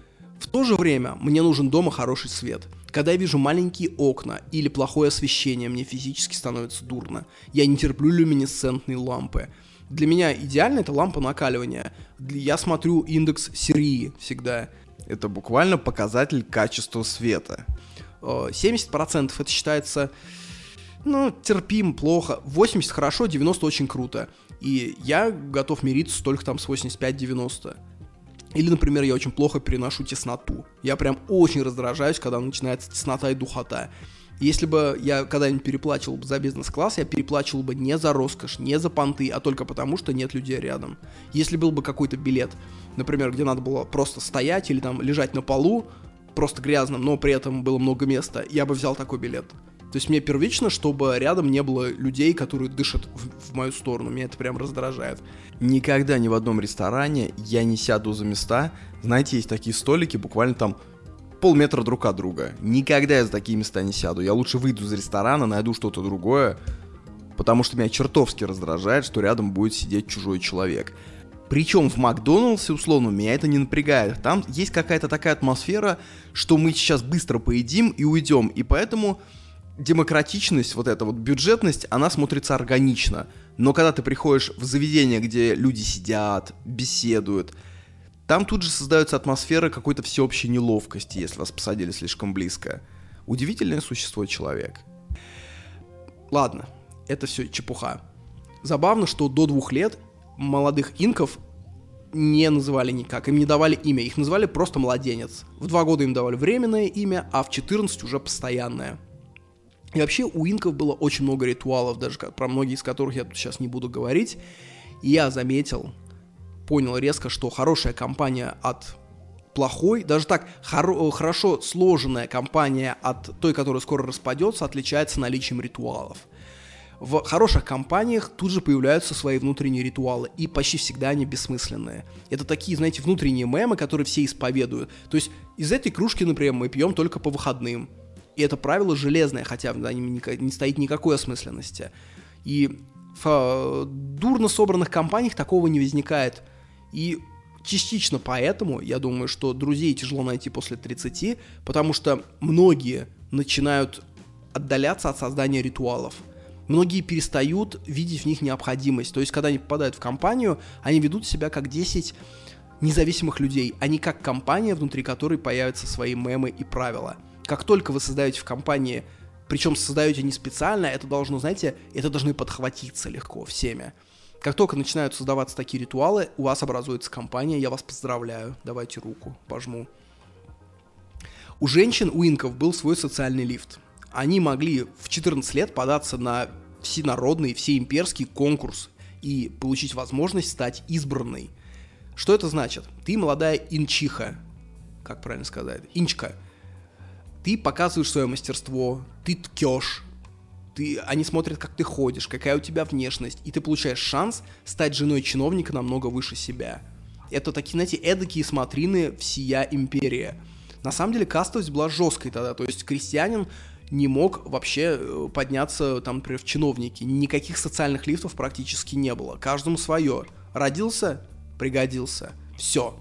В то же время мне нужен дома хороший свет. Когда я вижу маленькие окна или плохое освещение, мне физически становится дурно. Я не терплю люминесцентные лампы. Для меня идеально это лампа накаливания. Я смотрю индекс Сирии всегда. Это буквально показатель качества света. семьдесят процентов это считается, ну, терпим, плохо. восемьдесят хорошо, девяносто очень круто. И я готов мириться только там с восемьдесят пять - девяносто. Или, например, я очень плохо переношу тесноту. Я прям очень раздражаюсь, когда начинается теснота и духота. Если бы я когда-нибудь переплачивал бы за бизнес-класс, я переплачивал бы не за роскошь, не за понты, а только потому, что нет людей рядом. Если был бы какой-то билет, например, где надо было просто стоять или там лежать на полу, просто грязным, но при этом было много места, я бы взял такой билет. То есть мне первично, чтобы рядом не было людей, которые дышат в, в мою сторону. Меня это прям раздражает. Никогда ни в одном ресторане я не сяду за места. Знаете, есть такие столики, буквально там полметра друг от друга. Никогда я за такие места не сяду. Я лучше выйду из ресторана, найду что-то другое, потому что меня чертовски раздражает, что рядом будет сидеть чужой человек. Причем в Макдональдсе, условно, меня это не напрягает. Там есть какая-то такая атмосфера, что мы сейчас быстро поедим и уйдем. И поэтому демократичность, вот эта вот бюджетность, она смотрится органично. Но когда ты приходишь в заведение, где люди сидят, беседуют, там тут же создается атмосфера какой-то всеобщей неловкости, если вас посадили слишком близко. Удивительное существо человек. Ладно, это все чепуха. Забавно, что до двух лет молодых инков не называли никак, им не давали имя, их называли просто младенец. В два года им давали временное имя, а в четырнадцать уже постоянное. И вообще у инков было очень много ритуалов, даже про многие из которых я тут сейчас не буду говорить. И я заметил, понял резко, что хорошая компания от плохой, даже так, хоро- хорошо сложенная компания от той, которая скоро распадется, отличается наличием ритуалов. В хороших компаниях тут же появляются свои внутренние ритуалы, и почти всегда они бессмысленные. Это такие, знаете, внутренние мемы, которые все исповедуют. То есть из этой кружки, например, мы пьем только по выходным. И это правило железное, хотя в нем не стоит никакой осмысленности. И в дурно собранных компаниях такого не возникает. И частично поэтому, я думаю, что друзей тяжело найти после тридцати, потому что многие начинают отдаляться от создания ритуалов. Многие перестают видеть в них необходимость. То есть, когда они попадают в компанию, они ведут себя как десять независимых людей, а не как компания, внутри которой появятся свои мемы и правила. Как только вы создаете в компании, причем создаете не специально, это должно, знаете, это должны подхватиться легко всеми. Как только начинают создаваться такие ритуалы, у вас образуется компания, я вас поздравляю, давайте руку пожму. У женщин, у инков был свой социальный лифт. Они могли в четырнадцать лет податься на всенародный, всеимперский конкурс и получить возможность стать избранной. Что это значит? Ты молодая инчиха, как правильно сказать, инчка. Ты показываешь свое мастерство, ты ткешь, ты, они смотрят, как ты ходишь, какая у тебя внешность, и ты получаешь шанс стать женой чиновника намного выше себя. Это такие, знаете, эдакие смотрины всея империя. На самом деле кастовость была жесткой тогда, то есть крестьянин не мог вообще подняться, там, например, в чиновники. Никаких социальных лифтов практически не было. Каждому свое. Родился, пригодился. Все.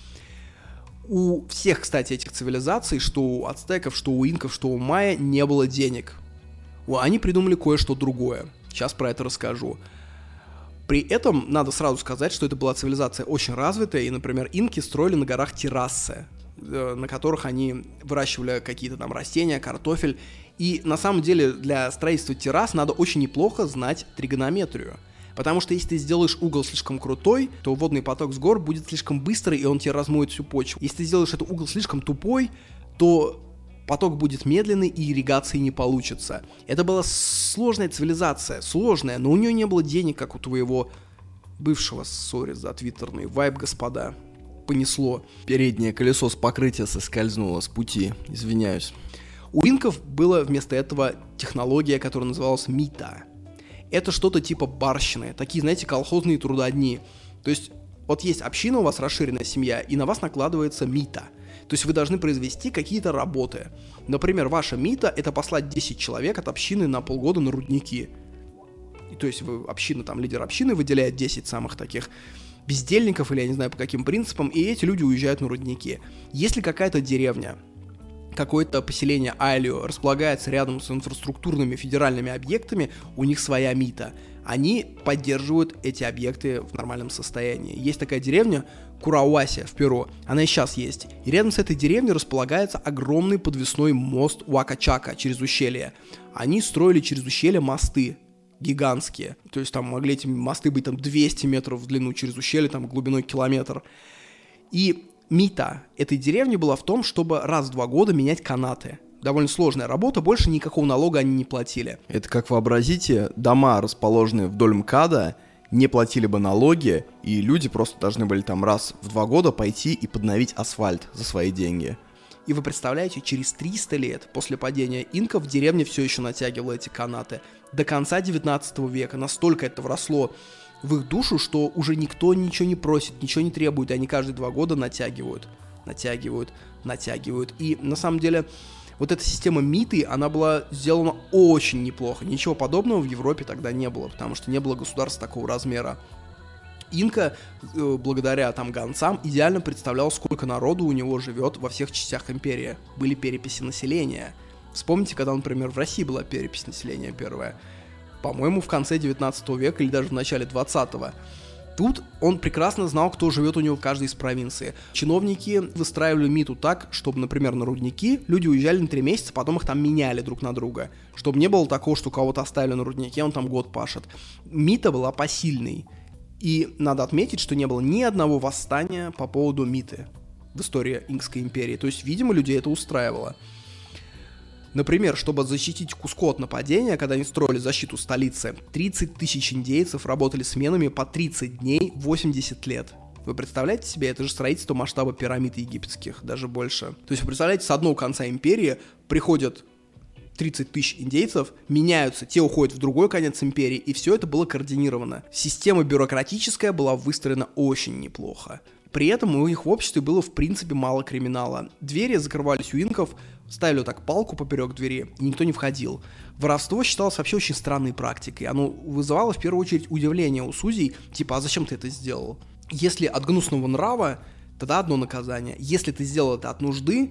У всех, кстати, этих цивилизаций, что у ацтеков, что у инков, что у майя, не было денег. Они придумали кое-что другое. Сейчас про это расскажу. При этом надо сразу сказать, что это была цивилизация очень развитая, и, например, инки строили на горах террасы, на которых они выращивали какие-то там растения, картофель. И на самом деле для строительства террас надо очень неплохо знать тригонометрию. Потому что если ты сделаешь угол слишком крутой, то водный поток с гор будет слишком быстрый, и он тебе размоет всю почву. Если ты сделаешь этот угол слишком тупой, то поток будет медленный, и ирригации не получится. Это была сложная цивилизация, сложная, но у нее не было денег, как у твоего бывшего, сори за твиттерный вайб, господа. Понесло. Переднее колесо с покрытия соскользнуло с пути, извиняюсь. У инков было вместо этого технология, которая называлась мита. Это что-то типа барщины, такие, знаете, колхозные трудодни. То есть, вот есть община, у вас расширенная семья, и на вас накладывается мита. То есть вы должны произвести какие-то работы. Например, ваша мита — это послать десять человек от общины на полгода на рудники. И, то есть вы, община, там, лидер общины выделяет десять самых таких бездельников, или я не знаю по каким принципам, и эти люди уезжают на рудники. Если какая-то деревня, какое-то поселение Айлио располагается рядом с инфраструктурными федеральными объектами, у них своя мита. Они поддерживают эти объекты в нормальном состоянии. Есть такая деревня Курауаси в Перу, она и сейчас есть. И рядом с этой деревней располагается огромный подвесной мост Уака-Чака через ущелье. Они строили через ущелье мосты гигантские. То есть там могли эти мосты быть там двести метров в длину через ущелье, там глубиной километр. И мита этой деревни была в том, чтобы раз в два года менять канаты. Довольно сложная работа, больше никакого налога они не платили. Это как вообразите, дома, расположенные вдоль МКАДа, не платили бы налоги, и люди просто должны были там раз в два года пойти и подновить асфальт за свои деньги. И вы представляете, через триста лет после падения инков в деревне все еще натягивало эти канаты. До конца девятнадцатого века настолько это вросло в их душу, что уже никто ничего не просит, ничего не требует, и они каждые два года натягивают, натягивают, натягивают. И на самом деле вот эта система миты, она была сделана очень неплохо. Ничего подобного в Европе тогда не было, потому что не было государств такого размера. Инка, э, благодаря там гонцам, идеально представлял, сколько народу у него живет во всех частях империи. Были переписи населения. Вспомните, когда, например, в России была перепись населения первая. По-моему, в конце девятнадцатого века или даже в начале двадцатого. Тут он прекрасно знал, кто живет у него в каждой из провинций. Чиновники выстраивали миту так, чтобы, например, на рудники люди уезжали на три месяца, потом их там меняли друг на друга. Чтобы не было такого, что кого-то оставили на руднике, он там год пашет. Мита была посильной. И надо отметить, что не было ни одного восстания по поводу миты в истории Инкской империи. То есть, видимо, людей это устраивало. Например, чтобы защитить Куско от нападения, когда они строили защиту столицы, тридцать тысяч индейцев работали сменами по тридцать дней, восемьдесят лет. Вы представляете себе, это же строительство масштаба пирамид египетских, даже больше. То есть вы представляете, с одного конца империи приходят тридцать тысяч индейцев, меняются, те уходят в другой конец империи, и все это было координировано. Система бюрократическая была выстроена очень неплохо. При этом у них в обществе было в принципе мало криминала. Двери закрывались у инков, ставили вот так палку поперек двери, и никто не входил. Воровство считалось вообще очень странной практикой. Оно вызывало в первую очередь удивление у судей, типа, а зачем ты это сделал? Если от гнусного нрава, тогда одно наказание. Если ты сделал это от нужды,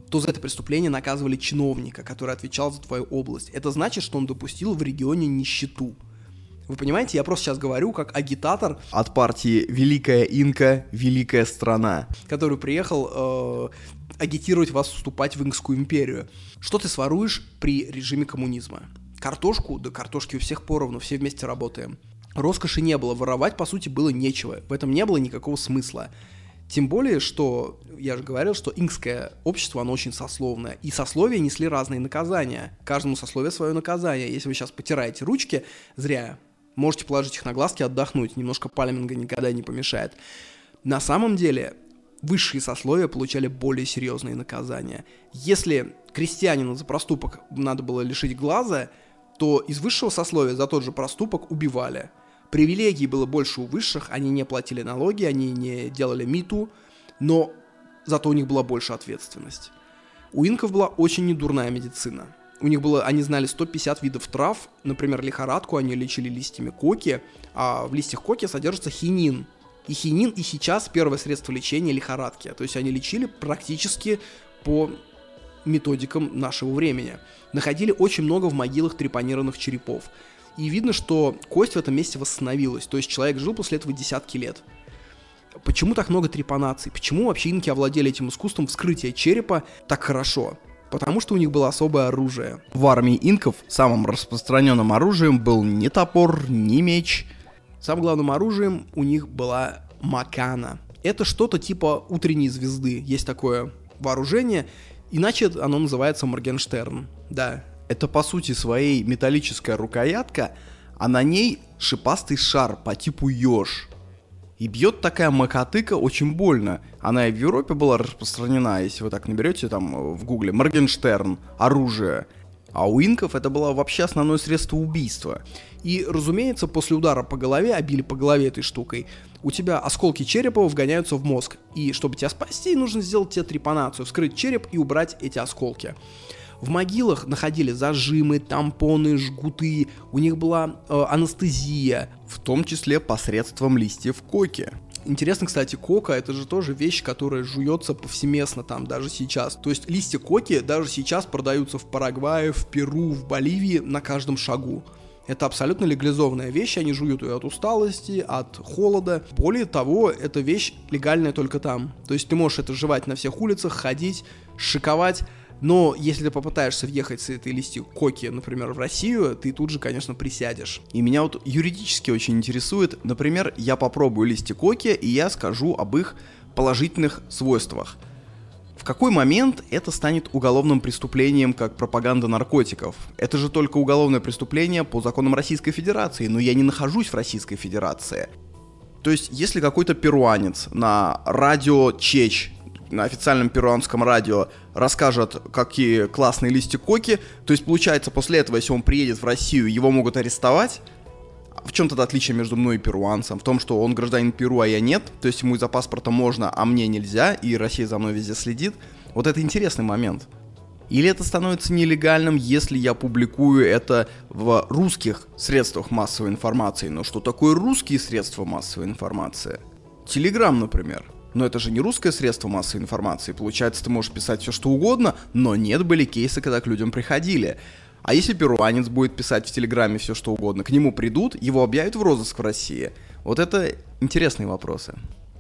то за это преступление наказывали чиновника, который отвечал за твою область. Это значит, что он допустил в регионе нищету. Вы понимаете, я просто сейчас говорю как агитатор от партии «Великая Инка, Великая Страна», который приехал э, агитировать вас вступать в Инкскую империю. Что ты своруешь при режиме коммунизма? Картошку? Да картошки у всех поровну, все вместе работаем. Роскоши не было, воровать, по сути, было нечего. В этом не было никакого смысла. Тем более, что, я же говорил, что инкское общество, оно очень сословное. И сословия несли разные наказания. Каждому сословию свое наказание. Если вы сейчас потираете ручки, зря. Можете положить их на глазки, отдохнуть. Немножко пальминга никогда не помешает. На самом деле, высшие сословия получали более серьезные наказания. Если крестьянину за проступок надо было лишить глаза, то из высшего сословия за тот же проступок убивали. Привилегий было больше у высших, они не платили налоги, они не делали миту, но зато у них была больше ответственность. У инков была очень недурная медицина. У них было, они знали сто пятьдесят видов трав, например, лихорадку они лечили листьями коки, а в листьях коки содержится хинин. И хинин и сейчас первое средство лечения лихорадки, то есть они лечили практически по методикам нашего времени. Находили очень много в могилах трепанированных черепов. И видно, что кость в этом месте восстановилась, то есть человек жил после этого десятки лет. Почему так много трепанаций? Почему вообще инки овладели этим искусством вскрытия черепа так хорошо? Потому что у них было особое оружие. В армии инков самым распространенным оружием был не топор, не меч. Самым главным оружием у них была макана. Это что-то типа утренней звезды. Есть такое вооружение, иначе оно называется Моргенштерн. Да. Это по сути своей металлическая рукоятка, а на ней шипастый шар по типу ёж. И бьет такая макатыка очень больно. Она и в Европе была распространена, если вы так наберете там в гугле Моргенштерн, оружие. А у инков это было вообще основное средство убийства. И, разумеется, после удара по голове, а били по голове этой штукой, у тебя осколки черепа вгоняются в мозг. И чтобы тебя спасти, нужно сделать тебе трепанацию, вскрыть череп и убрать эти осколки. В могилах находили зажимы, тампоны, жгуты, у них была э, анестезия. В том числе посредством листьев коки. Интересно, кстати, кока — это же тоже вещь, которая жуется повсеместно там, даже сейчас. То есть листья коки даже сейчас продаются в Парагвае, в Перу, в Боливии на каждом шагу. Это абсолютно легализованная вещь, они жуют ее от усталости, от холода. Более того, эта вещь легальная только там. То есть ты можешь это жевать на всех улицах, ходить, шиковать. Но если ты попытаешься въехать с этой листья коки, например, в Россию, ты тут же, конечно, присядешь. И меня вот юридически очень интересует, например, я попробую листья коки, и я скажу об их положительных свойствах. В какой момент это станет уголовным преступлением, как пропаганда наркотиков? Это же только уголовное преступление по законам Российской Федерации, но я не нахожусь в Российской Федерации. То есть, если какой-то перуанец на радио Чеч, на официальном перуанском радио расскажет, какие классные листья коки, то есть, получается, после этого, если он приедет в Россию, его могут арестовать. В чем тогда отличие между мной и перуанцем? В том, что он гражданин Перу, а я нет, то есть ему из-за паспорта можно, а мне нельзя, и Россия за мной везде следит. Вот это интересный момент. Или это становится нелегальным, если я публикую это в русских средствах массовой информации. Но что такое русские средства массовой информации? Телеграм, например. Но это же не русское средство массовой информации. Получается, ты можешь писать все, что угодно, но нет, были кейсы, когда к людям приходили. А если перуанец будет писать в Телеграме все, что угодно, к нему придут, его объявят в розыск в России? Вот это интересные вопросы.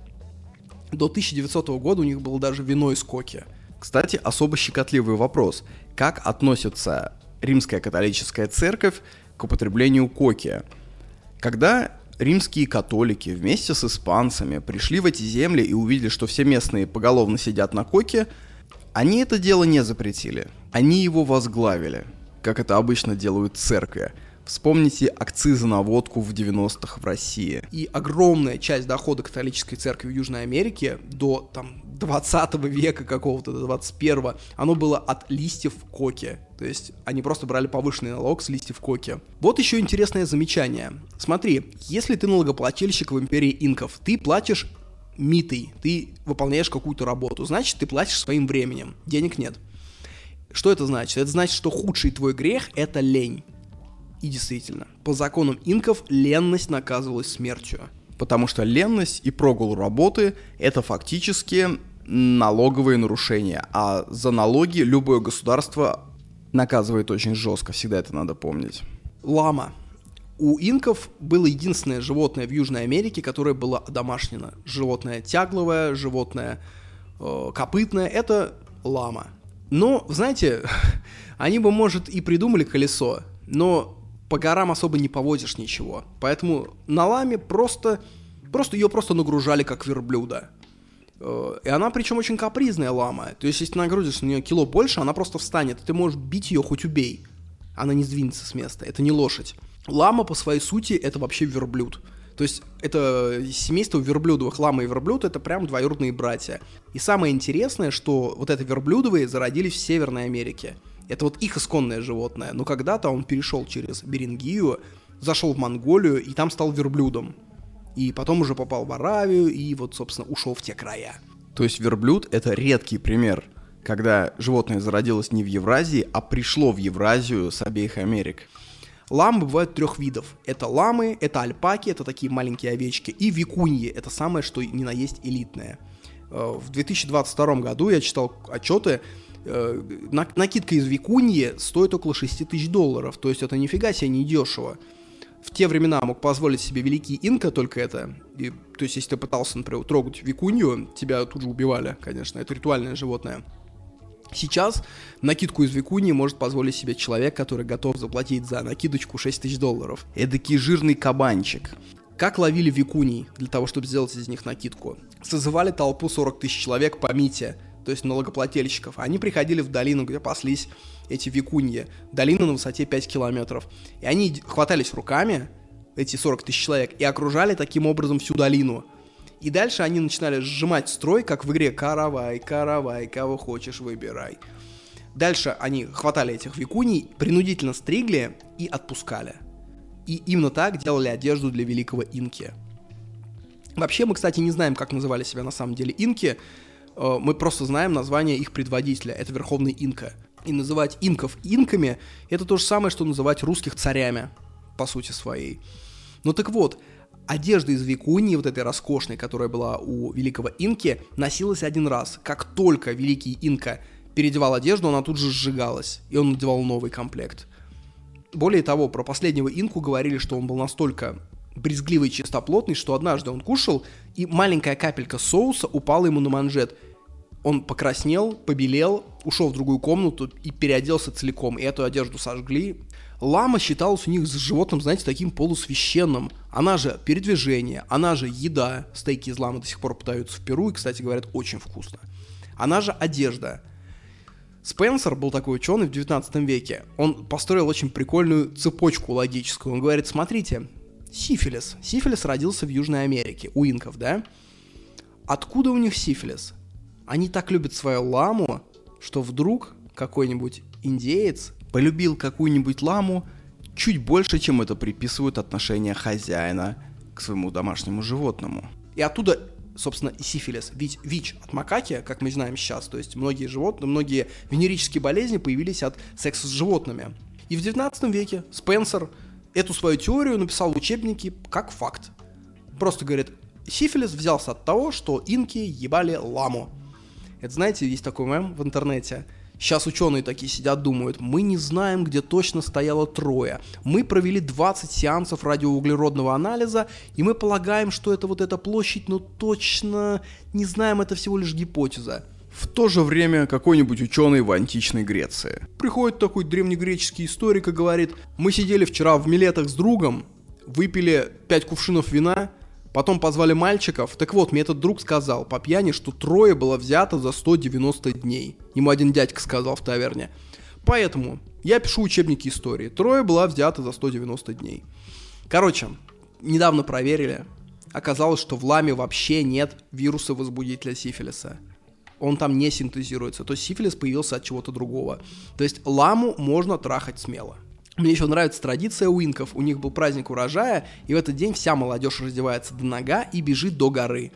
До тысяча девятисотого года у них было даже вино из коки. Кстати, особо щекотливый вопрос. Как относится Римская католическая церковь к употреблению коки? Когда римские католики вместе с испанцами пришли в эти земли и увидели, что все местные поголовно сидят на коке, они это дело не запретили. Они его возглавили, как это обычно делают церкви. Вспомните акцизы на водку в девяностых в России. И огромная часть дохода католической церкви в Южной Америке до там, двадцатого века какого-то, до двадцать первого, оно было от листьев коки. То есть они просто брали повышенный налог с листьев коки. Вот еще интересное замечание. Смотри, если ты налогоплательщик в империи инков, ты платишь митой, ты выполняешь какую-то работу, значит, ты платишь своим временем, денег нет. Что это значит? Это значит, что худший твой грех — это лень. И действительно, по законам инков ленность наказывалась смертью. Потому что ленность и прогул работы — это фактически налоговые нарушения. А за налоги любое государство наказывает очень жестко, всегда это надо помнить. Лама. У инков было единственное животное в Южной Америке, которое было одомашнено. Животное тягловое, животное э, копытное. Это лама. Но, знаете, они бы, может, и придумали колесо, но по горам особо не повозишь ничего. Поэтому на ламе просто, просто ее просто нагружали как верблюда. И она, причем, очень капризная лама. То есть, если ты нагрузишь на нее кило больше, она просто встанет. Ты можешь бить ее хоть убей. Она не сдвинется с места. Это не лошадь. Лама, по своей сути, это вообще верблюд. То есть, это семейство верблюдовых. Лама и верблюд — это прям двоюродные братья. И самое интересное, что вот это верблюдовые зародились в Северной Америке. Это вот их исконное животное. Но когда-то он перешел через Берингию, зашел в Монголию и там стал верблюдом. И потом уже попал в Аравию и вот, собственно, ушел в те края. То есть верблюд — это редкий пример, когда животное зародилось не в Евразии, а пришло в Евразию с обеих Америк. Ламы бывают трех видов. Это ламы, это альпаки, это такие маленькие овечки, и викуньи, это самое, что ни на есть элитное. В две тысячи двадцать втором году я читал отчеты, накидка из викуньи стоит около шесть тысяч долларов, то есть это нифига себе не дешево. В те времена мог позволить себе великий инка только это. И, то есть, если ты пытался, например, трогать викунью, тебя тут же убивали, конечно. Это ритуальное животное. Сейчас накидку из викуньи может позволить себе человек, который готов заплатить за накидочку шесть тысяч долларов. Эдакий жирный кабанчик. Как ловили викуней для того, чтобы сделать из них накидку? Созывали толпу сорок тысяч человек по мите, то есть налогоплательщиков. Они приходили в долину, где паслись эти викуньи. Долина на высоте пять километров. И они хватались руками, эти сорок тысяч человек, и окружали таким образом всю долину. И дальше они начинали сжимать строй, как в игре «Каравай, каравай, кого хочешь, выбирай». Дальше они хватали этих викуней, принудительно стригли и отпускали. И именно так делали одежду для великого инки. Вообще мы, кстати, не знаем, как называли себя на самом деле инки. Мы просто знаем название их предводителя. Это Верховный Инка. И называть инков инками — это то же самое, что называть русских царями, по сути своей. Ну так вот, одежда из викуньи, вот этой роскошной, которая была у великого инки, носилась один раз. Как только великий инка переодевал одежду, она тут же сжигалась, и он надевал новый комплект. Более того, про последнего инку говорили, что он был настолько брезгливый и чистоплотный, что однажды он кушал, и маленькая капелька соуса упала ему на манжет. Он покраснел, побелел, ушел в другую комнату и переоделся целиком, и эту одежду сожгли. Лама считалась у них с животным, знаете, таким полусвященным. Она же передвижение, она же еда. Стейки из ламы до сих пор подаются в Перу и, кстати, говорят, очень вкусно. Она же одежда. Спенсер был такой ученый в девятнадцатом веке. Он построил очень прикольную цепочку логическую. Он говорит, смотрите, сифилис. Сифилис родился в Южной Америке, у инков, да? Откуда у них сифилис? Они так любят свою ламу, что вдруг какой-нибудь индеец полюбил какую-нибудь ламу чуть больше, чем это приписывают отношения хозяина к своему домашнему животному. И оттуда, собственно, и сифилис. Ведь ВИЧ от макаки, как мы знаем сейчас, то есть многие животные, многие венерические болезни появились от секса с животными. И в девятнадцатом веке Спенсер эту свою теорию написал в учебнике как факт. Просто говорит, сифилис взялся от того, что инки ебали ламу. Это, знаете, есть такой мем в интернете. Сейчас ученые такие сидят, думают, мы не знаем, где точно стояла Троя. Мы провели двадцать сеансов радиоуглеродного анализа, и мы полагаем, что это вот эта площадь, но точно не знаем, это всего лишь гипотеза. В то же время какой-нибудь ученый в античной Греции. Приходит такой древнегреческий историк и говорит, мы сидели вчера в Милетах с другом, выпили пять кувшинов вина, потом позвали мальчиков. Так вот, мне этот друг сказал по пьяни, что Троя была взята за сто девяносто дней. Ему один дядька сказал в таверне. Поэтому я пишу учебники истории. Троя была взята за сто девяносто дней. Короче, недавно проверили. Оказалось, что в ламе вообще нет вируса-возбудителя сифилиса. Он там не синтезируется. То есть сифилис появился от чего-то другого. То есть ламу можно трахать смело. Мне еще нравится традиция у инков. У них был праздник урожая, и в этот день вся молодежь раздевается до нога и бежит до горы.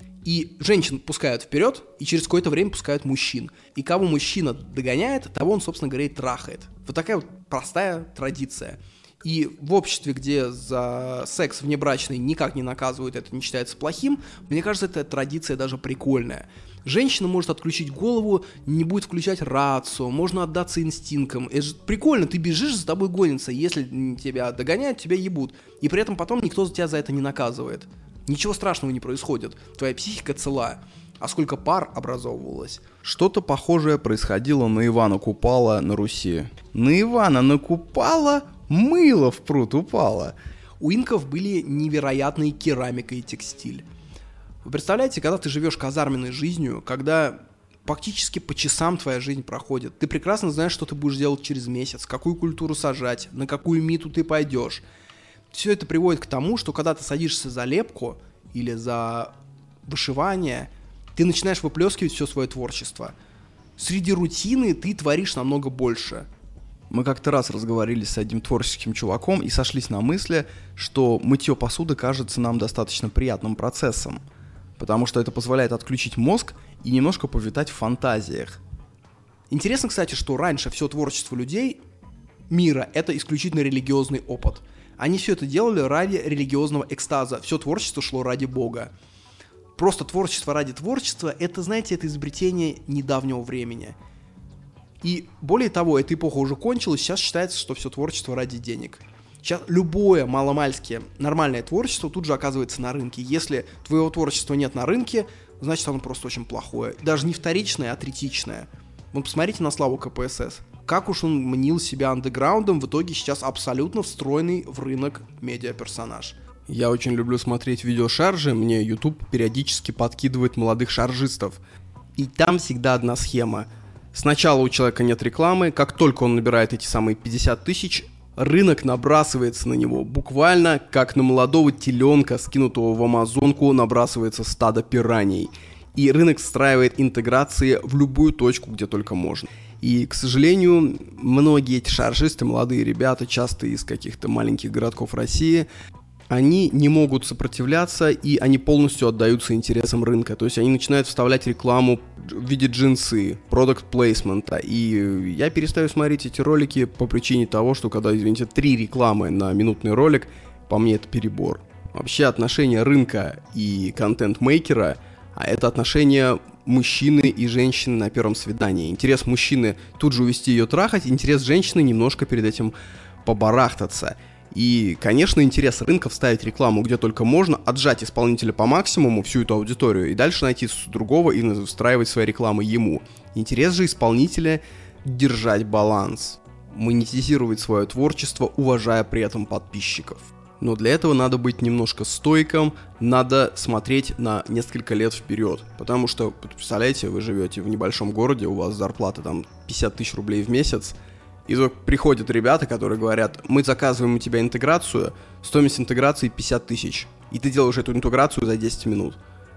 И женщин пускают вперед, и через какое-то время пускают мужчин. И кого мужчина догоняет, того он, собственно говоря, и трахает. Вот такая вот простая традиция. И в обществе, где за секс внебрачный никак не наказывают, это не считается плохим, мне кажется, эта традиция даже прикольная. Женщина может отключить голову, не будет включать рацию, можно отдаться инстинктам. Это же прикольно, ты бежишь, за тобой гонятся, если тебя догоняют, тебя ебут. И при этом потом никто тебя за это не наказывает. Ничего страшного не происходит, твоя психика цела. А сколько пар образовывалось? Что-то похожее происходило на Ивана Купала на Руси. На Ивана на Купала мыло в пруд упало. У инков были невероятные керамика и текстиль. Вы представляете, когда ты живешь казарменной жизнью, когда практически по часам твоя жизнь проходит, ты прекрасно знаешь, что ты будешь делать через месяц, какую культуру сажать, на какую миту ты пойдешь. Все это приводит к тому, что когда ты садишься за лепку или за вышивание, ты начинаешь выплескивать все свое творчество. Среди рутины ты творишь намного больше. Мы как-то раз разговаривали с одним творческим чуваком и сошлись на мысли, что мытье посуды кажется нам достаточно приятным процессом, потому что это позволяет отключить мозг и немножко повитать в фантазиях. Интересно, кстати, что раньше все творчество людей мира — это исключительно религиозный опыт. Они все это делали ради религиозного экстаза, все творчество шло ради Бога. Просто творчество ради творчества — это, знаете, это изобретение недавнего времени. И более того, эта эпоха уже кончилась, сейчас считается, что все творчество ради денег. Сейчас любое маломальски нормальное творчество тут же оказывается на рынке. Если твоего творчества нет на рынке, значит оно просто очень плохое. Даже не вторичное, а третичное. Вот посмотрите на Славу ка пэ эс эс. Как уж он мнил себя андеграундом, в итоге сейчас абсолютно встроенный в рынок медиаперсонаж. Я очень люблю смотреть видеошаржи, мне YouTube периодически подкидывает молодых шаржистов. И там всегда одна схема. Сначала у человека нет рекламы, как только он набирает эти самые пятьдесят тысяч, рынок набрасывается на него. Буквально как на молодого теленка, скинутого в амазонку, набрасывается стадо пираний. И рынок встраивает интеграции в любую точку, где только можно. И, к сожалению, многие эти шаржисты, молодые ребята, часто из каких-то маленьких городков России, они не могут сопротивляться, и они полностью отдаются интересам рынка. То есть они начинают вставлять рекламу в виде джинсы, продакт плейсмента. И я перестаю смотреть эти ролики по причине того, что когда, извините, три рекламы на минутный ролик, по мне это перебор. Вообще отношение рынка и контент-мейкера, а это отношение мужчины и женщины на первом свидании. Интерес мужчины тут же увести ее трахать, интерес женщины немножко перед этим побарахтаться. И, конечно, интерес рынка вставить рекламу где только можно, отжать исполнителя по максимуму, всю эту аудиторию, и дальше найти другого и встраивать свои рекламы ему. Интерес же исполнителя — держать баланс, монетизировать свое творчество, уважая при этом подписчиков. Но для этого надо быть немножко стойком, надо смотреть на несколько лет вперед. Потому что, представляете, вы живете в небольшом городе, у вас зарплата там пятьдесят тысяч рублей в месяц, и тут приходят ребята, которые говорят: мы заказываем у тебя интеграцию, стоимость интеграции пятьдесят тысяч, и ты делаешь эту интеграцию за десять минут.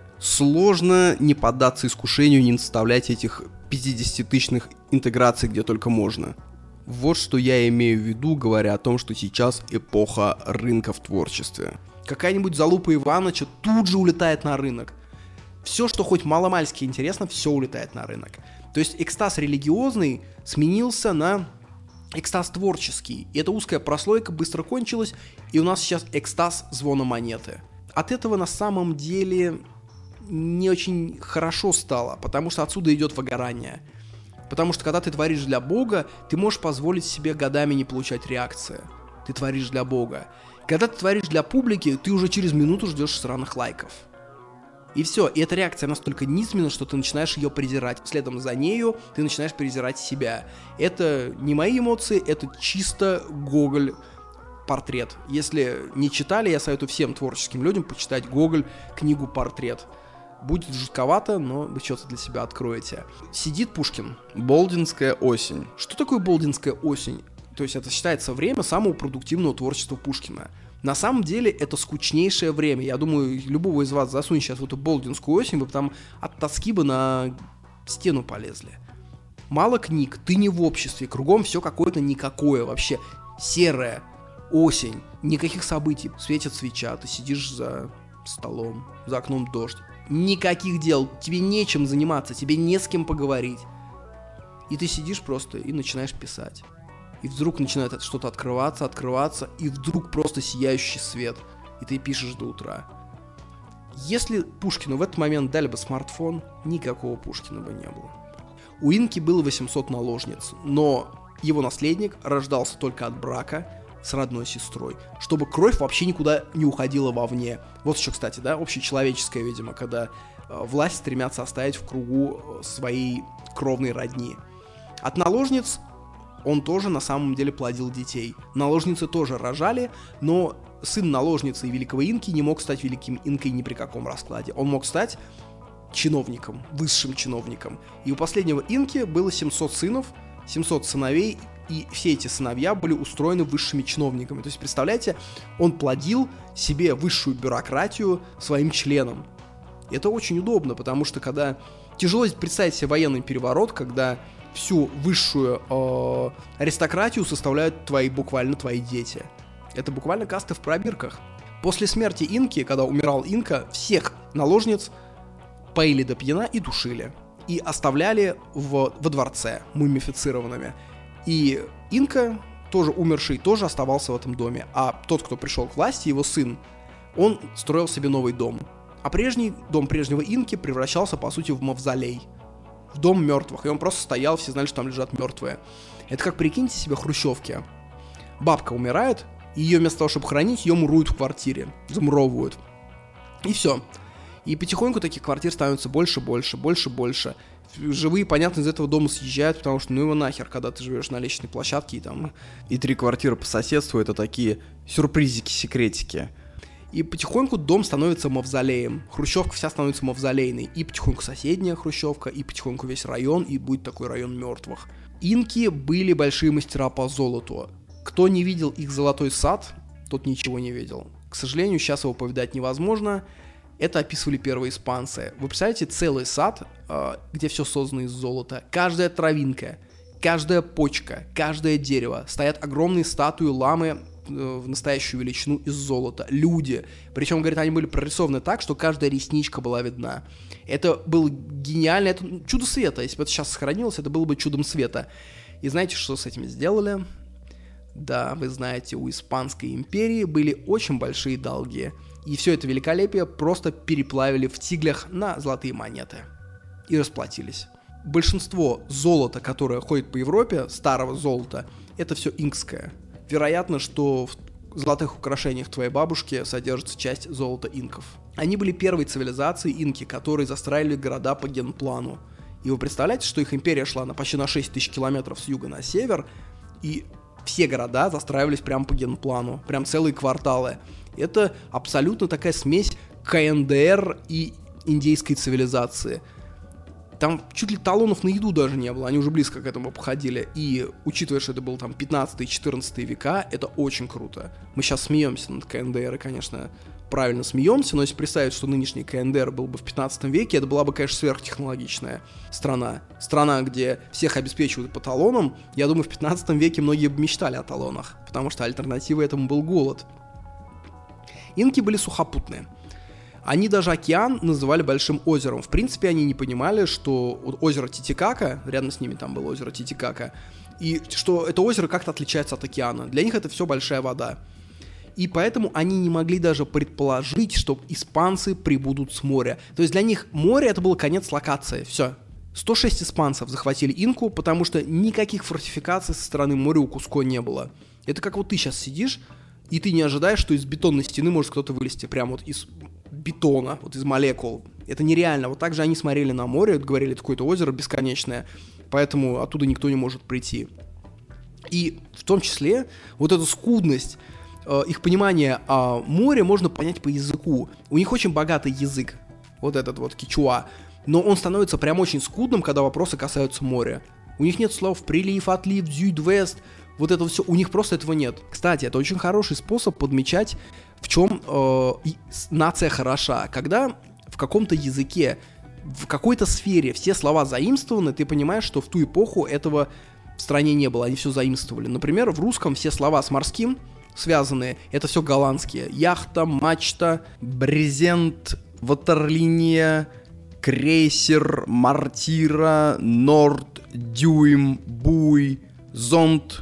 Сложно не поддаться искушению, не наставлять этих пятидесятитысячных интеграций где только можно. Вот что я имею в виду, говоря о том, что сейчас эпоха рынка в творчестве. Какая-нибудь залупа Иваныча тут же улетает на рынок. Все, что хоть маломальски интересно, все улетает на рынок. То есть экстаз религиозный сменился на экстаз творческий. И эта узкая прослойка быстро кончилась, и у нас сейчас экстаз звона монеты. От этого на самом деле не очень хорошо стало, потому что отсюда идет выгорание. Потому что когда ты творишь для Бога, ты можешь позволить себе годами не получать реакции. Ты творишь для Бога. Когда ты творишь для публики, ты уже через минуту ждешь сраных лайков. И все, и эта реакция настолько низменна, что ты начинаешь ее презирать. Следом за нею ты начинаешь презирать себя. Это не мои эмоции, это чисто Гоголь портрет. Если не читали, я советую всем творческим людям почитать Гоголь книгу «Портрет». Будет жутковато, но вы что-то для себя откроете. Сидит Пушкин. Болдинская осень. Что такое Болдинская осень? То есть это считается время самого продуктивного творчества Пушкина. На самом деле это скучнейшее время. Я думаю, любого из вас засунь сейчас в эту Болдинскую осень, вы бы там от тоски бы на стену полезли. Мало книг, ты не в обществе, кругом все какое-то никакое вообще. Серое, осень, никаких событий. Светит свеча, ты сидишь за столом, за окном дождь. Никаких дел, тебе нечем заниматься, тебе не с кем поговорить. И ты сидишь просто и начинаешь писать. и вдруг начинает что-то открываться, открываться, и вдруг просто сияющий свет, и ты пишешь до утра. Если Пушкину в этот момент дали бы смартфон, никакого Пушкина бы не было. У Инки было восемьсот наложниц, но его наследник рождался только от брака с родной сестрой, чтобы кровь вообще никуда не уходила вовне. Вот еще, кстати, да, общечеловеческое, видимо, когда э, власть стремятся оставить в кругу э, своей кровной родни. От наложниц он тоже на самом деле плодил детей. Наложницы тоже рожали, но сын наложницы и великого инки не мог стать великим инкой ни при каком раскладе. Он мог стать чиновником, высшим чиновником. И у последнего инки было семьсот сынов, семьсот сыновей, и все эти сыновья были устроены высшими чиновниками. То есть, представляете, он плодил себе высшую бюрократию своим членам. И это очень удобно, потому что когда... Тяжело представить себе военный переворот, когда всю высшую э, аристократию составляют твои, буквально твои дети. Это буквально касты в пробирках. После смерти инки, когда умирал инка, всех наложниц поили до пьяна и душили. И оставляли в, во дворце мумифицированными. И инка, тоже умерший, тоже оставался в этом доме. А тот, кто пришел к власти, его сын, он строил себе новый дом. А прежний дом прежнего инки превращался, по сути, в мавзолей. В дом мертвых. И он просто стоял, все знали, что там лежат мертвые. Это как, прикиньте себе, хрущевки. Бабка умирает, и ее вместо того, чтобы хранить, ее муруют в квартире. Замуровывают. И все. И потихоньку таких квартир становится больше, больше, больше, больше. Живые, понятно, из этого дома съезжают, потому что ну его нахер, когда ты живешь на лестничной площадке и там... И три квартиры по соседству — это такие сюрпризики-секретики. И потихоньку дом становится мавзолеем. Хрущевка вся становится мавзолейной. И потихоньку соседняя хрущевка, и потихоньку весь район, и будет такой район мертвых. Инки были большие мастера по золоту. Кто не видел их золотой сад, тот ничего не видел. К сожалению, сейчас его повидать невозможно. Это описывали первые испанцы. Вы представляете, целый сад, где все создано из золота. Каждая травинка, каждая почка, каждое дерево. Стоят огромные статуи ламы в настоящую величину из золота. Люди. Причем, говорят, они были прорисованы так, что каждая ресничка была видна. Это было гениально. Это чудо света. Если бы это сейчас сохранилось, это было бы чудом света. И знаете, что с этим сделали? Да, вы знаете, у Испанской империи были очень большие долги. И все это великолепие просто переплавили в тиглях на золотые монеты. И расплатились. Большинство золота, которое ходит по Европе, старого золота, это все инкское. Вероятно, что в золотых украшениях твоей бабушки содержится часть золота инков. Они были первой цивилизацией инки, которые застраивали города по генплану. И вы представляете, что их империя шла на почти на шесть тысяч километров с юга на север, и все города застраивались прямо по генплану, прям целые кварталы. Это абсолютно такая смесь ка эн дэ эр и индейской цивилизации. Там чуть ли талонов на еду даже не было, они уже близко к этому походили. И учитывая, что это был там пятнадцатый-четырнадцатый века, это очень круто. Мы сейчас смеемся над ка эн дэ эр, и, конечно, правильно смеемся, но если представить, что нынешний ка эн дэ эр был бы в пятнадцатом веке, это была бы, конечно, сверхтехнологичная страна. Страна, где всех обеспечивают по талонам. Я думаю, в пятнадцатом веке многие бы мечтали о талонах, потому что альтернативой этому был голод. Инки были сухопутные. Они даже океан называли большим озером. В принципе, они не понимали, что озеро Титикака, рядом с ними там было озеро Титикака, и что это озеро как-то отличается от океана. Для них это все большая вода. И поэтому они не могли даже предположить, что испанцы прибудут с моря. То есть для них море — это был конец локации. Все. сто шесть испанцев захватили инку, потому что никаких фортификаций со стороны моря у Куско не было. Это как вот ты сейчас сидишь, и ты не ожидаешь, что из бетонной стены может кто-то вылезти. Прям вот из бетона, вот из молекул. Это нереально. Вот так же они смотрели на море, говорили, это какое-то озеро бесконечное, поэтому оттуда никто не может прийти. И в том числе вот эту скудность, э, их понимание о море можно понять по языку. У них очень богатый язык, вот этот вот кичуа, но он становится прям очень скудным, когда вопросы касаются моря. У них нет слов прилив, отлив, дзюдвест, вот это все, у них просто этого нет. Кстати, это очень хороший способ подмечать, в чем э, нация хороша. Когда в каком-то языке, в какой-то сфере все слова заимствованы, ты понимаешь, что в ту эпоху этого в стране не было, они все заимствовали. Например, в русском все слова с морским связанные, это все голландские. Яхта, мачта, брезент, ватерлиния, крейсер, мортира, норд, дюйм, буй, зонт.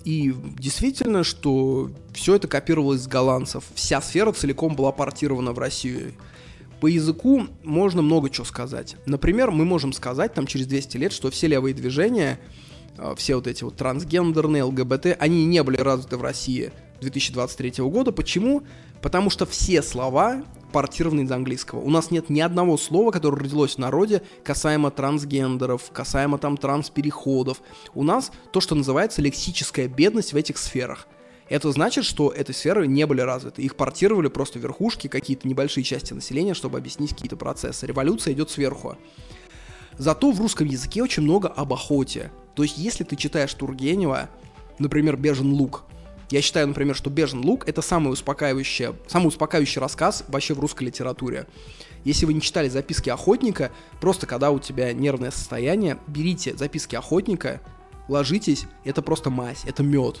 И действительно, что все это копировалось с голландцев. Вся сфера целиком была портирована в Россию. По языку можно много чего сказать. Например, мы можем сказать там через двести лет, что все левые движения, все вот эти вот трансгендерные, ЛГБТ, они не были развиты в России две тысячи двадцать третьего года. Почему? Потому что все слова портированы из английского. У нас нет ни одного слова, которое родилось в народе касаемо трансгендеров, касаемо там транспереходов. У нас то, что называется лексическая бедность в этих сферах. Это значит, что эти сферы не были развиты. Их портировали просто верхушки, какие-то небольшие части населения, чтобы объяснить какие-то процессы. Революция идет сверху. Зато в русском языке очень много об охоте. То есть, если ты читаешь Тургенева, например, «Бежен луг», я считаю, например, что «Бежен луг» — это самый успокаивающий, самый успокаивающий рассказ вообще в русской литературе. Если вы не читали «Записки охотника», просто когда у тебя нервное состояние, берите «Записки охотника», ложитесь, это просто мазь, это мед.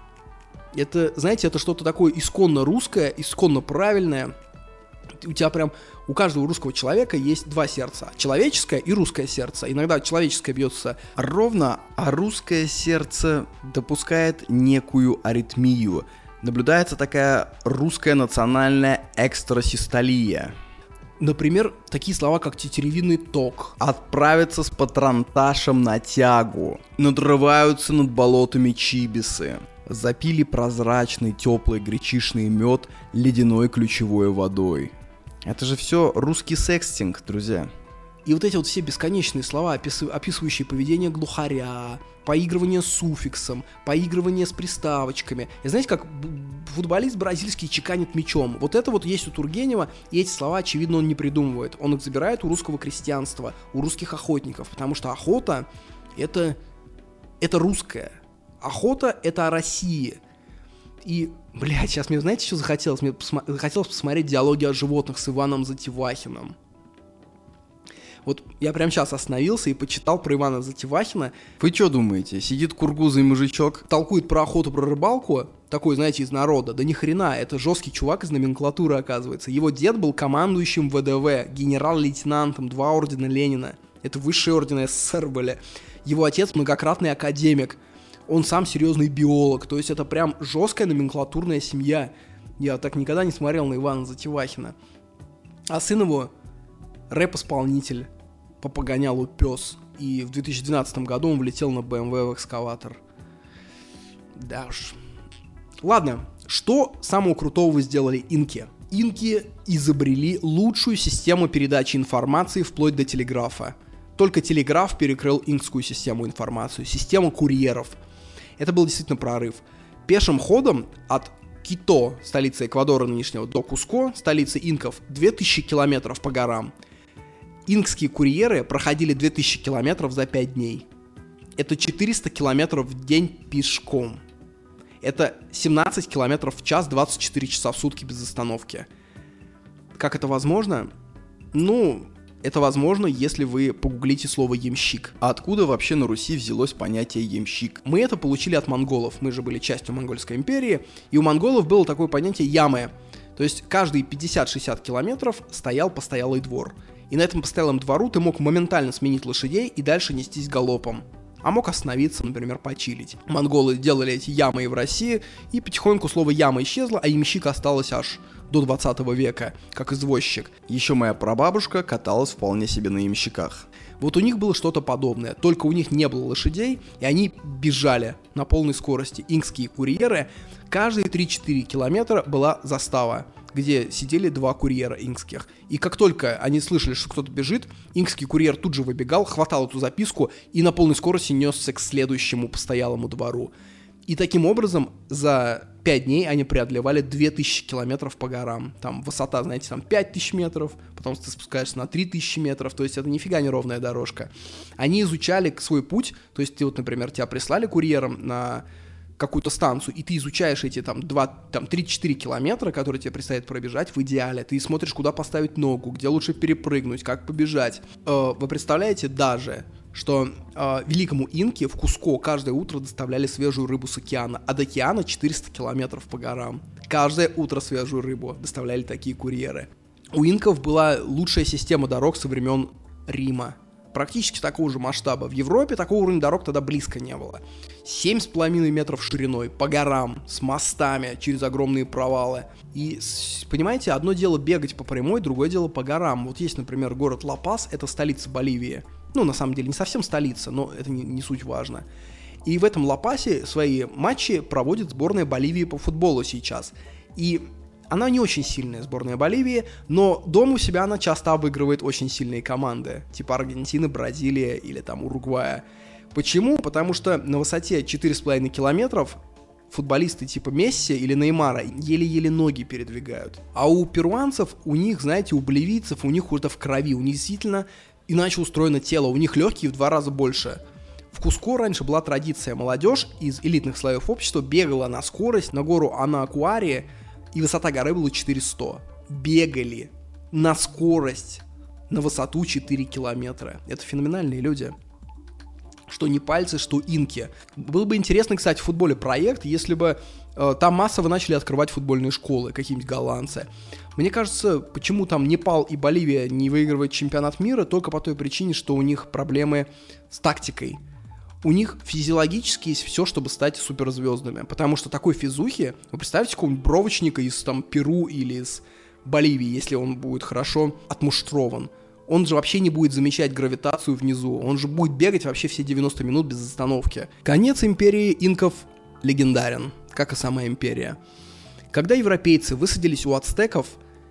Это, знаете, это что-то такое исконно русское, исконно правильное. У тебя прям, у каждого русского человека есть два сердца. Человеческое и русское сердце. Иногда человеческое бьется ровно, а русское сердце допускает некую аритмию. Наблюдается такая русская национальная экстрасистолия. Например, такие слова, как тетеревиный ток. Отправиться с патронташем на тягу. Надрываются над болотами чибисы. Запили прозрачный, теплый гречишный мед ледяной ключевой водой. Это же все русский секстинг, друзья. И вот эти вот все бесконечные слова, опис- описывающие поведение глухаря, поигрывание с суффиксом, поигрывание с приставочками. И знаете, как футболист бразильский чеканит мячом. Вот это вот есть у Тургенева, и эти слова, очевидно, он не придумывает. Он их забирает у русского крестьянства, у русских охотников, потому что охота — это, это русское. Охота — это о России. И, блядь, сейчас мне, знаете, что захотелось? Мне посма- захотелось посмотреть «Диалоги о животных» с Иваном Затевахиным. Вот я прямо сейчас остановился и почитал про Ивана Затевахина. Вы что думаете, сидит кургузый мужичок, толкует про охоту, про рыбалку, такой, знаете, из народа? Да ни хрена, это жесткий чувак из номенклатуры, оказывается. Его дед был командующим ВДВ, генерал-лейтенантом, два ордена Ленина. Это высшие ордены СССР были. Его отец многократный академик. Он сам серьезный биолог, то есть это прям жесткая номенклатурная семья. Я так никогда не смотрел на Ивана Затевахина. А сын его рэп-исполнитель, по погонялу пес. И в две тысячи двенадцатом году он влетел на бэ эм вэ в экскаватор. Да уж. Ладно, что самого крутого вы сделали инки? Инки изобрели лучшую систему передачи информации вплоть до телеграфа. Только телеграф перекрыл инкскую систему информации, систему курьеров. Это был действительно прорыв. Пешим ходом от Кито, столицы Эквадора нынешнего, до Куско, столицы инков, две тысячи километров по горам. Инкские курьеры проходили две тысячи километров за пять дней. Это четыреста километров в день пешком. Это семнадцать километров в час, двадцать четыре часа в сутки без остановки. Как это возможно? Ну, это возможно, если вы погуглите слово «ямщик». А откуда вообще на Руси взялось понятие «ямщик»? Мы это получили от монголов. Мы же были частью Монгольской империи. И у монголов было такое понятие «ямы». То есть каждые пятьдесят-шестьдесят километров стоял постоялый двор. И на этом постоялом двору ты мог моментально сменить лошадей и дальше нестись галопом. А мог остановиться, например, почилить. Монголы делали эти ямы и в России, и потихоньку слово «яма» исчезло, а ямщик осталось аж до двадцатого века, как извозчик. Еще моя прабабушка каталась вполне себе на ямщиках. Вот у них было что-то подобное, только у них не было лошадей, и они бежали на полной скорости. Инкские курьеры, каждые три-четыре километра была застава, где сидели два курьера инкских. И как только они слышали, что кто-то бежит, инкский курьер тут же выбегал, хватал эту записку и на полной скорости несся к следующему постоялому двору. И таким образом за пять дней они преодолевали две тысячи километров по горам. Там высота, знаете, там пять тысяч метров, потом ты спускаешься на три тысячи метров, то есть это нифига не ровная дорожка. Они изучали свой путь, то есть ты вот, например, тебя прислали курьером на какую-то станцию, и ты изучаешь эти там, два, там три-четыре километра, которые тебе предстоит пробежать в идеале. Ты смотришь, куда поставить ногу, где лучше перепрыгнуть, как побежать. Э, вы представляете даже, что э, великому инке в Куско каждое утро доставляли свежую рыбу с океана, а до океана четыреста километров по горам. Каждое утро свежую рыбу доставляли такие курьеры. У инков была лучшая система дорог со времен Рима. практически такого же масштаба. В Европе такого уровня дорог тогда близко не было. семь с половиной метров шириной, по горам, с мостами, через огромные провалы. И, понимаете, одно дело бегать по прямой, другое дело по горам. Вот есть, например, город Ла-Пас, это столица Боливии. Ну, на самом деле, не совсем столица, но это не, не суть важно. И в этом Ла-Пасе свои матчи проводит сборная Боливии по футболу сейчас. И она не очень сильная, сборная Боливии, но дома у себя она часто обыгрывает очень сильные команды, типа Аргентины, Бразилия или там Уругвая. Почему? Потому что на высоте четыре с половиной километров футболисты типа Месси или Неймара еле-еле ноги передвигают. А у перуанцев, у них, знаете, у боливийцев, у них уже в крови, у них действительно иначе устроено тело, у них легкие в два раза больше. В Куско раньше была традиция, молодежь из элитных слоев общества бегала на скорость на гору Анакуари, и высота горы была четыреста. Бегали на скорость на высоту четыре километра. Это феноменальные люди. Что непальцы, что инки. Было бы интересно, кстати, в футболе проект, если бы э, там массово начали открывать футбольные школы, какие-нибудь голландцы. Мне кажется, почему там Непал и Боливия не выигрывают чемпионат мира, только по той причине, что у них проблемы с тактикой. У них физиологически есть все, чтобы стать суперзвездами. Потому что такой физухи, вы представьте какого-нибудь бровочника из там Перу или из Боливии, если он будет хорошо отмуштрован. Он же вообще не будет замечать гравитацию внизу. Он же будет бегать вообще все девяносто минут без остановки. Конец империи инков легендарен, как и сама империя. Когда европейцы высадились у ацтеков,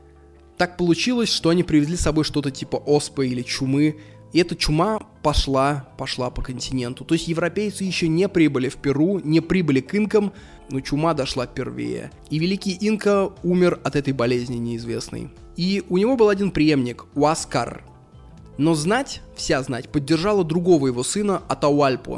так получилось, что они привезли с собой что-то типа оспы или чумы. И эта чума пошла, пошла по континенту. То есть европейцы еще не прибыли в Перу, не прибыли к инкам, но чума дошла первее. И великий инка умер от этой болезни неизвестной. И у него был один преемник, Уаскар. Но знать, вся знать, поддержала другого его сына, Атауальпу.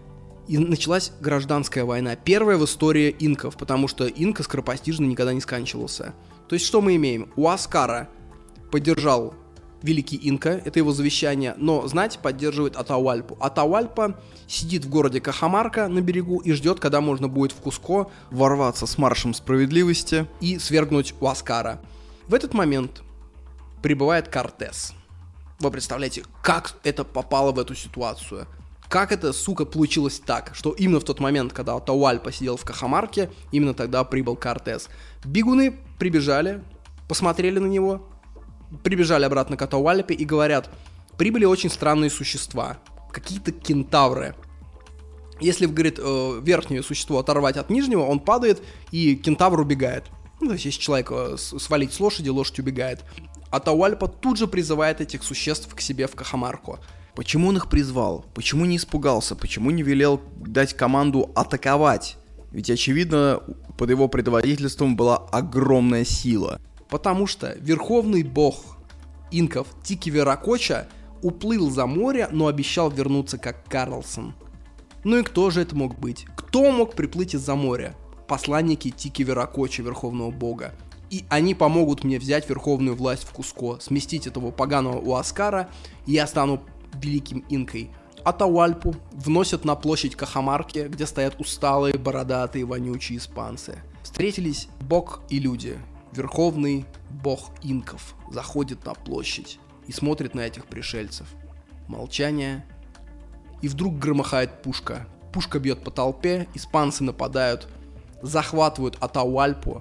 И началась гражданская война, первая в истории инков, потому что инка скоропостижно никогда не сканчивался. То есть что мы имеем? Уаскара поддержал великий инка, это его завещание, но знать поддерживает Атауальпу. Атауальпа сидит в городе Кахамарка на берегу и ждет, когда можно будет в Куско ворваться с маршем справедливости и свергнуть Уаскара. В этот момент прибывает Кортес. Вы представляете, как это попало в эту ситуацию? Как это, сука, получилось так, что именно в тот момент, когда Атауальпа сидел в Кахамарке, именно тогда прибыл Кортес. Бегуны прибежали, посмотрели на него, прибежали обратно к Атауальпе и говорят: прибыли очень странные существа, какие-то кентавры. Если, говорит, верхнее существо оторвать от нижнего, он падает, и кентавр убегает. Ну, то есть, если человека свалить с лошади, лошадь убегает. Атауальпа тут же призывает этих существ к себе в Кахамарку. Почему он их призвал? Почему не испугался? Почему не велел дать команду атаковать? Ведь, очевидно, под его предводительством была огромная сила. Потому что верховный бог инков Тикивиракоча уплыл за море, но обещал вернуться как Карлсон. Ну и кто же это мог быть? Кто мог приплыть из-за моря? Посланники Тикивиракоча, верховного бога. И они помогут мне взять верховную власть в Куско, сместить этого поганого Уаскара, и я стану великим инкой. Атауальпу вносят на площадь Кахамарки, где стоят усталые, бородатые, вонючие испанцы. Встретились бог и люди. Верховный бог инков заходит на площадь и смотрит на этих пришельцев. Молчание. И вдруг громыхает пушка. Пушка бьет по толпе, испанцы нападают, захватывают Атауальпу,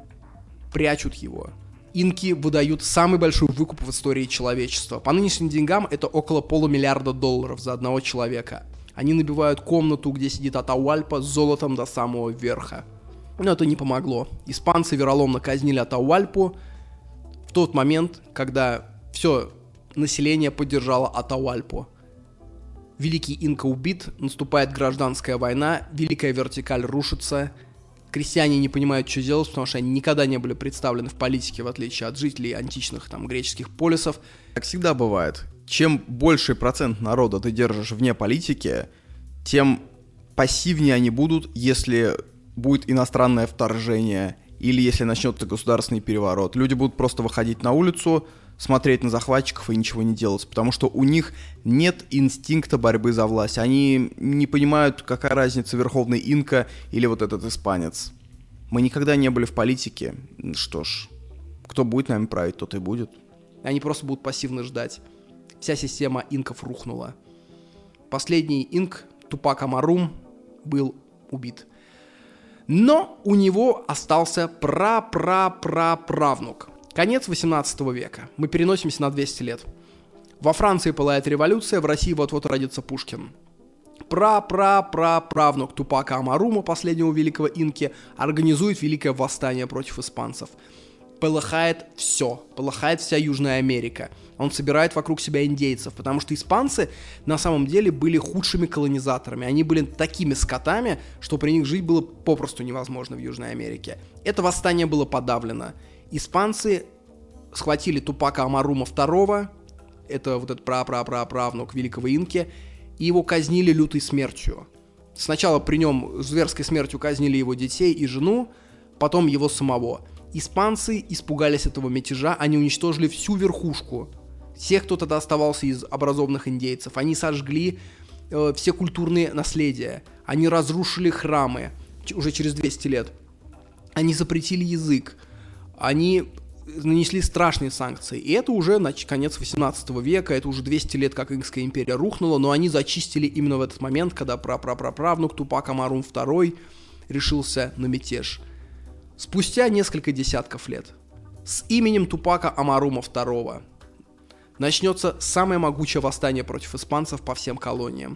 прячут его. Инки выдают самый большой выкуп в истории человечества. По нынешним деньгам это около полумиллиарда долларов за одного человека. Они набивают комнату, где сидит Атауальпа, с золотом до самого верха. Но это не помогло. Испанцы вероломно казнили Атауальпу в тот момент, когда все население поддержало Атауальпу. Великий инка убит, наступает гражданская война, великая вертикаль рушится. Крестьяне не понимают, что делать, потому что они никогда не были представлены в политике, в отличие от жителей античных там греческих полисов. Как всегда бывает, чем больший процент народа ты держишь вне политики, тем пассивнее они будут, если будет иностранное вторжение или если начнется государственный переворот. Люди будут просто выходить на улицу, смотреть на захватчиков и ничего не делать, потому что у них нет инстинкта борьбы за власть. Они не понимают, какая разница верховный инка или вот этот испанец. Мы никогда не были в политике. Что ж, кто будет нами править, тот и будет. Они просто будут пассивно ждать. вся система инков рухнула. Последний инк, Тупак Амарум, был убит. Но у него остался пра-пра-пра-правнук. Конец восемнадцатого века. Мы переносимся на двести лет. Во Франции пылает революция, в России вот-вот родится Пушкин. Пра-пра-пра-правнук Тупака Амарума, последнего великого инки, организует великое восстание против испанцев. Полыхает все, полыхает вся Южная Америка. Он собирает вокруг себя индейцев, потому что испанцы на самом деле были худшими колонизаторами. Они были такими скотами, что при них жить было попросту невозможно в Южной Америке. Это восстание было подавлено. Испанцы схватили Тупака Амарума второго, это вот этот пра-пра-пра-правнук великого инки, и его казнили лютой смертью. Сначала при нем зверской смертью казнили его детей и жену, потом его самого. Испанцы испугались этого мятежа, они уничтожили всю верхушку. Всех, кто тогда оставался из образованных индейцев. Они сожгли э, все культурные наследия. Они разрушили храмы ч- уже через двести лет. Они запретили язык. Они нанесли страшные санкции. И это уже нач- конец восемнадцатого века, это уже двести лет, как Инкская империя рухнула, но они зачистили именно в этот момент, когда пра-пра-пра-правнук Тупак Амарум второй решился на мятеж. Спустя несколько десятков лет с именем Тупака Амарума второго начнется самое могучее восстание против испанцев по всем колониям.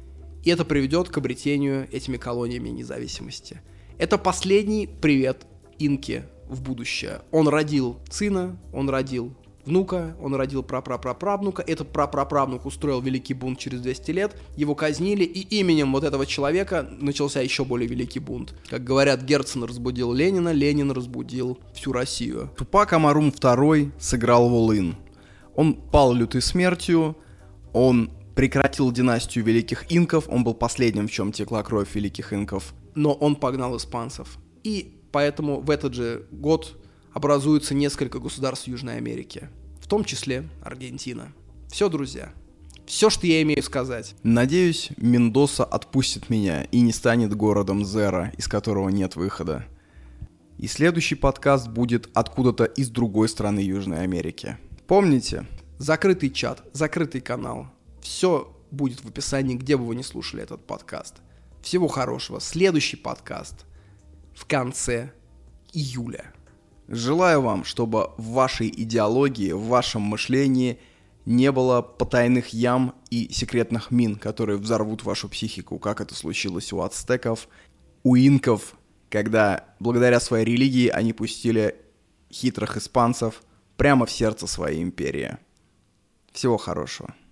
И это приведет к обретению этими колониями независимости. Это последний привет инке в будущее. Он родил сына, он родил внука, он родил прапрапраправнука. Этот прапраправнук устроил великий бунт через двести лет, его казнили, и именем вот этого человека начался еще более великий бунт. Как говорят, Герцен разбудил Ленина, Ленин разбудил всю Россию. Тупак Амарум второй сыграл волын. Он пал лютой смертью, он прекратил династию великих инков, он был последним, в чем текла кровь великих инков. Но он погнал испанцев. И поэтому в этот же год образуется несколько государств Южной Америки, в том числе Аргентина. Все, друзья. Все, что я имею сказать. Надеюсь, Мендоса отпустит меня и не станет городом Зера, из которого нет выхода. И следующий подкаст будет откуда-то из другой страны Южной Америки. Помните? Закрытый чат, закрытый канал. Все будет в описании, где бы вы ни слушали этот подкаст. Всего хорошего. Следующий подкаст в конце июля. Желаю вам, чтобы в вашей идеологии, в вашем мышлении не было потайных ям и секретных мин, которые взорвут вашу психику, как это случилось у ацтеков, у инков, когда благодаря своей религии они пустили хитрых испанцев прямо в сердце своей империи. Всего хорошего.